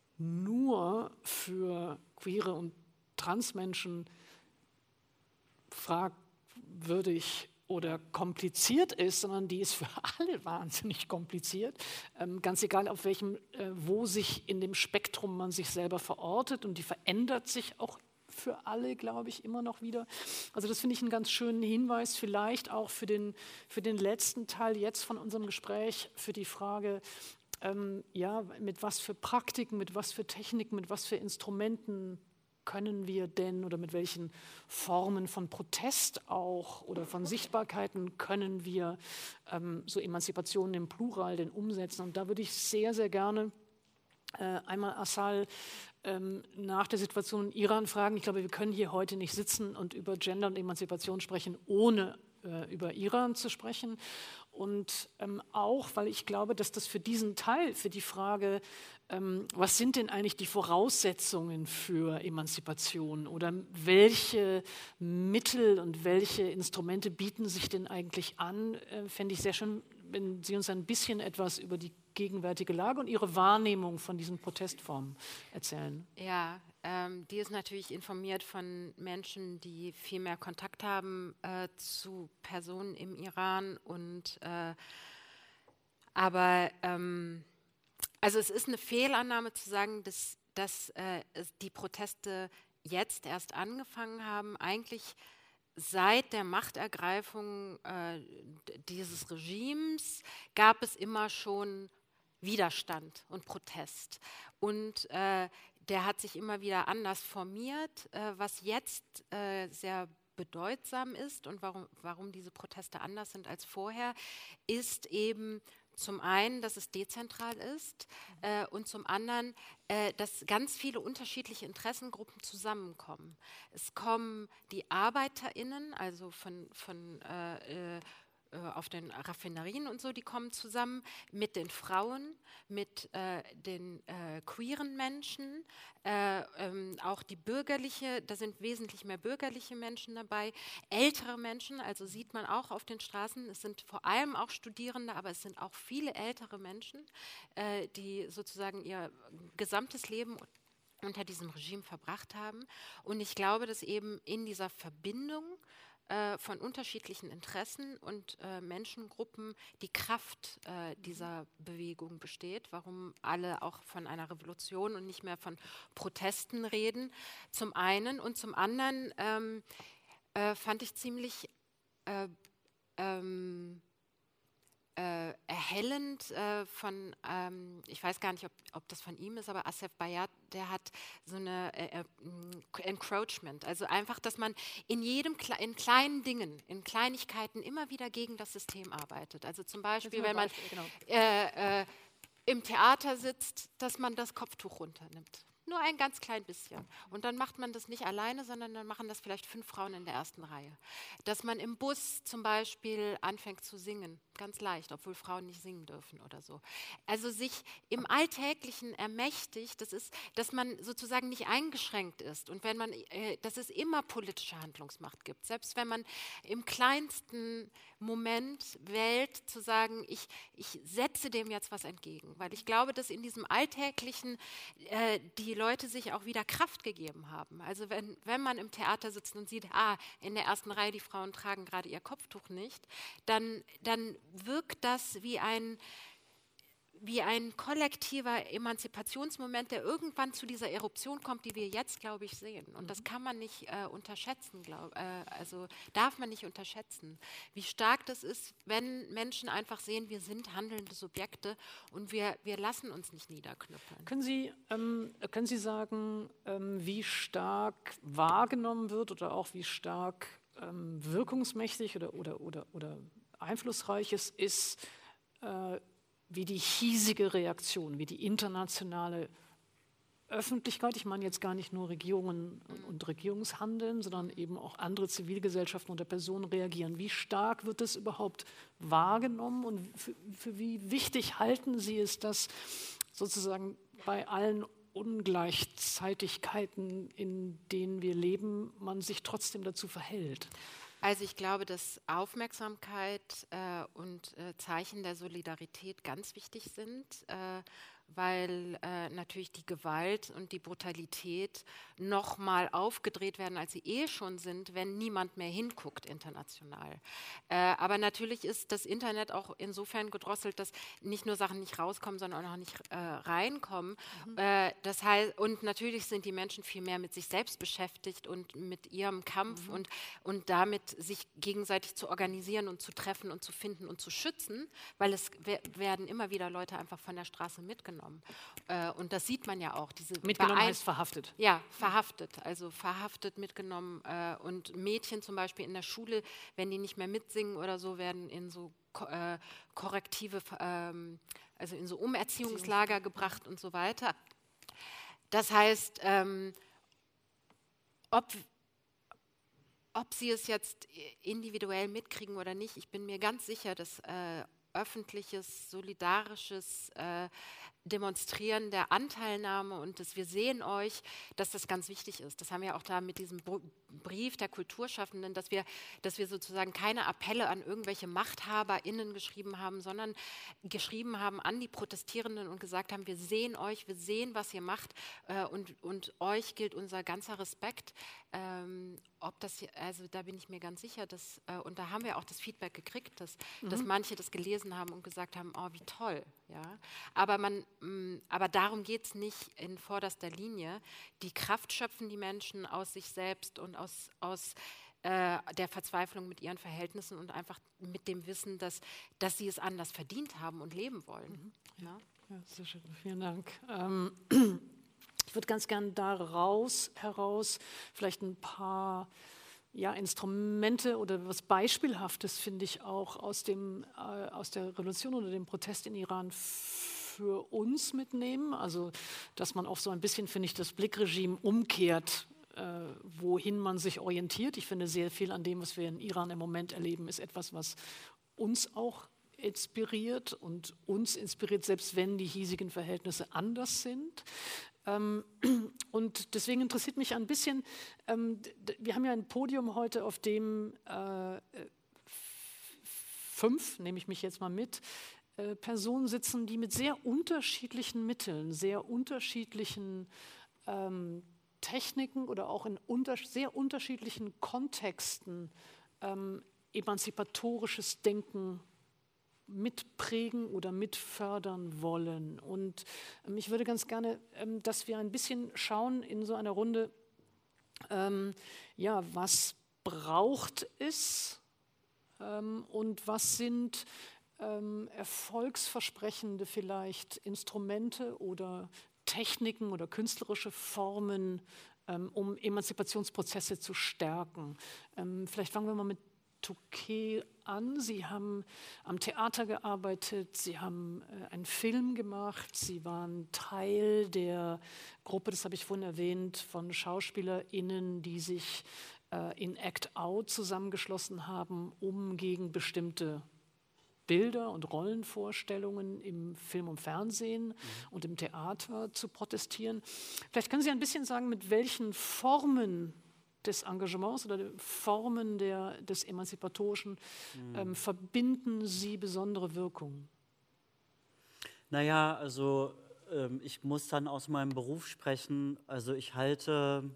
nur für queere und Transmenschen fragwürdig oder kompliziert ist, sondern die ist für alle wahnsinnig kompliziert. Ähm, ganz egal, auf welchem, äh, wo sich in dem Spektrum man sich selber verortet, und die verändert sich auch für alle, glaube ich, immer noch wieder. Also das finde ich einen ganz schönen Hinweis, vielleicht auch für den, für den letzten Teil jetzt von unserem Gespräch, für die Frage, ähm, ja, mit was für Praktiken, mit was für Techniken, mit was für Instrumenten können wir denn oder mit welchen Formen von Protest auch oder von Sichtbarkeiten können wir ähm, so Emanzipationen im Plural denn umsetzen? Und da würde ich sehr, sehr gerne äh, einmal Asal ähm, nach der Situation in Iran fragen. Ich glaube, wir können hier heute nicht sitzen und über Gender und Emanzipation sprechen, ohne äh, über Iran zu sprechen. Und ähm, auch, weil ich glaube, dass das für diesen Teil, für die Frage, ähm, was sind denn eigentlich die Voraussetzungen für Emanzipation oder welche Mittel und welche Instrumente bieten sich denn eigentlich an, äh, fände ich sehr schön, wenn Sie uns ein bisschen etwas über die gegenwärtige Lage und Ihre Wahrnehmung von diesen Protestformen erzählen. Ja, ähm, die ist natürlich informiert von Menschen, die viel mehr Kontakt haben äh, zu Personen im Iran. Und, äh, aber ähm, also es ist eine Fehlannahme zu sagen, dass, dass äh, die Proteste jetzt erst angefangen haben. Eigentlich seit der Machtergreifung äh, dieses Regimes gab es immer schon Widerstand und Protest. Und äh, der hat sich immer wieder anders formiert, äh, was jetzt äh, sehr bedeutsam ist und warum, warum diese Proteste anders sind als vorher, ist eben zum einen, dass es dezentral ist äh, und zum anderen, äh, dass ganz viele unterschiedliche Interessengruppen zusammenkommen. Es kommen die ArbeiterInnen, also von, von äh, äh, auf den Raffinerien und so, die kommen zusammen mit den Frauen, mit äh, den äh, queeren Menschen, äh, ähm, auch die bürgerliche, da sind wesentlich mehr bürgerliche Menschen dabei, ältere Menschen, also sieht man auch auf den Straßen, es sind vor allem auch Studierende, aber es sind auch viele ältere Menschen, äh, die sozusagen ihr gesamtes Leben unter diesem Regime verbracht haben. Und ich glaube, dass eben in dieser Verbindung von unterschiedlichen Interessen und äh, Menschengruppen die Kraft äh, dieser Bewegung besteht, warum alle auch von einer Revolution und nicht mehr von Protesten reden, zum einen. Und zum anderen ähm, äh, fand ich ziemlich äh, ähm, äh, erhellend äh, von, ähm, ich weiß gar nicht, ob, ob das von ihm ist, aber Asef Bayat, der hat so eine äh, äh, Encroachment, also einfach, dass man in jedem, in kleinen Dingen, in Kleinigkeiten immer wieder gegen das System arbeitet. Also zum Beispiel, wenn man Beispiel, genau. äh, äh, im Theater sitzt, dass man das Kopftuch runternimmt. Nur ein ganz klein bisschen. Und dann macht man das nicht alleine, sondern dann machen das vielleicht fünf Frauen in der ersten Reihe. Dass man im Bus zum Beispiel anfängt zu singen, ganz leicht, obwohl Frauen nicht singen dürfen oder so. Also sich im Alltäglichen ermächtigt, das ist, dass man sozusagen nicht eingeschränkt ist und wenn man, äh, dass es immer politische Handlungsmacht gibt. Selbst wenn man im kleinsten Moment wählt, zu sagen, ich, ich setze dem jetzt was entgegen. Weil ich glaube, dass in diesem Alltäglichen äh, die Leute sich auch wieder Kraft gegeben haben. Also wenn, wenn man im Theater sitzt und sieht, ah, in der ersten Reihe, die Frauen tragen gerade ihr Kopftuch nicht, dann, dann wirkt das wie ein, wie ein kollektiver Emanzipationsmoment, der irgendwann zu dieser Eruption kommt, die wir jetzt, glaube ich, sehen. Und das kann man nicht äh, unterschätzen, glaub, äh, also darf man nicht unterschätzen, wie stark das ist, wenn Menschen einfach sehen, wir sind handelnde Subjekte und wir, wir lassen uns nicht niederknüppeln. Können Sie, ähm, können Sie sagen, ähm, wie stark wahrgenommen wird oder auch wie stark ähm, wirkungsmächtig oder, oder, oder, oder einflussreich es ist, äh, wie die hiesige Reaktion, wie die internationale Öffentlichkeit, ich meine jetzt gar nicht nur Regierungen und Regierungshandeln, sondern eben auch andere Zivilgesellschaften oder Personen reagieren. Wie stark wird das überhaupt wahrgenommen und für, für wie wichtig halten Sie es, dass sozusagen bei allen Ungleichzeitigkeiten, in denen wir leben, man sich trotzdem dazu verhält? Also ich glaube, dass Aufmerksamkeit äh, und äh, Zeichen der Solidarität ganz wichtig sind, äh, weil äh, natürlich die Gewalt und die Brutalität noch mal aufgedreht werden, als sie eh schon sind, wenn niemand mehr hinguckt international. Äh, aber natürlich ist das Internet auch insofern gedrosselt, dass nicht nur Sachen nicht rauskommen, sondern auch nicht äh, reinkommen. Mhm. Äh, das heißt, und natürlich sind die Menschen viel mehr mit sich selbst beschäftigt und mit ihrem Kampf mhm. und, und damit sich gegenseitig zu organisieren und zu treffen und zu finden und zu schützen, weil es we- werden immer wieder Leute einfach von der Straße mitgenommen. Äh, und das sieht man ja auch. Diese mitgenommen heißt verhaftet. Ja, verhaftet. Also verhaftet, mitgenommen. Äh, und Mädchen zum Beispiel in der Schule, wenn die nicht mehr mitsingen oder so, werden in so ko- äh, korrektive, ähm, also in so Umerziehungslager gebracht und so weiter. Das heißt, ähm, ob Ob sie es jetzt individuell mitkriegen oder nicht, ich bin mir ganz sicher, dass äh, öffentliches, solidarisches äh, Demonstrieren der Anteilnahme und dass wir sehen euch, dass das ganz wichtig ist. Das haben wir auch da mit diesem Brief der Kulturschaffenden, dass wir, dass wir sozusagen keine Appelle an irgendwelche MachthaberInnen geschrieben haben, sondern geschrieben haben an die Protestierenden und gesagt haben, wir sehen euch, wir sehen, was ihr macht äh, und, und euch gilt unser ganzer Respekt. Ähm, ob das, also da bin ich mir ganz sicher, dass, äh, und da haben wir auch das Feedback gekriegt, dass, mhm. dass manche das gelesen haben und gesagt haben, oh, wie toll. Ja? Aber, man, mh, aber darum geht es nicht in vorderster Linie. Die Kraft schöpfen die Menschen aus sich selbst und aus, aus äh, der Verzweiflung mit ihren Verhältnissen und einfach mit dem Wissen, dass, dass sie es anders verdient haben und leben wollen. Mhm. Ja. Ja, sehr schön. Vielen Dank. Ähm, ich würde ganz gern daraus heraus vielleicht ein paar ja, Instrumente oder was Beispielhaftes, finde ich, auch aus, dem, äh, aus der Revolution oder dem Protest in Iran für uns mitnehmen. Also, dass man auch so ein bisschen, finde ich, das Blickregime umkehrt, äh, wohin man sich orientiert. Ich finde, sehr viel an dem, was wir in Iran im Moment erleben, ist etwas, was uns auch inspiriert und uns inspiriert, selbst wenn die hiesigen Verhältnisse anders sind. Ähm, und deswegen interessiert mich ein bisschen, ähm, wir haben ja ein Podium heute, auf dem äh, fünf, nehme ich mich jetzt mal mit, äh, Personen sitzen, die mit sehr unterschiedlichen Mitteln, sehr unterschiedlichen ähm, Techniken oder auch in unter sehr unterschiedlichen Kontexten ähm, emanzipatorisches Denken mitprägen oder mitfördern wollen. Und ähm, ich würde ganz gerne, ähm, dass wir ein bisschen schauen in so einer Runde, ähm, ja, was braucht es ähm, und was sind ähm, erfolgsversprechende vielleicht Instrumente oder Techniken oder künstlerische Formen, ähm, um Emanzipationsprozesse zu stärken. Ähm, vielleicht fangen wir mal mit Touquet an. Sie haben am Theater gearbeitet, Sie haben äh, einen Film gemacht, Sie waren Teil der Gruppe, das habe ich vorhin erwähnt, von SchauspielerInnen, die sich äh, in Act Out zusammengeschlossen haben, um gegen bestimmte Bilder und Rollenvorstellungen im Film und Fernsehen mhm. und im Theater zu protestieren. Vielleicht können Sie ein bisschen sagen, mit welchen Formen des Engagements oder Formen der, des Emanzipatorischen mhm. ähm, verbinden Sie besondere Wirkungen? Naja, also ähm, ich muss dann aus meinem Beruf sprechen. Also ich halte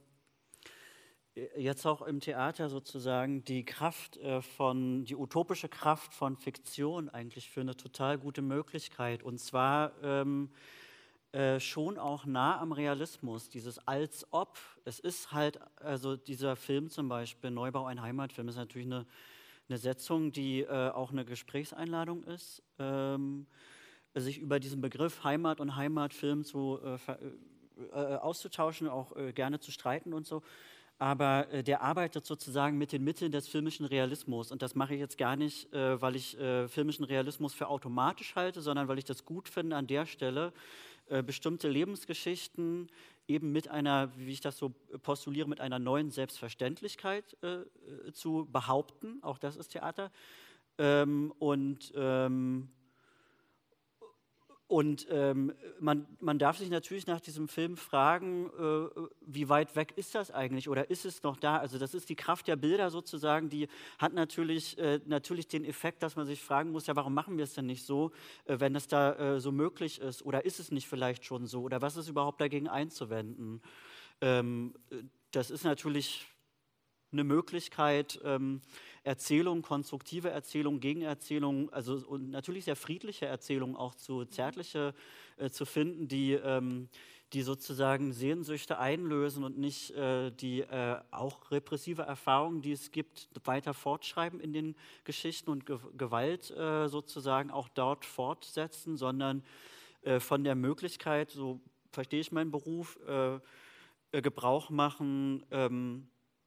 jetzt auch im Theater sozusagen die Kraft äh, von, die utopische Kraft von Fiktion eigentlich für eine total gute Möglichkeit. Und zwar ähm, Äh, schon auch nah am Realismus, dieses als ob. Es ist halt, also dieser Film zum Beispiel, Neubau, ein Heimatfilm, ist natürlich eine, eine Setzung, die äh, auch eine Gesprächseinladung ist, ähm, sich über diesen Begriff Heimat und Heimatfilm zu, äh, äh, auszutauschen, auch äh, gerne zu streiten und so. Aber äh, der arbeitet sozusagen mit den Mitteln des filmischen Realismus. Und das mache ich jetzt gar nicht, äh, weil ich äh, filmischen Realismus für automatisch halte, sondern weil ich das gut finde an der Stelle, äh, bestimmte Lebensgeschichten eben mit einer, wie ich das so postuliere, mit einer neuen Selbstverständlichkeit äh, zu behaupten. Auch das ist Theater. Ähm, und ähm, Und ähm, man, man darf sich natürlich nach diesem Film fragen, äh, wie weit weg ist das eigentlich oder ist es noch da? Also das ist die Kraft der Bilder sozusagen, die hat natürlich, äh, natürlich den Effekt, dass man sich fragen muss, ja, warum machen wir es denn nicht so, äh, wenn es da äh, so möglich ist? Oder ist es nicht vielleicht schon so? Oder was ist überhaupt dagegen einzuwenden? Ähm, das ist natürlich eine Möglichkeit, ähm, Erzählung, konstruktive Erzählung, Gegenerzählung, also und natürlich sehr friedliche Erzählung, auch zu zärtliche äh, zu finden, die, ähm, die sozusagen Sehnsüchte einlösen und nicht äh, die äh, auch repressive Erfahrungen, die es gibt, weiter fortschreiben in den Geschichten und Ge Gewalt äh, sozusagen auch dort fortsetzen, sondern äh, von der Möglichkeit, so verstehe ich meinen Beruf, äh, äh, Gebrauch machen, ähm,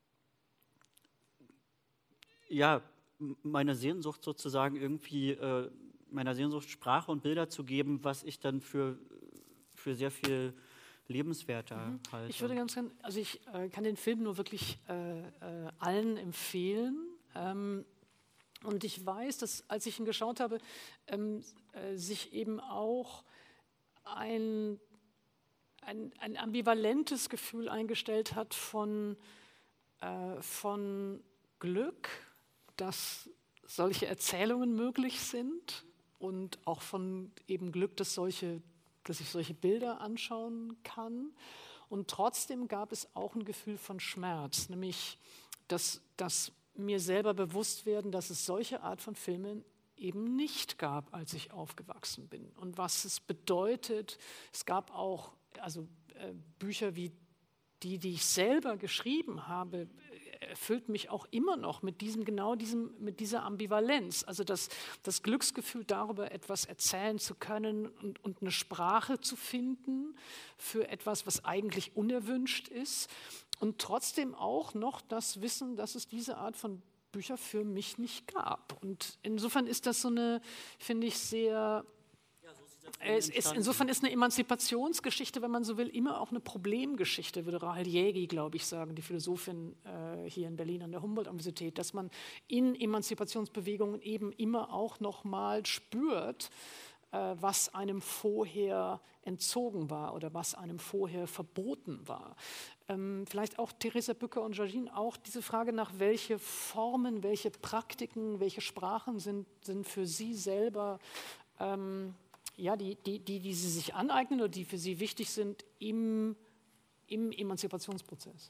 ja, meine Sehnsucht sozusagen irgendwie, äh, meiner Sehnsucht Sprache und Bilder zu geben, was ich dann für, für sehr viel lebenswerter mhm. halte. Ich würde ganz gerne, also ich äh, kann den Film nur wirklich äh, äh, allen empfehlen. Ähm, und ich weiß, dass als ich ihn geschaut habe, ähm, äh, sich eben auch ein, ein, ein ambivalentes Gefühl eingestellt hat von, äh, von Glück, dass solche Erzählungen möglich sind und auch von eben Glück, dass, solche, dass ich solche Bilder anschauen kann. Und trotzdem gab es auch ein Gefühl von Schmerz, nämlich dass, dass mir selber bewusst werden, dass es solche Art von Filmen eben nicht gab, als ich aufgewachsen bin. Und was es bedeutet, es gab auch also, äh, Bücher wie die, die ich selber geschrieben habe, erfüllt mich auch immer noch mit diesem, genau diesem, mit dieser Ambivalenz. Also das, das Glücksgefühl darüber, etwas erzählen zu können und, und eine Sprache zu finden für etwas, was eigentlich unerwünscht ist. Und trotzdem auch noch das Wissen, dass es diese Art von Bücher für mich nicht gab. Und insofern ist das so eine, finde ich, sehr... Es ist, insofern ist eine Emanzipationsgeschichte, wenn man so will, immer auch eine Problemgeschichte, würde Rahel Jägi, glaube ich, sagen, die Philosophin äh, hier in Berlin an der Humboldt-Universität, dass man in Emanzipationsbewegungen eben immer auch noch mal spürt, äh, was einem vorher entzogen war oder was einem vorher verboten war. Ähm, vielleicht auch Theresa Bücker und Georgine, auch diese Frage nach welche Formen, welche Praktiken, welche Sprachen sind, sind für sie selber ähm, ja, die, die, die, die sie sich aneignen oder die für sie wichtig sind im, im Emanzipationsprozess?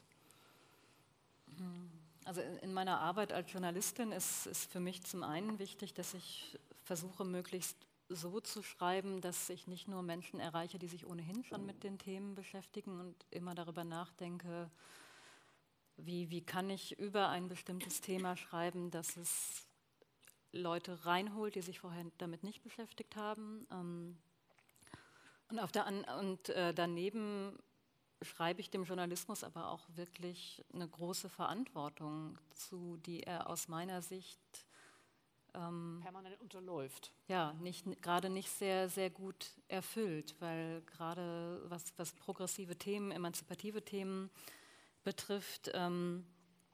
Also in meiner Arbeit als Journalistin ist, ist für mich zum einen wichtig, dass ich versuche, möglichst so zu schreiben, dass ich nicht nur Menschen erreiche, die sich ohnehin schon mit den Themen beschäftigen und immer darüber nachdenke, wie, wie kann ich über ein bestimmtes Thema schreiben, dass es Leute reinholt, die sich vorher damit nicht beschäftigt haben. Ähm, und auf der An- und äh, daneben schreibe ich dem Journalismus aber auch wirklich eine große Verantwortung zu, die er aus meiner Sicht ähm, permanent unterläuft. Ja, nicht, gerade nicht sehr, sehr gut erfüllt, weil gerade was, was progressive Themen, emanzipative Themen betrifft, ähm,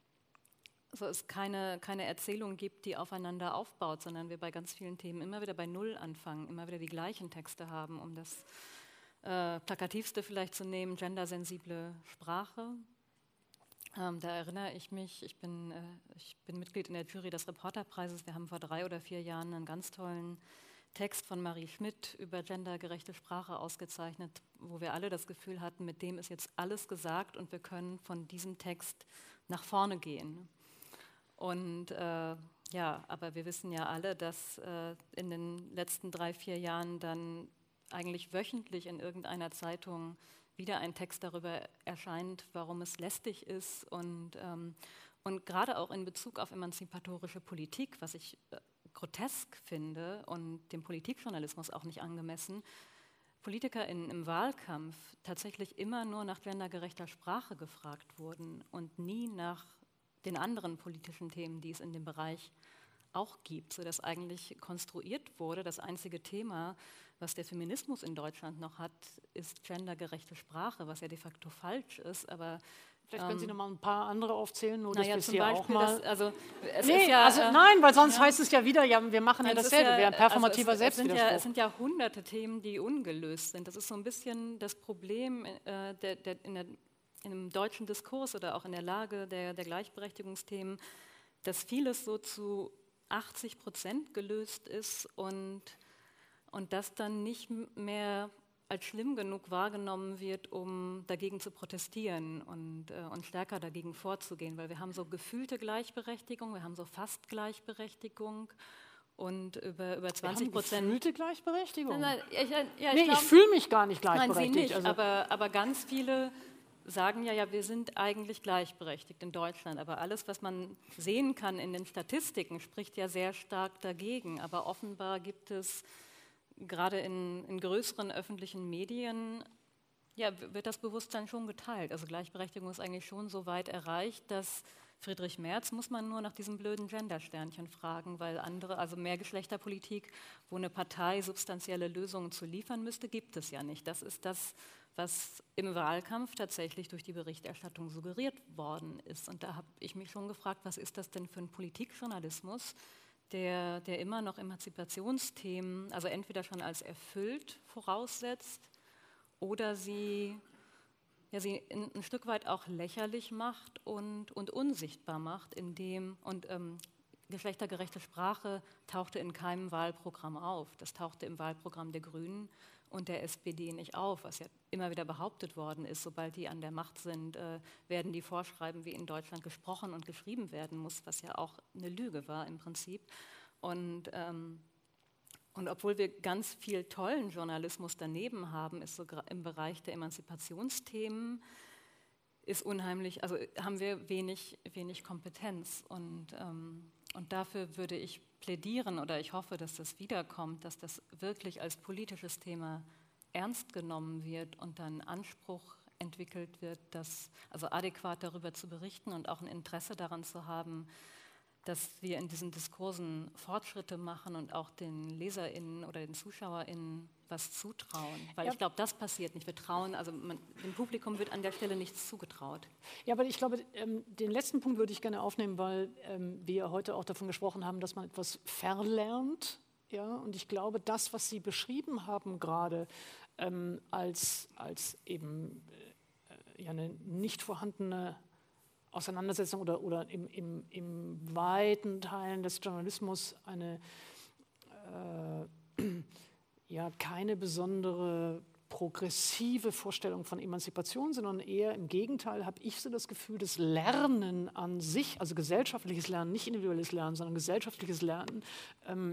so es keine, keine Erzählung gibt, die aufeinander aufbaut, sondern wir bei ganz vielen Themen immer wieder bei Null anfangen, immer wieder die gleichen Texte haben, um das äh, Plakativste vielleicht zu nehmen, gendersensible Sprache. Ähm, da erinnere ich mich, ich bin, äh, ich bin Mitglied in der Jury des Reporterpreises, wir haben vor drei oder vier Jahren einen ganz tollen Text von Marie Schmidt über gendergerechte Sprache ausgezeichnet, wo wir alle das Gefühl hatten, mit dem ist jetzt alles gesagt und wir können von diesem Text nach vorne gehen. Und äh, ja, aber wir wissen ja alle, dass äh, in den letzten drei, vier Jahren dann eigentlich wöchentlich in irgendeiner Zeitung wieder ein Text darüber erscheint, warum es lästig ist. Und, ähm, und gerade auch in Bezug auf emanzipatorische Politik, was ich äh, grotesk finde und dem Politikjournalismus auch nicht angemessen, PolitikerInnen im Wahlkampf tatsächlich immer nur nach gendergerechter Sprache gefragt wurden und nie nach den anderen politischen Themen, die es in dem Bereich auch gibt, sodass eigentlich konstruiert wurde, das einzige Thema, was der Feminismus in Deutschland noch hat, ist gendergerechte Sprache, was ja de facto falsch ist, aber Vielleicht können Sie noch mal ein paar andere aufzählen, nur dass naja, wir es zum hier Beispiel auch mal... Das, also, es nee, ist ja, also äh, nein, weil sonst ja. heißt es ja wieder, ja, wir machen ja Nein, das ist dasselbe, ja- wäre ein performativer also es, es, sind ja, Selbstwiderspruch. es sind ja hunderte Themen, die ungelöst sind. Das ist so ein bisschen das Problem äh, der, der, in der, in dem deutschen Diskurs oder auch in der Lage der, der Gleichberechtigungsthemen, dass vieles so zu achtzig Prozent gelöst ist und, und das dann nicht mehr als schlimm genug wahrgenommen wird, um dagegen zu protestieren und, äh, und stärker dagegen vorzugehen, weil wir haben so gefühlte Gleichberechtigung, wir haben so fast Gleichberechtigung und über, über zwanzig Prozent... Gefühlte Gleichberechtigung? Nein, nein, ich, ja, ich, nee, glaub, ich fühle mich gar nicht Nein, gleichberechtigt. Sie nicht, also, aber, aber ganz viele sagen ja, ja, wir sind eigentlich gleichberechtigt in Deutschland, aber alles, was man sehen kann in den Statistiken, spricht ja sehr stark dagegen, aber offenbar gibt es gerade in, in größeren öffentlichen Medien, ja, wird das Bewusstsein schon geteilt. Also Gleichberechtigung ist eigentlich schon so weit erreicht, dass Friedrich Merz muss man nur nach diesem blöden Gendersternchen fragen, weil andere, also Mehrgeschlechterpolitik, wo eine Partei substanzielle Lösungen zu liefern müsste, gibt es ja nicht. Das ist das, was im Wahlkampf tatsächlich durch die Berichterstattung suggeriert worden ist. Und da habe ich mich schon gefragt, was ist das denn für ein Politikjournalismus, der, der immer noch Emanzipationsthemen, also entweder schon als erfüllt voraussetzt oder sie, ja, sie ein, ein Stück weit auch lächerlich macht und, und unsichtbar macht, indem, und ähm, geschlechtergerechte Sprache tauchte in keinem Wahlprogramm auf. Das tauchte im Wahlprogramm der Grünen und der S P D nicht auf, was ja immer wieder behauptet worden ist, sobald die an der Macht sind, äh, werden die vorschreiben, wie in Deutschland gesprochen und geschrieben werden muss, was ja auch eine Lüge war im Prinzip. Und, ähm, und obwohl wir ganz viel tollen Journalismus daneben haben, ist so im Bereich der Emanzipationsthemen, ist unheimlich, also haben wir wenig, wenig Kompetenz. Und, ähm, und dafür würde ich plädieren, oder ich hoffe, dass das wiederkommt, dass das wirklich als politisches Thema ernst genommen wird und dann Anspruch entwickelt wird, dass, also adäquat darüber zu berichten und auch ein Interesse daran zu haben, dass wir in diesen Diskursen Fortschritte machen und auch den LeserInnen oder den ZuschauerInnen was zutrauen. Weil ja. ich glaube, das passiert nicht. Wir trauen, also man, dem Publikum wird an der Stelle nichts zugetraut. Ja, aber ich glaube, ähm, den letzten Punkt würde ich gerne aufnehmen, weil ähm, wir heute auch davon gesprochen haben, dass man etwas verlernt. Ja? Und ich glaube, das, was Sie beschrieben haben gerade ähm, als, als eben äh, ja, eine nicht vorhandene Auseinandersetzung oder, oder im, im, im weiten Teilen des Journalismus eine äh, ja, keine besondere progressive Vorstellung von Emanzipation, sondern eher im Gegenteil habe ich so das Gefühl, das Lernen an sich, also gesellschaftliches Lernen, nicht individuelles Lernen, sondern gesellschaftliches Lernen, ähm,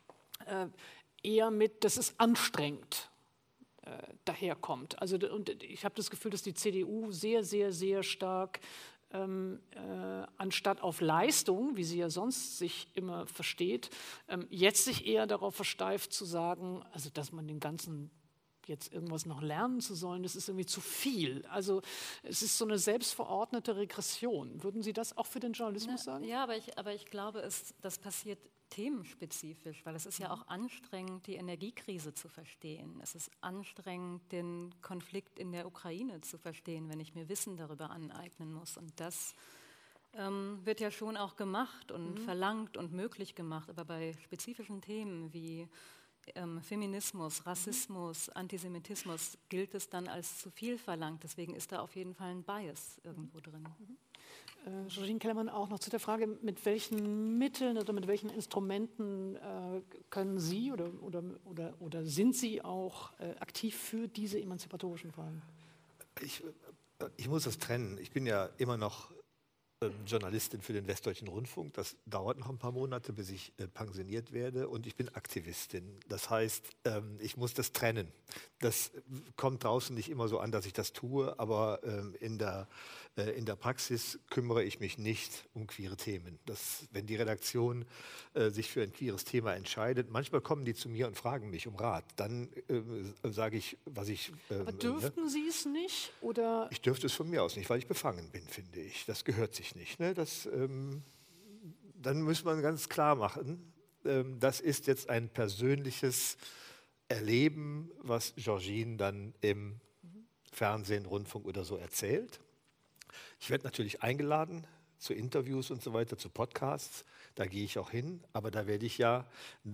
äh, eher mit, das ist anstrengend äh, daherkommt. Also, und ich habe das Gefühl, dass die C D U sehr, sehr, sehr stark Ähm, äh, anstatt auf Leistung, wie sie ja sonst sich immer versteht, ähm, jetzt sich eher darauf versteift zu sagen, also dass man den ganzen jetzt irgendwas noch lernen zu sollen, das ist irgendwie zu viel. Also es ist so eine selbstverordnete Regression. Würden Sie das auch für den Journalismus Na, sagen? Ja, aber ich, aber ich glaube, es, das passiert themenspezifisch, weil es ist ja auch anstrengend, die Energiekrise zu verstehen. Es ist anstrengend, den Konflikt in der Ukraine zu verstehen, wenn ich mir Wissen darüber aneignen muss. Und das ähm, wird ja schon auch gemacht und mhm. verlangt und möglich gemacht. Aber bei spezifischen Themen wie ähm, Feminismus, Rassismus, mhm. Antisemitismus gilt es dann als zu viel verlangt. Deswegen ist da auf jeden Fall ein Bias irgendwo drin. Mhm. Äh, Georgine Kellermann, auch noch zu der Frage, mit welchen Mitteln oder mit welchen Instrumenten äh, können Sie oder, oder, oder, oder sind Sie auch äh, aktiv für diese emanzipatorischen Fragen? Ich, ich muss das trennen. Ich bin ja immer noch äh, Journalistin für den Westdeutschen Rundfunk. Das dauert noch ein paar Monate, bis ich äh, pensioniert werde. Und ich bin Aktivistin. Das heißt, ähm, ich muss das trennen. Das kommt draußen nicht immer so an, dass ich das tue, aber ähm, in der In der Praxis kümmere ich mich nicht um queere Themen. Das, wenn die Redaktion äh, sich für ein queeres Thema entscheidet, manchmal kommen die zu mir und fragen mich um Rat. Dann äh, sage ich, was ich... Äh, Aber dürften ne? Sie es nicht? Oder? Ich dürfte es von mir aus nicht, weil ich befangen bin, finde ich. Das gehört sich nicht. Ne? Das, ähm, dann muss man ganz klar machen, ähm, das ist jetzt ein persönliches Erleben, was Georgine dann im Fernsehen, Rundfunk oder so erzählt. Ich werde natürlich eingeladen zu Interviews und so weiter, zu Podcasts. Da gehe ich auch hin. Aber da werde ich ja,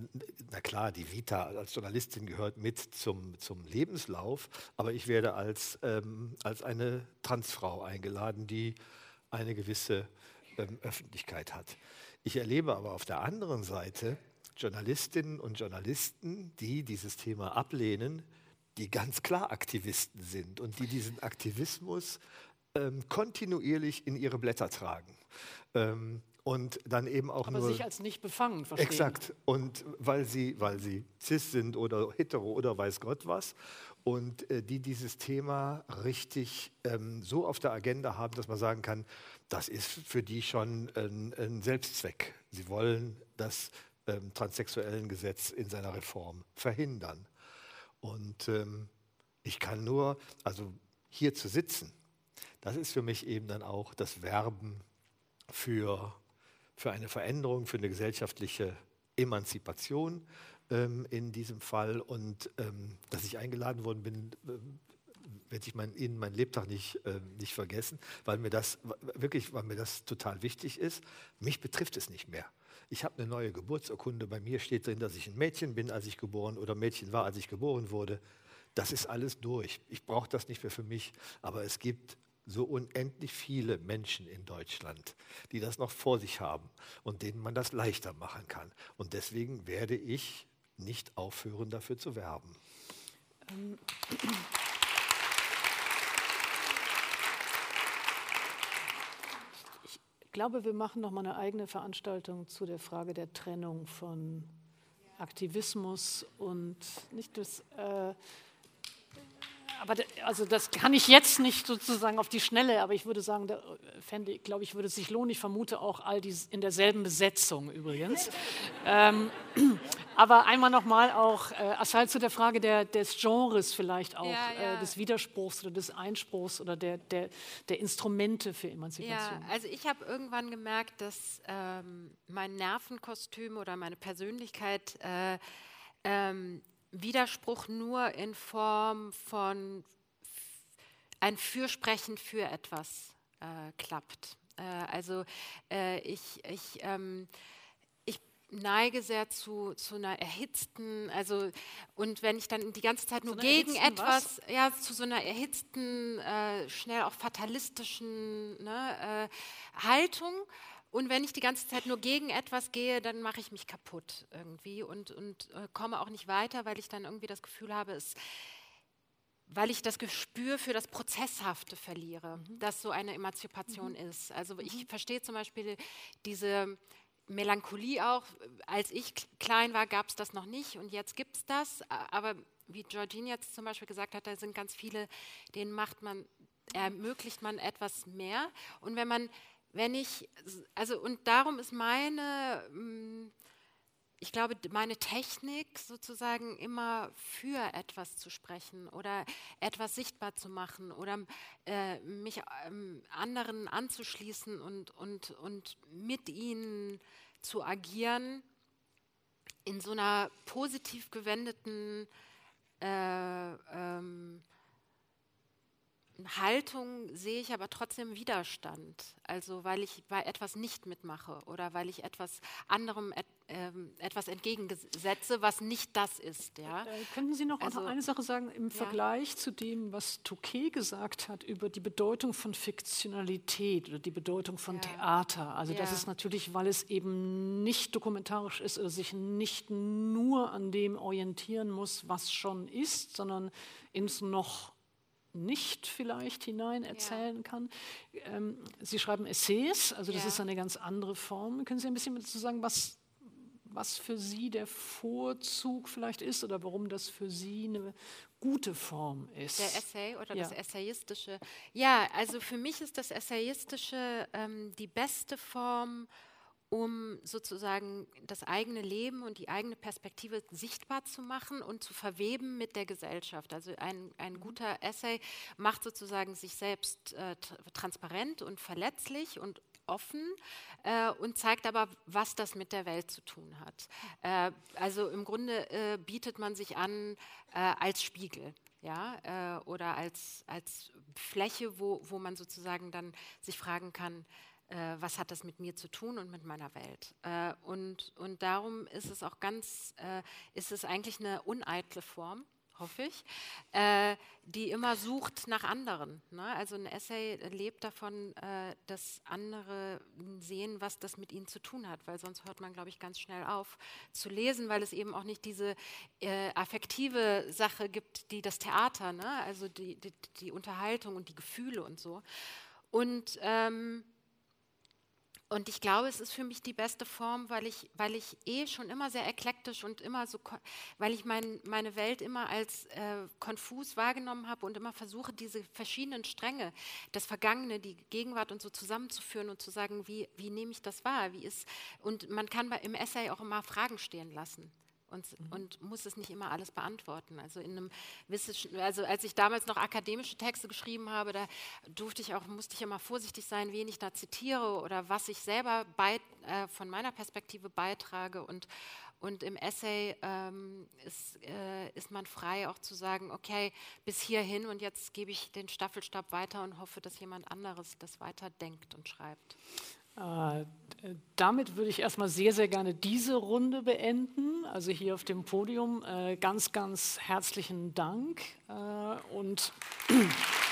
na klar, die Vita als Journalistin gehört mit zum, zum Lebenslauf. Aber ich werde als, ähm, als eine Transfrau eingeladen, die eine gewisse ähm, Öffentlichkeit hat. Ich erlebe aber auf der anderen Seite Journalistinnen und Journalisten, die dieses Thema ablehnen, die ganz klar Aktivisten sind und die diesen Aktivismus Ähm, kontinuierlich in ihre Blätter tragen. Ähm, und dann eben auch Aber nur... sich als nicht befangen verstehen. Exakt. Und weil sie, weil sie cis sind oder hetero oder weiß Gott was. Und äh, die dieses Thema richtig ähm, so auf der Agenda haben, dass man sagen kann, das ist für die schon ein, ein Selbstzweck. Sie wollen das ähm, transsexuellen Gesetz in seiner Reform verhindern. Und ähm, ich kann nur, also hier zu sitzen, das ist für mich eben dann auch das Werben für, für eine Veränderung, für eine gesellschaftliche Emanzipation ähm, in diesem Fall. Und ähm, dass ich eingeladen worden bin, äh, werde ich mein, Ihnen meinen Lebtag nicht, äh, nicht vergessen, weil mir das wirklich, weil mir das total wichtig ist. Mich betrifft es nicht mehr. Ich habe eine neue Geburtsurkunde. Bei mir steht drin, dass ich ein Mädchen bin, als ich geboren oder Mädchen war, als ich geboren wurde. Das ist alles durch. Ich brauche das nicht mehr für mich. Aber es gibt so unendlich viele Menschen in Deutschland, die das noch vor sich haben und denen man das leichter machen kann. Und deswegen werde ich nicht aufhören, dafür zu werben. Ähm. Ich glaube, wir machen noch mal eine eigene Veranstaltung zu der Frage der Trennung von Aktivismus und nicht das... Äh, Aber da, also das kann ich jetzt nicht sozusagen auf die Schnelle, aber ich würde sagen, da fände, glaube ich, würde es sich lohnen. Ich vermute auch all dies in derselben Besetzung übrigens. ähm, aber einmal nochmal auch, äh, Asal, zu der Frage der, des Genres vielleicht auch, Ja, ja. Äh, des Widerspruchs oder des Einspruchs oder der, der, der Instrumente für Emanzipation. Ja, also ich habe irgendwann gemerkt, dass ähm, mein Nervenkostüm oder meine Persönlichkeit äh, ähm, Widerspruch nur in Form von ein Fürsprechen für etwas äh, klappt. Äh, also äh, ich, ich, ähm, ich neige sehr zu, zu einer erhitzten, also und wenn ich dann die ganze Zeit nur einer gegen erhitzten etwas, ja, zu so einer erhitzten, äh, schnell auch fatalistischen ne, äh, Haltung. Und wenn ich die ganze Zeit nur gegen etwas gehe, dann mache ich mich kaputt irgendwie und, und äh, komme auch nicht weiter, weil ich dann irgendwie das Gefühl habe, es, weil ich das Gespür für das Prozesshafte verliere, mhm. das so eine Emanzipation mhm. ist. Also ich mhm. verstehe zum Beispiel diese Melancholie auch. Als ich klein war, gab es das noch nicht und jetzt gibt es das. Aber wie Georgine jetzt zum Beispiel gesagt hat, da sind ganz viele, denen macht man, ermöglicht man etwas mehr. Und wenn man Wenn ich, also und darum ist meine, ich glaube, meine Technik sozusagen immer für etwas zu sprechen oder etwas sichtbar zu machen oder äh, mich ähm, anderen anzuschließen und, und, und mit ihnen zu agieren in so einer positiv gewendeten äh, ähm, Haltung sehe ich aber trotzdem Widerstand, also weil ich bei etwas nicht mitmache oder weil ich etwas anderem et, äh, etwas entgegensetze, was nicht das ist. Ja? Äh, könnten Sie noch also, eine Sache sagen im ja. Vergleich zu dem, was Touquet gesagt hat über die Bedeutung von Fiktionalität oder die Bedeutung von ja. Theater? Also ja. das ist natürlich, weil es eben nicht dokumentarisch ist oder sich nicht nur an dem orientieren muss, was schon ist, sondern ins noch nicht vielleicht hinein erzählen ja. kann. Ähm, Sie schreiben Essays, also das ja. ist eine ganz andere Form. Können Sie ein bisschen dazu sagen, was, was für Sie der Vorzug vielleicht ist oder warum das für Sie eine gute Form ist? Der Essay oder ja. das Essayistische? Ja, also für mich ist das Essayistische ähm, die beste Form, um sozusagen das eigene Leben und die eigene Perspektive sichtbar zu machen und zu verweben mit der Gesellschaft. Also ein, ein guter Essay macht sozusagen sich selbst äh, transparent und verletzlich und offen äh, und zeigt aber, was das mit der Welt zu tun hat. Äh, also im Grunde äh, bietet man sich an äh, als Spiegel. Ja, äh, oder als, als Fläche, wo, wo man sozusagen dann sich fragen kann, was hat das mit mir zu tun und mit meiner Welt? Äh, und, und darum ist es auch ganz, äh, ist es eigentlich eine uneitle Form, hoffe ich, äh, die immer sucht nach anderen. Ne? Also ein Essay lebt davon, äh, dass andere sehen, was das mit ihnen zu tun hat, weil sonst hört man, glaube ich, ganz schnell auf zu lesen, weil es eben auch nicht diese äh, affektive Sache gibt, die das Theater, ne? Also die, die, die Unterhaltung und die Gefühle und so. Und ähm, Und ich glaube, es ist für mich die beste Form, weil ich, weil ich eh schon immer sehr eklektisch und immer so, weil ich mein, meine Welt immer als äh, konfus wahrgenommen habe und immer versuche, diese verschiedenen Stränge, das Vergangene, die Gegenwart und so zusammenzuführen und zu sagen, wie, wie nehme ich das wahr? Wie ist, und man kann bei, im Essay auch immer Fragen stehen lassen. Und, mhm. und muss es nicht immer alles beantworten. Also in einem also als ich damals noch akademische Texte geschrieben habe, da durfte ich auch, musste ich immer vorsichtig sein, wen ich da zitiere oder was ich selber bei, äh, von meiner Perspektive beitrage. Und, und im Essay ähm, ist, äh, ist man frei, auch zu sagen, okay, bis hierhin und jetzt gebe ich den Staffelstab weiter und hoffe, dass jemand anderes das weiter denkt und schreibt. Äh, damit würde ich erstmal sehr, sehr gerne diese Runde beenden. Also hier auf dem Podium. Äh, ganz, ganz herzlichen Dank. Äh, und